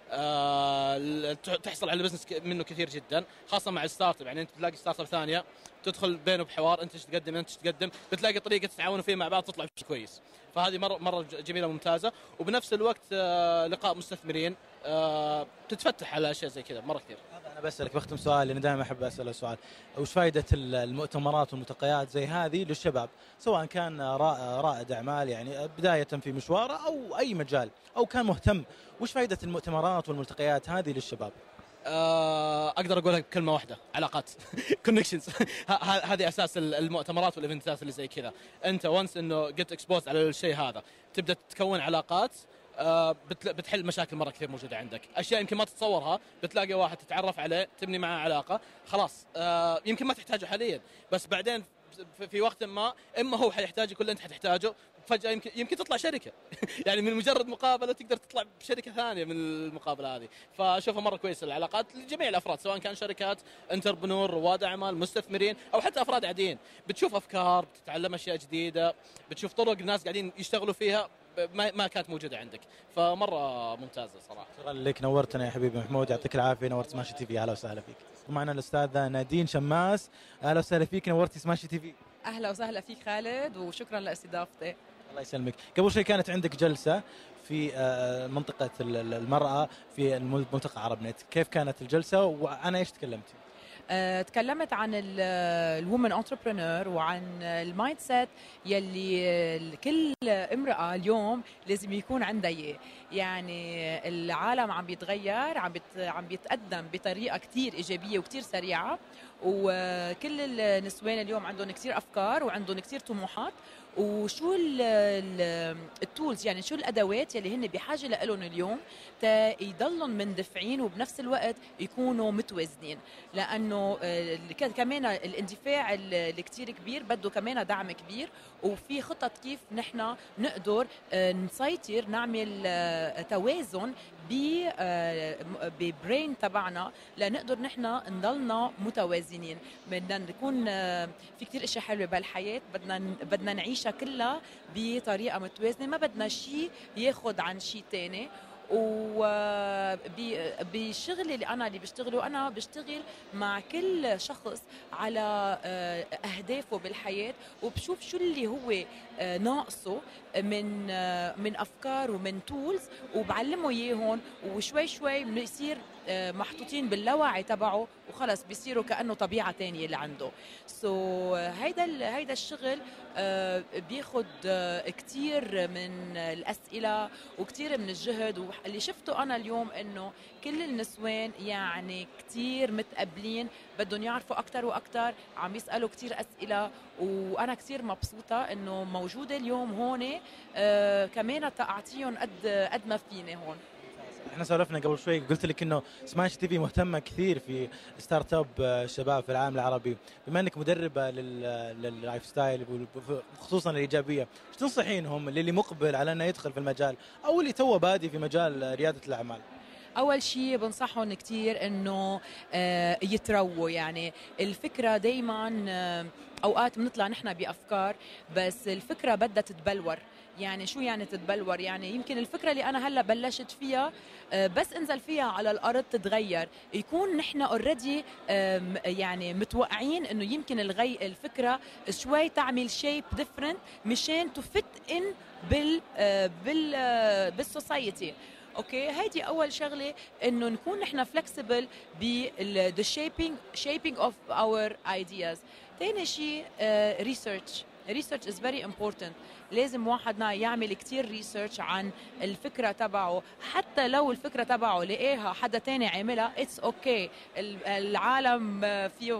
تحصل على بزنس منه كثير جدا، خاصه مع الستارت اب. يعني انت تلاقي ستارت اب ثانيه تدخل بينه بحوار، انت ايش تقدم انت ايش تقدم، بتلاقي طريقه تتعاونوا فيها مع بعض تطلع بشيء كويس. فهذه مره جميله وممتازه، وبنفس الوقت لقاء مستثمرين، تتفتح على اشياء زي كذا مره كثير. انا بسالك بختم سؤال لاني دائما احب اساله سؤال، وش فائده المؤتمرات والملتقيات زي هذه للشباب، سواء كان رائد اعمال يعني بدايه في مشواره او اي مجال او كان مهتم، وش فائده المؤتمرات والملتقيات هذه للشباب؟ اقدر اقولها بكلمه واحده، علاقات. كونكشنز. هذه اساس المؤتمرات والايفنتات اللي زي كذا. انت وانس انه قلت اكسبوز على الشيء هذا تبدا تكون علاقات، بتحل مشاكل مره كثير موجوده عندك، اشياء يمكن ما تتصورها، بتلاقي واحد تتعرف عليه تبني معه علاقه، خلاص يمكن ما تحتاجه حاليا بس بعدين في وقت ما اما هو حيحتاجك ولا انت حتحتاجه، فجاه يمكن تطلع شركه. يعني من مجرد مقابله تقدر تطلع بشركه ثانيه من المقابله هذه. فاشوفها مره كويسه العلاقات لجميع الافراد، سواء كان شركات، انتربرنور، رواد اعمال، مستثمرين، او حتى افراد عاديين. بتشوف افكار، بتتعلم اشياء جديده، بتشوف طرق الناس قاعدين يشتغلوا فيها ما كانت موجوده عندك، فمره ممتازه صراحه. شكرا لك، نورتنا يا حبيبي محمود، يعطيك العافيه، نورت سماشي تي في. اهلا وسهلا فيك. ومعنا الاستاذه نادين شماس، اهلا وسهلا فيك، نورتي سماشي تي في. اهلا وسهلا فيك خالد، وشكرا لاستضافتي. الله يسلمك. قبل شوي كانت عندك جلسه في منطقه المراه في ملتقى عرب نت، كيف كانت الجلسه وانا ايش تكلمتي؟ تكلمت عن الومن انتربرينور وعن المايند سيت يلي كل امرأة اليوم لازم يكون عندها اياه. يعني العالم عم بيتغير، عم بيتقدم بطريقة كتير إيجابية وكتير سريعة، وكل النسوان اليوم عندهم كتير أفكار وعندهم كتير طموحات. وشو التولز، يعني شو الادوات يلي هن بحاجه لهم اليوم يضلهم مندفعين وبنفس الوقت يكونوا متوازنين، لانه كمان الاندفاع الكتير كبير بده كمان دعم كبير، وفي خطط كيف نحن نقدر نسيطر، نعمل توازن ببرين تبعنا لنقدر نحن نضلنا متوازنين. بدنا نكون في كتير اشياء حلوه بالحياه، بدنا نعيشها كلها بطريقه متوازنه، ما بدنا شيء ياخذ عن شيء ثاني. وبشغلي اللي بشتغله، أنا بشتغل مع كل شخص على أهدافه بالحياة، وبشوف شو اللي هو ناقصه من أفكار ومن تولز، وبعلمه إياهم، وشوي شوي بيصير محطوطين باللاوعي تبعه، وخلص بيصيروا كأنه طبيعة تانية اللي عنده. هيدا الشغل بياخد كتير من الأسئلة وكتير من الجهد. واللي شفته أنا اليوم إنه كل النسوان يعني كتير متقبلين، بدهم يعرفوا أكتر وأكتر، عم يسألوا كتير أسئلة، وأنا كتير مبسوطة إنه موجودة اليوم هون، كمان أعطيهم قد ما فيني هون. احنا سولفنا قبل شوي، قلت لك انه سماش تي في مهتمه كثير في ستارت اب الشباب في العالم العربي، بما انك مدربه لللايف ستايل خصوصا الايجابيه، ايش تنصحينهم للي مقبل على انه يدخل في المجال او اللي توه بادي في مجال رياده الاعمال؟ اول شيء بنصحهم كتير انه يترووا. يعني الفكره دايما اوقات بنطلع نحن بافكار بس الفكره بدها تتبلور. يعني شو يعني تتبلور؟ يعني يمكن الفكرة اللي أنا هلأ بلشت فيها بس انزل فيها على الأرض تتغير، يكون نحن اوريدي يعني متوقعين إنه يمكن الفكرة شوي تعمل شيب ديفرنت مشان تفت إن بالسوسايتي. اوكي، هيدي اول شغله، انه نكون نحن فلكسبل بال shaping of our ideas. ثاني شيء research is very important. لازم واحدنا يعمل كتير ريسيرش عن الفكرة تبعه، حتى لو الفكرة تبعه لقاها حدا تاني عملها it's okay. العالم فيه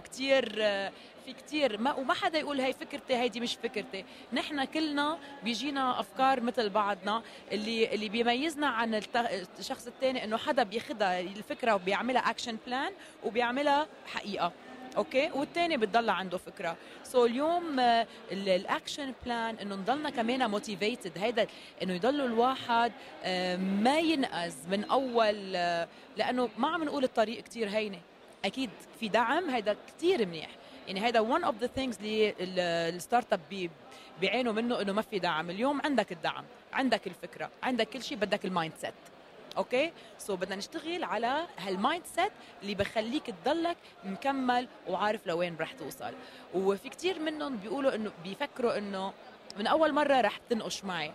كتير وما حدا يقول هاي فكرتي هيدي مش فكرتي. نحن كلنا بيجينا افكار مثل بعضنا. اللي بيميزنا عن الشخص التاني انه حدا بياخدها الفكرة وبيعملها اكشن بلان وبيعملها حقيقة، اوكي، والتاني بتضل عنده فكره. اليوم الاكشن بلان انه نضلنا كمان موتيفيتد، هيدا انه يضل الواحد ما ينقز من اول، لانه ما عم نقول الطريق كتير هينه، اكيد في دعم، هيدا كتير منيح. يعني هيدا one of the things اللي الستارت اب بيعانوا منه، انه ما في دعم. اليوم عندك الدعم، عندك الفكره، عندك كل شيء، بدك المايند سيت. اوكي، بدنا نشتغل على هالمايند سيت اللي بخليك تضلك مكمل وعارف لوين رح توصل. وفي كتير منهم بيقولوا انه بيفكروا انه من اول مره رح تنقش معي.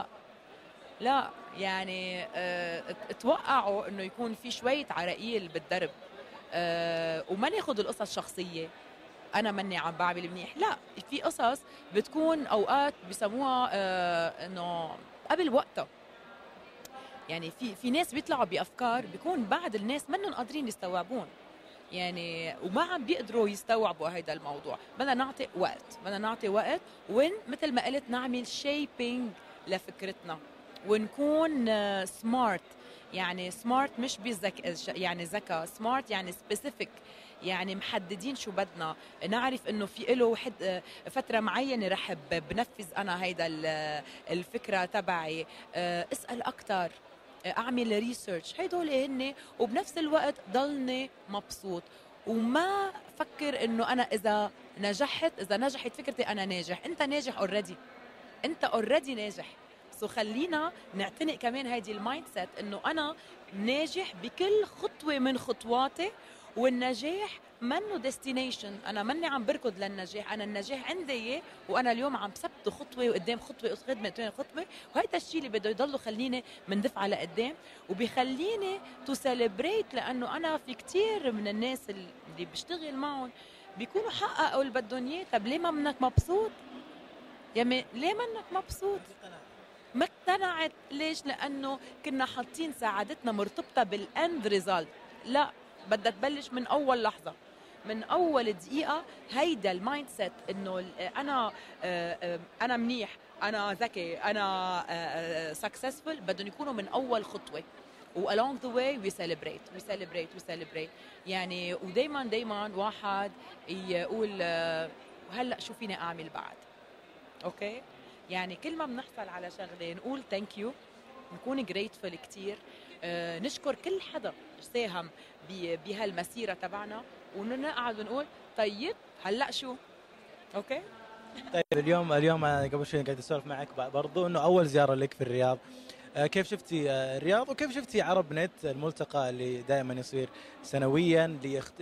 لا يعني اتوقعوا انه يكون في شويه عراقيل بالدرب، وما ناخذ القصص شخصيه. انا مني عم بعمل منيح، لا، في قصص بتكون اوقات بيسموها انه قبل وقتها. يعني في ناس بيطلعوا بافكار بيكون بعد الناس منهم قادرين يستوعبون، يعني وما عم بيقدروا يستوعبوا هيدا الموضوع. بدنا نعطي وقت وين مثل ما قلت نعمل شيبينج لفكرتنا ونكون سمارت. يعني سمارت مش يعني ذكاء، سمارت يعني سبيسيفيك، يعني محددين شو بدنا، نعرف انه في له فتره معينه رح بنفذ انا هيدا الفكره تبعي. اسال اكثر، اعمل ريسيرش، هدول هن، وبنفس الوقت ضلني مبسوط وما فكر انه انا اذا نجحت فكرتي انا ناجح. انت ناجح اوريدي ناجح. خلينا نعتنق كمان هيدي المايند سيت انه انا ناجح بكل خطوه من خطواتي، والنجاح منه ديستنيشن. انا مني عم بركض للنجاح، انا النجاح عندي اياه، وانا اليوم عم بثبت خطوه وقدام خطوه خدمه خطوه. وهيدا الشيء اللي بده يضله خليني مندفع على قدام، وبيخليني تو سيلبريت، لانه انا في كتير من الناس اللي بشتغل معهم بيكونوا حققوا اللي بدهم اياه. طب ليه ما منك مبسوط؟ يعني ليه منك مبسوط؟ ما اقتنعت. ليش؟ لانه كنا حاطين سعادتنا مرتبطه بالاند ريزلت. لا، بدها تبلش من اول لحظه، من اول دقيقه. هيدا المايند سيت انه انا منيح، انا ذكي، انا سكسسفul، بدهم يكونوا من اول خطوه. along the way we celebrate. يعني ودايما واحد يقول هلا شو فيني اعمل بعد. اوكي، يعني كل ما بنحصل على شغله نقول ثانك يو، نكون جريتفul كتير، نشكر كل حدا ساهم بهالمسيره تبعنا، ونقعد ونقول طيب هلا شو. اوكي، طيب اليوم أنا قبل شوي قاعد اسولف معك برضو انه اول زياره لك في الرياض، كيف شفتي الرياض وكيف شفتي عرب نت، الملتقى اللي دائما يصير سنويا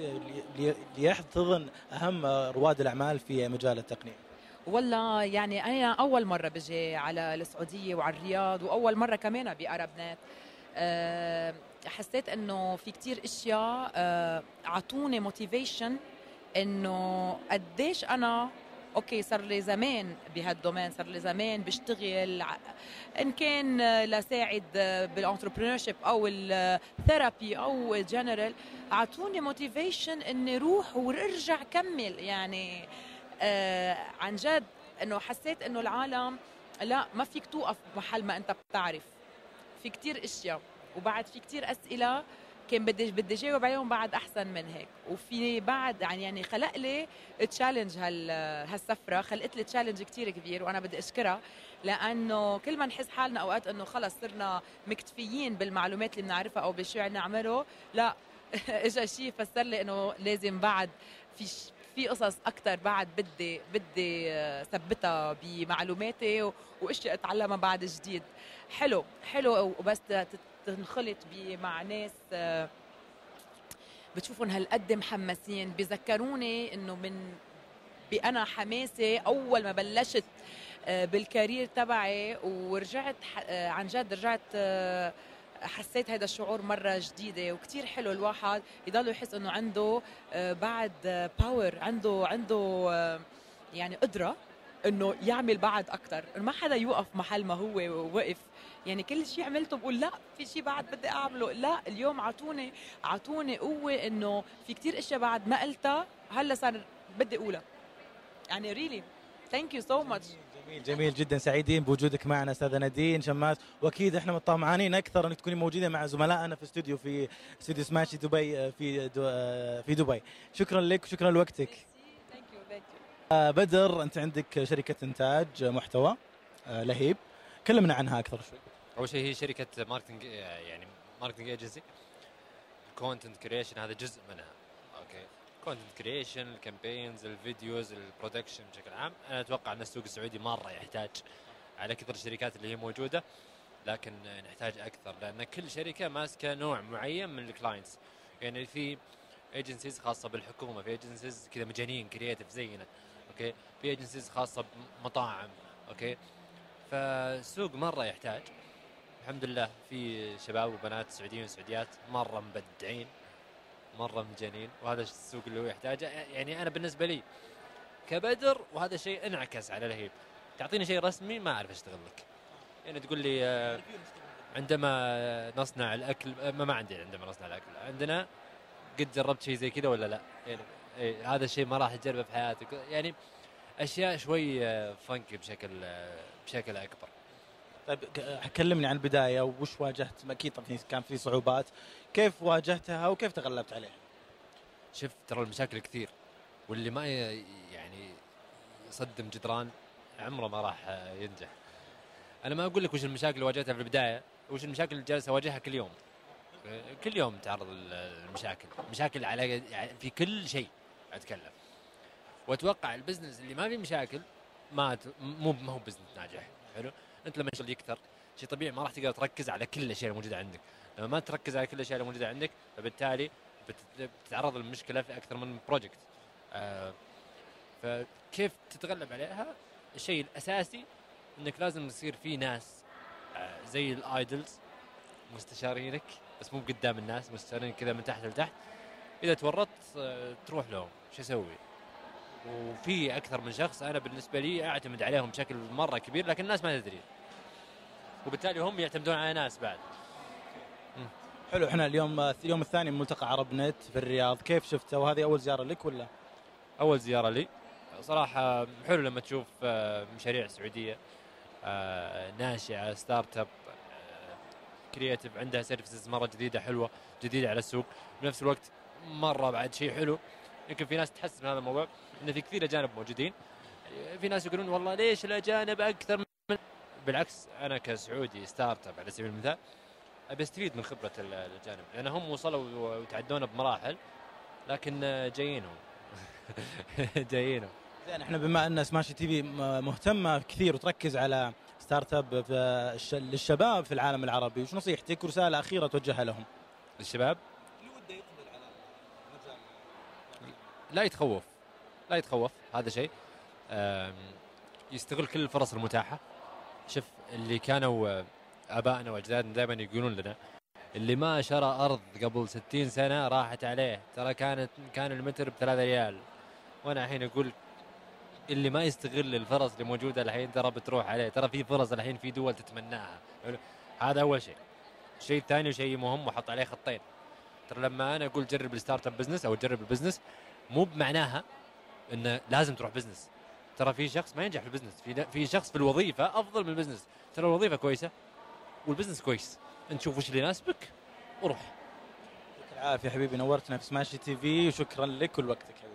ليحتضن اهم رواد الاعمال في مجال التقنيه؟ والله يعني أنا أول مرة بجي على السعودية وعلى الرياض، وأول مرة كمان بأرب نت. حسيت إنه في كتير إشياء عطوني موتيفيشن إنه قديش أنا أوكي صار لي زمان بهالدومين، صار لي زمان بشتغل إن كان لساعد بالانتربرينورشيب أو الثيرابي أو الجنرال. عطوني موتيفيشن إني روح وارجع كمل. يعني عن جد انه حسيت انه العالم لا، ما فيك توقف محل ما انت بتعرف، في كتير اشياء، وبعد في كتير اسئله كان بدي جاوب عليهم بعد احسن من هيك. وفي بعد يعني خلق لي تشالنج هالسفره، خلقت لي تشالنج كثير كبير، وانا بدي اشكرها، لانه كل ما نحس حالنا اوقات انه خلص صرنا مكتفيين بالمعلومات اللي بنعرفها او بالشيء اللي نعمله، لا اجى شيء فسر لي انه لازم بعد في قصص اكثر بعد بدي ثبتها بمعلوماتي واشياء اتعلمها بعد جديد. حلو وبس تنخلط مع ناس بتشوفهم هالقد محمسين. بذكروني انه بأنا حماسي اول ما بلشت بالكارير تبعي ورجعت عن جد رجعت حسيت هذا الشعور مرة جديدة. وكتير حلو الواحد يضل يحس انه عنده بعد باور، عنده يعني قدرة انه يعمل بعد اكثر، ما حدا يوقف محل ما هو وقف. يعني كل شيء عملته بقول لا في شيء بعد بدي اعمله، لا اليوم عطوني قوة انه في كتير اشياء بعد ما قلتها هلا صار بدي اقولها. يعني ريلي ثانك يو سو ماتش. جميل جدا، سعيدين بوجودك معنا استاذه نادين شماس، واكيد احنا مطمعانين اكثر انك تكوني موجوده مع زملائنا في استوديو سماشي دبي في دبي. شكرا لك وشكرا لوقتك. بدر، انت عندك شركه انتاج محتوى لهيب، كلمنا عنها اكثر شوي. اول شيء هي شركه ماركتنج، يعني ماركتنج ايجنسي. الكونتنت كريشن هذا جزء منها. اوكي، كونتنت كريشن، الكامبينز، الفيديوز، البرودكشن بشكل عام. انا اتوقع ان السوق السعودي مره يحتاج على كثر الشركات اللي هي موجوده، لكن نحتاج اكثر لان كل شركه ماسكه نوع معين من الكلاينتس. يعني في ايجنسيز خاصه بالحكومه، في ايجنسيز كذا مجانين كرييتيف زينا، اوكي، في ايجنسيز خاصه بمطاعم، اوكي. فالسوق مره يحتاج. الحمد لله في شباب وبنات سعوديين وسعوديات مره مبدعين، مره مجانين، وهذا السوق اللي هو يحتاجه. يعني انا بالنسبه لي كبدر، وهذا شيء انعكس على لهيب، تعطيني شيء رسمي ما اعرف اشتغل لك. يعني تقول لي عندما نصنع الاكل، ما عندي عندما نصنع الاكل، عندنا قد جربت شيء زي كذا ولا لا؟ يعني هذا الشيء ما راح تجربه في حياتك. يعني اشياء شوي فانكي بشكل اكبر. طيب كلمني عن البدايه، وش واجهت؟ اكيد طبعا كان في صعوبات، كيف واجهتها وكيف تغلبت عليها؟ شفت ترى المشاكل كثير، واللي ما يعني يصدم جدران عمره ما راح ينجح. انا ما اقول لك وش المشاكل اللي واجهتها في البدايه، وش المشاكل اللي جالس اواجهها كل يوم. كل يوم تعرض المشاكل على في كل شيء اتكلم. واتوقع البزنس اللي ما فيه مشاكل مو هو بزنس ناجح. حلو، انت لما الشغل يكثر شيء طبيعي ما راح تقدر تركز على كل الاشياء الموجوده عندك. لما ما تركز على كل الاشياء الموجوده عندك، فبالتالي بتتعرض للمشكله في اكثر من بروجكت. فكيف تتغلب عليها؟ الشيء الاساسي انك لازم يصير في ناس زي الايدلز مستشارينك، بس مو قدام الناس، مستشارين كذا من تحت لتحت. اذا تورطت تروح لهم شو اسوي؟ وفي اكثر من شخص انا بالنسبه لي اعتمد عليهم بشكل مره كبير، لكن الناس ما تدري، وبالتالي هم يعتمدون على ناس بعد. حلو، احنا اليوم الثاني من ملتقى عرب نت في الرياض، كيف شفته؟ وهذه اول زياره لك ولا؟ اول زياره لي صراحه. حلو لما تشوف مشاريع سعوديه ناشئه، ستارت اب كرياتيف، عندها سيرفيسز مره جديده حلوه، جديده على السوق، بنفس الوقت مره بعد شيء حلو. يمكن في ناس تحس من هذا الموضوع انه في كثير اجانب موجودين. في ناس يقولون والله ليش الاجانب اكثر من، بالعكس انا كسعودي ستارت اب على سبيل المثال ابي استفيد من خبره الاجانب، لان هم وصلوا وتعدونا بمراحل، لكن جايينهم جايينهم. زين، احنا بما ان سماشي تي في مهتمه كثير وتركز على ستارت اب للشباب في العالم العربي، وش نصيحتك ورساله اخيره توجهها لهم؟ الشباب اللي وده يقبل على مجال، لا يتخوف، هذا شيء. يستغل كل الفرص المتاحه. شوف اللي كانوا ابائنا واجدادنا دائما يقولون لنا، اللي ما شرى ارض قبل 60 سنه راحت عليه، ترى كان المتر ب3 ريال. وانا الحين اقول اللي ما يستغل الفرص اللي موجوده الحين ترى بتروح عليه، ترى في فرص الحين في دول تتمناها. هذا اول شيء. الشيء الثاني وشيء مهم وحط عليه خطين، ترى لما انا اقول جرب الستارت اب بزنس او جرب البزنس، مو بمعناها انه لازم تروح بزنس. ترى في شخص ما ينجح في البزنس، في شخص في الوظيفه افضل من البزنس. ترى الوظيفه كويسه والبزنس كويس، انت شوف وش اللي يناسبك وروح. العافيه حبيبي، نورتنا في سماشي تي في وشكرا لك ولوقتك.